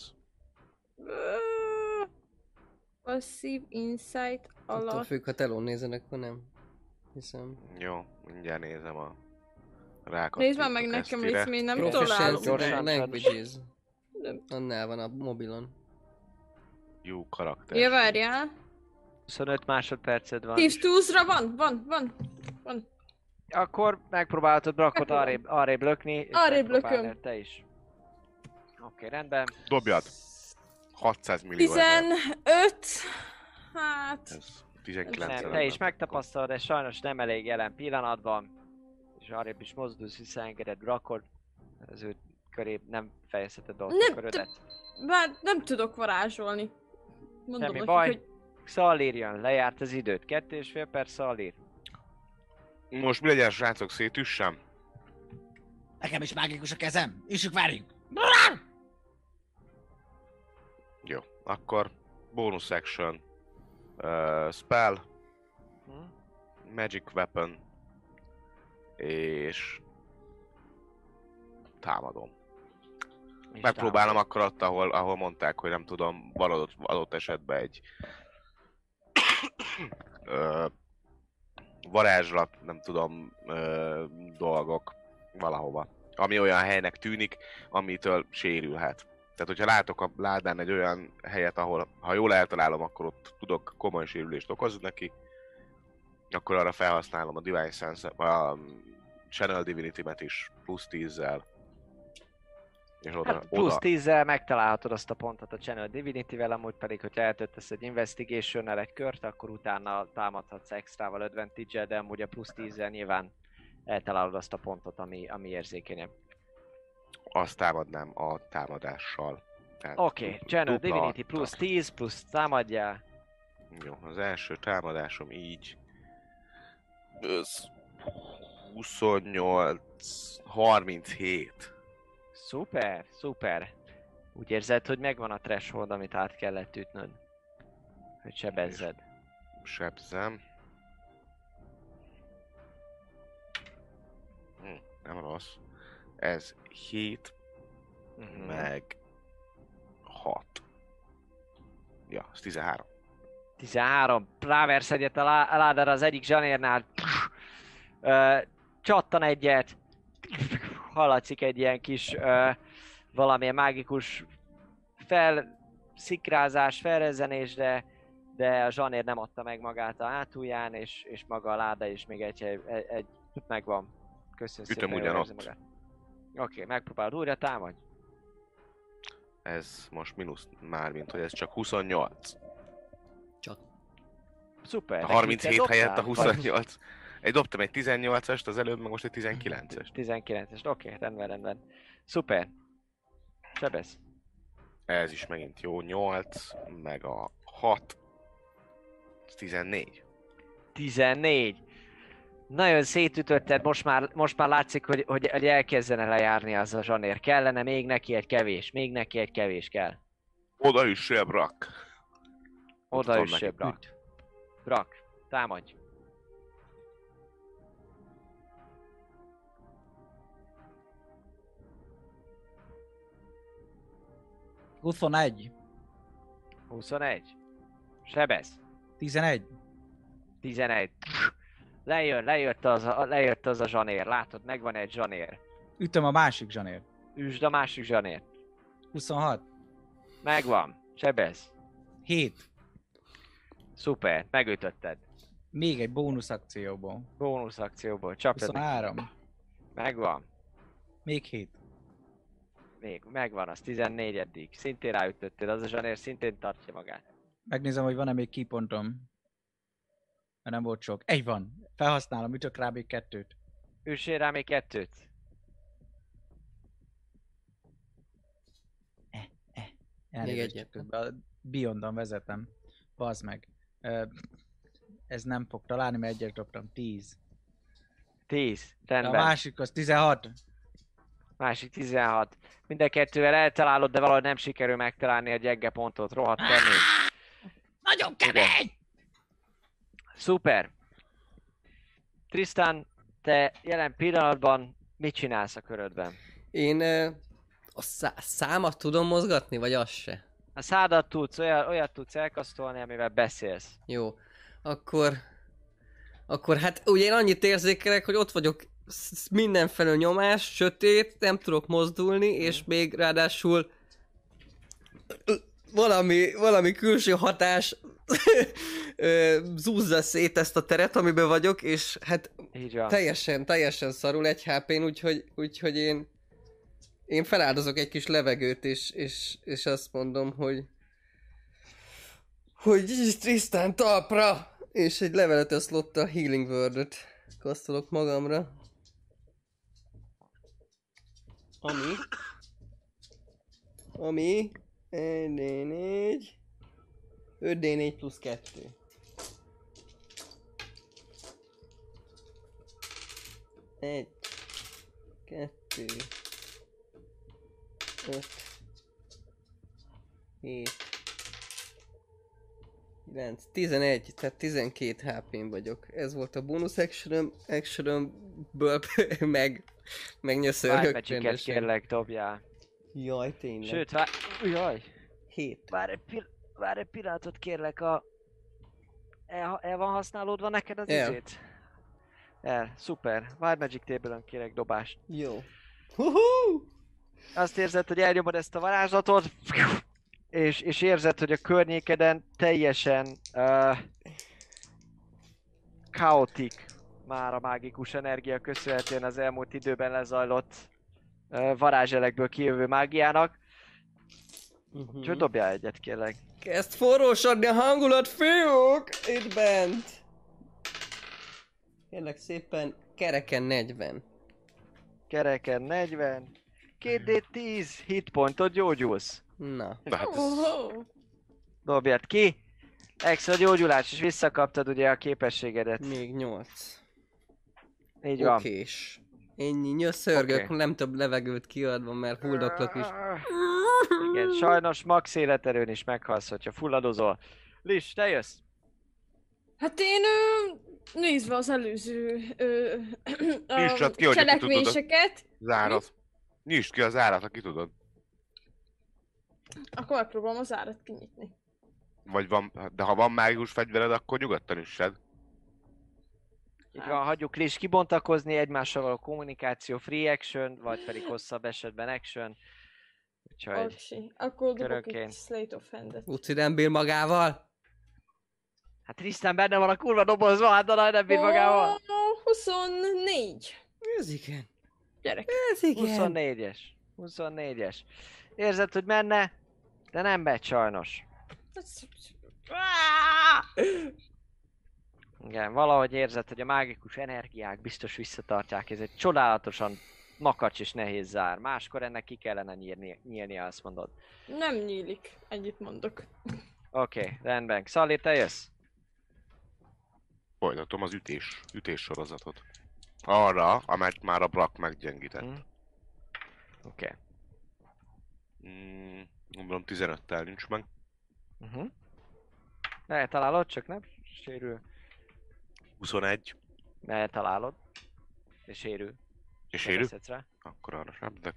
Passive Insight Attól alatt. függ, ha telón nézenek, akkor nem. Hiszem. Jó, mindjárt nézem a rákat. Nézd már meg nekem, hogy még nem találom. Proficiency Gyorsan. languages. Nem. Annál van a mobilon. Jó karakter. Ja, várjál. 25 másodperced van. Thieves Tools-ra van. Akkor megpróbálhatod Brakot Megpróbálom. arrébb lökni. és Arrébb megpróbálnál lököm. te is. Oké, rendben. Dobjad. 600 millió. 15. Hát... Ez 19 Nem, lenne te is akkor. megtapasztalod, de sajnos nem elég jelen pillanatban. És arrébb is mozdulsz, visszaengeded Brakot. Az ő köré nem fejezheted ott a Nem, körödet. Bár nem tudok varázsolni. Mondom Semmi nekik, baj. hogy... Szalír jön, lejárt az időt. 2,5 perc Szalír. Most mi legyen, srácok, szétüssem? Nekem is mágikus a kezem. Üssük, várjunk. Jó, akkor bonus action. Spell, magic weapon és támadom. És Megpróbálom akkor ott, ahol mondták, hogy nem tudom, van adott esetben egy varázslat, nem tudom, dolgok valahova. Ami olyan helynek tűnik, amitől sérülhet. Tehát, hogyha látok a ládán egy olyan helyet, ahol, ha jól eltalálom, akkor ott tudok komoly sérülést okozni neki, akkor arra felhasználom a Divine Sense, a Channel Divinity-met is plusz 10-zel. És oda, Hát plusz 10-zel megtalálhatod azt a pontot a Channel Divinity-vel, amúgy pedig, hogyha eltöltesz egy Investigation-nel egy kört, akkor utána támadhatsz extrával advantage-el, de amúgy a plusz 10-zel nyilván eltalálod azt a pontot, ami érzékenyebb. azt támadnám a támadással. Oké, Channel dupla Divinity attack. plusz 10, plusz támadjál. Jó, az első támadásom így. Ez 28, 37. Szuper, szuper. Úgy érzed, hogy megvan a threshold, amit át kellett ütnöd. Hogy sebezzed. Sebzem. Nem rossz. Ez 7, meg 6. Ja, ez 13. 13. Ráversz egyet a ládára az egyik zsanérnál. Csattan egyet. Hallatszik egy ilyen kis valamilyen mágikus felszikrázás, felrezzenés, de a zsanér nem adta meg magát a hátulján, és maga a láda is még egy megvan. Köszönöm Ütöm szépen, ugyanott. Oké, megpróbálod újra, támadj. Ez most mínusz, mármint, hogy ez csak 28. Csak. Szuper. A neki 37 te helyett a dobtál? 28. Dobtam egy 18-est az előbb, meg most egy 19-est. 19-es, oké, rendben. Szuper. Sebesz. Ez is megint jó, 8, meg a 6. Ez 14. 14. Nagyon szétütötted, most már látszik, hogy elkezdene lejárni az a zsanér. Kellene még neki egy kevés, kell. Oda üssél, Brak. Oda üssél, Brak. Brak, támadj. Huszonegy. 21. Sebesz. 11. 11. Lejött az a zsanér. Látod, megvan egy zsanér. Ütöm a másik zsanér. Üsd a másik zsanér. 26. Megvan. Sebesz. 7. Szuper, megütötted. Még egy bónusz akcióból. Bónusz akcióból, csapjad. 23. Megvan. Még 7. Még megvan, az 14. Szintén ráütöttél, az a zsanér szintén tartja magát. Megnézem, hogy van-e még kipontom. Mert nem volt sok. Egy van. Felhasználom, ütök rá még 2-t. Üssél rá még 2-t. Még egyet. A Beyondon vezetem. Bazd meg. Ez nem fog találni, mert egyet dobtam. 10. 10. A Rendben. másik az 16. Másik 16. Mind a kettővel eltalálod, de valahogy nem sikerül megtalálni a gyenge pontot. Rohadt kemény. Nagyon kemény! Szuper. Tristan, te jelen pillanatban mit csinálsz a körödben? Én a számat tudom mozgatni, vagy az se? A szádat tudsz, olyat tudsz elkasztolni, amivel beszélsz. Jó. Akkor hát ugye én annyit érzékelek, hogy ott vagyok mindenfelől nyomás, sötét, nem tudok mozdulni, és még ráadásul valami külső hatás zúzza szét ezt a teret, amiben vagyok, és hát teljesen szarul egy HP-n, úgyhogy én feláldozok egy kis levegőt, és azt mondom, hogy Tristan talpra! És egy level 5 slottal Healing Word-öt kasztolok magamra. Ami 1D4 5D4 plusz 2. Egy, 2, 5, 7, 9, 11, tehát 12 HP-n vagyok. Ez volt a bonus actionömből megnyöszörgök Magic-et rendesen. kérlek, dobjál. Jaj, tényleg. Sőt, jaj. 7. Várj egy pillanatot kérlek, el van használódva neked az El. izét? Szuper. Wild Magic Table-ön kérek dobást. Jó. Azt érzed, hogy elnyomod ezt a varázslatot, és érzed, hogy a környékeden teljesen kaotik már a mágikus energia köszönhetően az elmúlt időben lezajlott varázselekből kijövő mágiának. Úgyhogy dobjál egyet, kérlek. Kezd forrósodni a hangulat, fiúk! Itt bent! Kérlek szépen, kereken 40. Kereken 40. 2D10 hitpontot gyógyulsz. Na. De hát ez... Dobjad ki. Extra gyógyulás, és visszakaptad ugye a képességedet. Még 8. Így van. Okés. Ennyi nyöszörgök, Oké. nem több levegőt kiadva, mert huldoklok is. Igen, sajnos max életerőn is meghalsz, hogyha fulladozol. Liz, te jössz. Hát én nézve az előző Nyissad ki, hogy cselekvéseket, zárat. Nyisd ki az árat, aki tudod. akkor megpróbálom az árat kinyitni. Vagy van, de ha van mágikus fegyvered, akkor nyugodtan üssed. Így van, hagyjuk Kris kibontakozni, egymással való kommunikáció, free action, vagy pedig hosszabb esetben action. Úgyhogy Oké, akkor dobok körönként. egy Slate of Hand-et. Uci nem bír magával? Hát Tristan benne van a kurva dobozva, hát a nem bír magával. 24. Ez igen. Gyerek. Ez igen. 24-es. 24-es. Érzed, hogy menne, de nem megy sajnos. Igen, valahogy érzed, hogy a mágikus energiák biztos visszatartják. Ez egy csodálatosan makacs és nehéz zár. Máskor ennek ki kellene nyílnia, azt mondod. Nem nyílik, ennyit mondok. Oké, rendben. Xalir, te jössz? Folytatom az ütés sorozatot. Arra, amelyet már a Brak meggyengített. Oké. Gondolom 15-tel nincs meg. Eltalálod, csak nem sérül. 21. Eltalálod. És sérül. És sérül? Beszedsz rá. Akkor arra sebdek.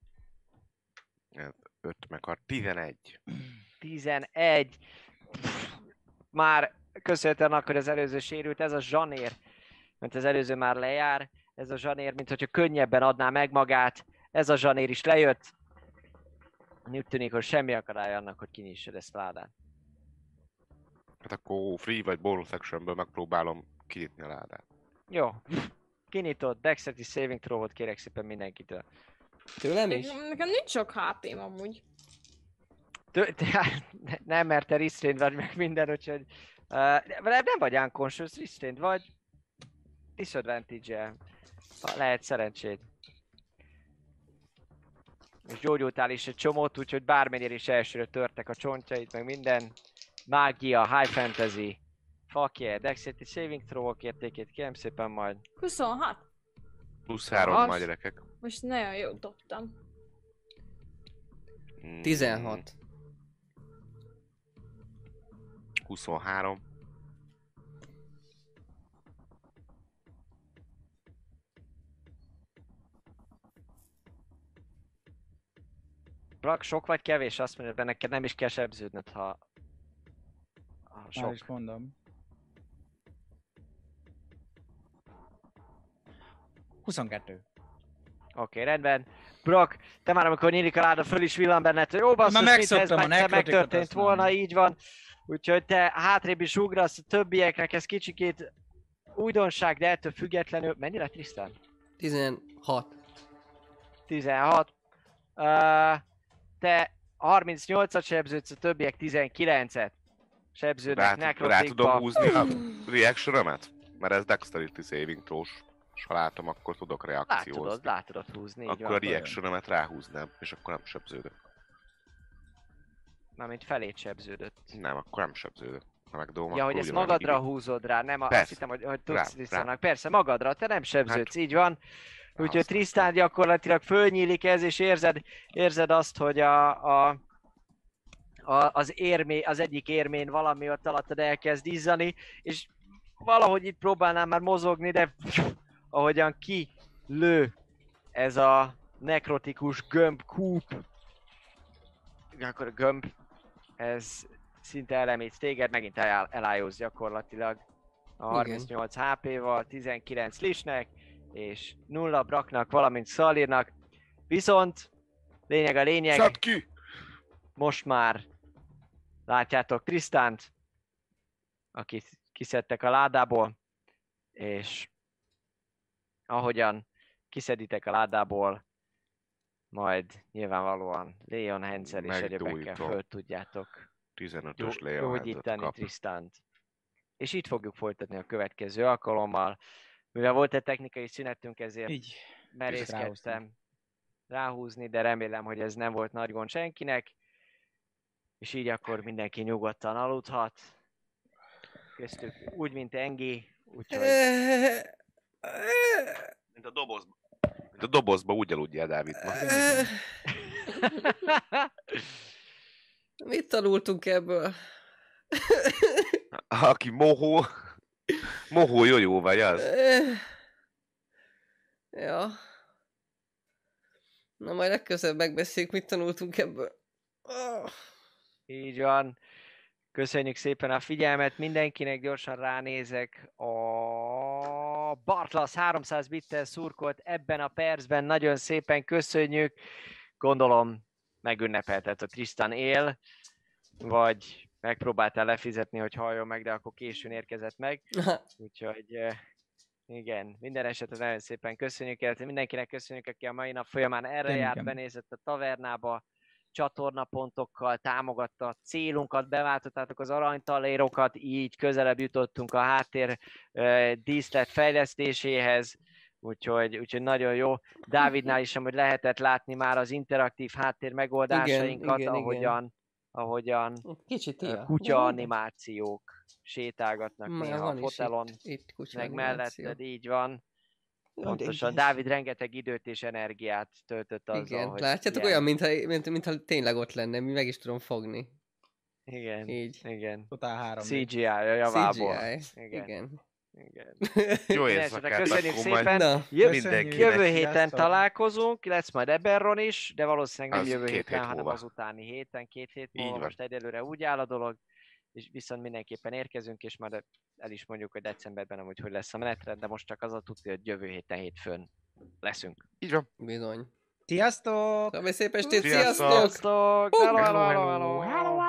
5 meg 6. 11. 11. Már köszönhetően annak, hogy az előző sérült, ez a zsanér, mert az előző már lejár, ez a zsanér, mint hogyha könnyebben adná meg magát, ez a zsanér is lejött. Úgy tűnik, hogy semmi akadály annak, hogy kinyissad ezt a ládát. Hát akkor free vagy bonus actionből megpróbálom kinyitni a ládát. Jó. Kinyitott, Dexterity saving throw-ot kérek szépen mindenkitől. Tőlem is? Nekem nincs sok HP-m amúgy. Nem, mert te restrained vagy meg minden, úgyhogy... nem vagy unconscious, restrained vagy. Disadvantage-el. Lehet szerencséd. És gyógyultál is egy csomót, úgyhogy bármennyire is elsőre törtek a csontjaid, meg minden. Mágia, high fantasy. Fuck yeah, Dexterity saving throw-ok értékét kérem szépen majd. 26. Plusz 3 Az. már gyerekek. Most nagyon jót dobtam. 16. 23. Brak, sok vagy kevés? Azt mondja, hogy neked nem is kell sebződnöd, ha Már sok. is mondom. 22. Oké, rendben. Brock, te már amikor nyílik a láda, föl is villan benned, hogy jó basszus, Már mit ez megszoktam a egyszer nekrotikot, megtörtént azt volna, nem. így van. Úgyhogy te hátrébb is ugrasz, a többieknek ez kicsikét újdonság, de ettől függetlenül... Mennyi lett, Tristan? 16. 16. Te 38-at sebződsz, a többiek 19-et sebződnek Rá nekrotikba. tudom húzni a reaction-ömet? Mert ez Dexterity saving throw-s. És ha látom, akkor tudok reakciózni. Látod húzni, így Akkor van. a reaction-ömet ráhúznám, és akkor nem sebződök. Mármint felét sebződött. Nem, akkor nem sebződök. Ha megdobom, Ja, hogy akkor ezt ugyanolyan magadra így- húzod rá, nem, azt Persze. hittem, hogy Rá, tudsz rá. Tristannak. Persze, magadra, te nem sebződsz, Hát, így van. Úgyhogy azt Tristan gyakorlatilag fölnyílik ez, és érzed azt, hogy az egyik érmén valami ott alattad elkezd izzani, és valahogy itt próbálnám már mozogni, de ahogyan kilő ez a nekrotikus gömbkúp, akkor a gömb, ez szinte elemít téged, megint elájóz gyakorlatilag a 38 HP-val, 19 Lisnek, és 0 Braknak, valamint Xalirnak. Viszont lényeg a lényeg, Szedd ki! most már látjátok Tristant, akit kiszedtek a ládából, és ahogyan kiszeditek a ládából, majd nyilvánvalóan Leon Hansel és egyebekkel Meggyógyítom. föl tudjátok 15-ös Leon gyógyítani kap. Tristant. És itt fogjuk folytatni a következő alkalommal. Mivel volt egy technikai szünetünk, ezért Így. merészkedtem ráhúzni, de remélem, hogy ez nem volt nagy gond senkinek. És így akkor mindenki nyugodtan aludhat. Köztük úgy, mint Engi, úgyhogy Mint a dobozba. Mint a dobozba úgy aludjál, Dávid. Ma. Mit tanultunk ebből? Aki mohó, Mohó jó vagy az? Ja. Na majd legközelebb megbeszéljük, mit tanultunk ebből. Így van. Köszönjük szépen a figyelmet mindenkinek, gyorsan ránézek. A Bartlasz 300 bittel szurkolt ebben a percben, nagyon szépen köszönjük. Gondolom megünnepeltet a Tristan él, vagy megpróbáltál lefizetni, hogy halljon meg, de akkor későn érkezett meg. Úgyhogy igen, minden esetre nagyon szépen köszönjük, illetve mindenkinek köszönjük, aki a mai nap folyamán erre járt, benézett a tavernába, csatornapontokkal támogatta a célunkat, beváltottátok az aranytalérokat, így közelebb jutottunk a háttér díszlet fejlesztéséhez, úgyhogy nagyon jó. Dávidnál is amúgy lehetett látni már az interaktív háttér megoldásainkat, ahogyan kicsit kutya animációk sétálgatnak néha a fotelon, itt meg melletted, így van. Pontosan, Dávid rengeteg időt és energiát töltött azzal, igen, hogy látjátok, olyan, mintha tényleg ott lenne, mi meg is tudom fogni. Igen, így. Igen. Totál 3. CGI-a javából. Igen. Jó éjszakát, köszönjük szépen. Jövő héten találkozunk, lesz majd Eberron is, de valószínűleg nem jövő héten, hanem az utáni héten, 2 hét múlva. Most egyelőre úgy áll a dolog, és viszont mindenképpen érkezünk, és majd el is mondjuk, hogy decemberben amúgy hogy lesz a menetrend, de most csak az a tudja, hogy jövő héten hétfőn leszünk. Így van. Bizony. Sziasztok! Szép estét, sziasztok! Sziasztok! Hello, hello, hello, hello.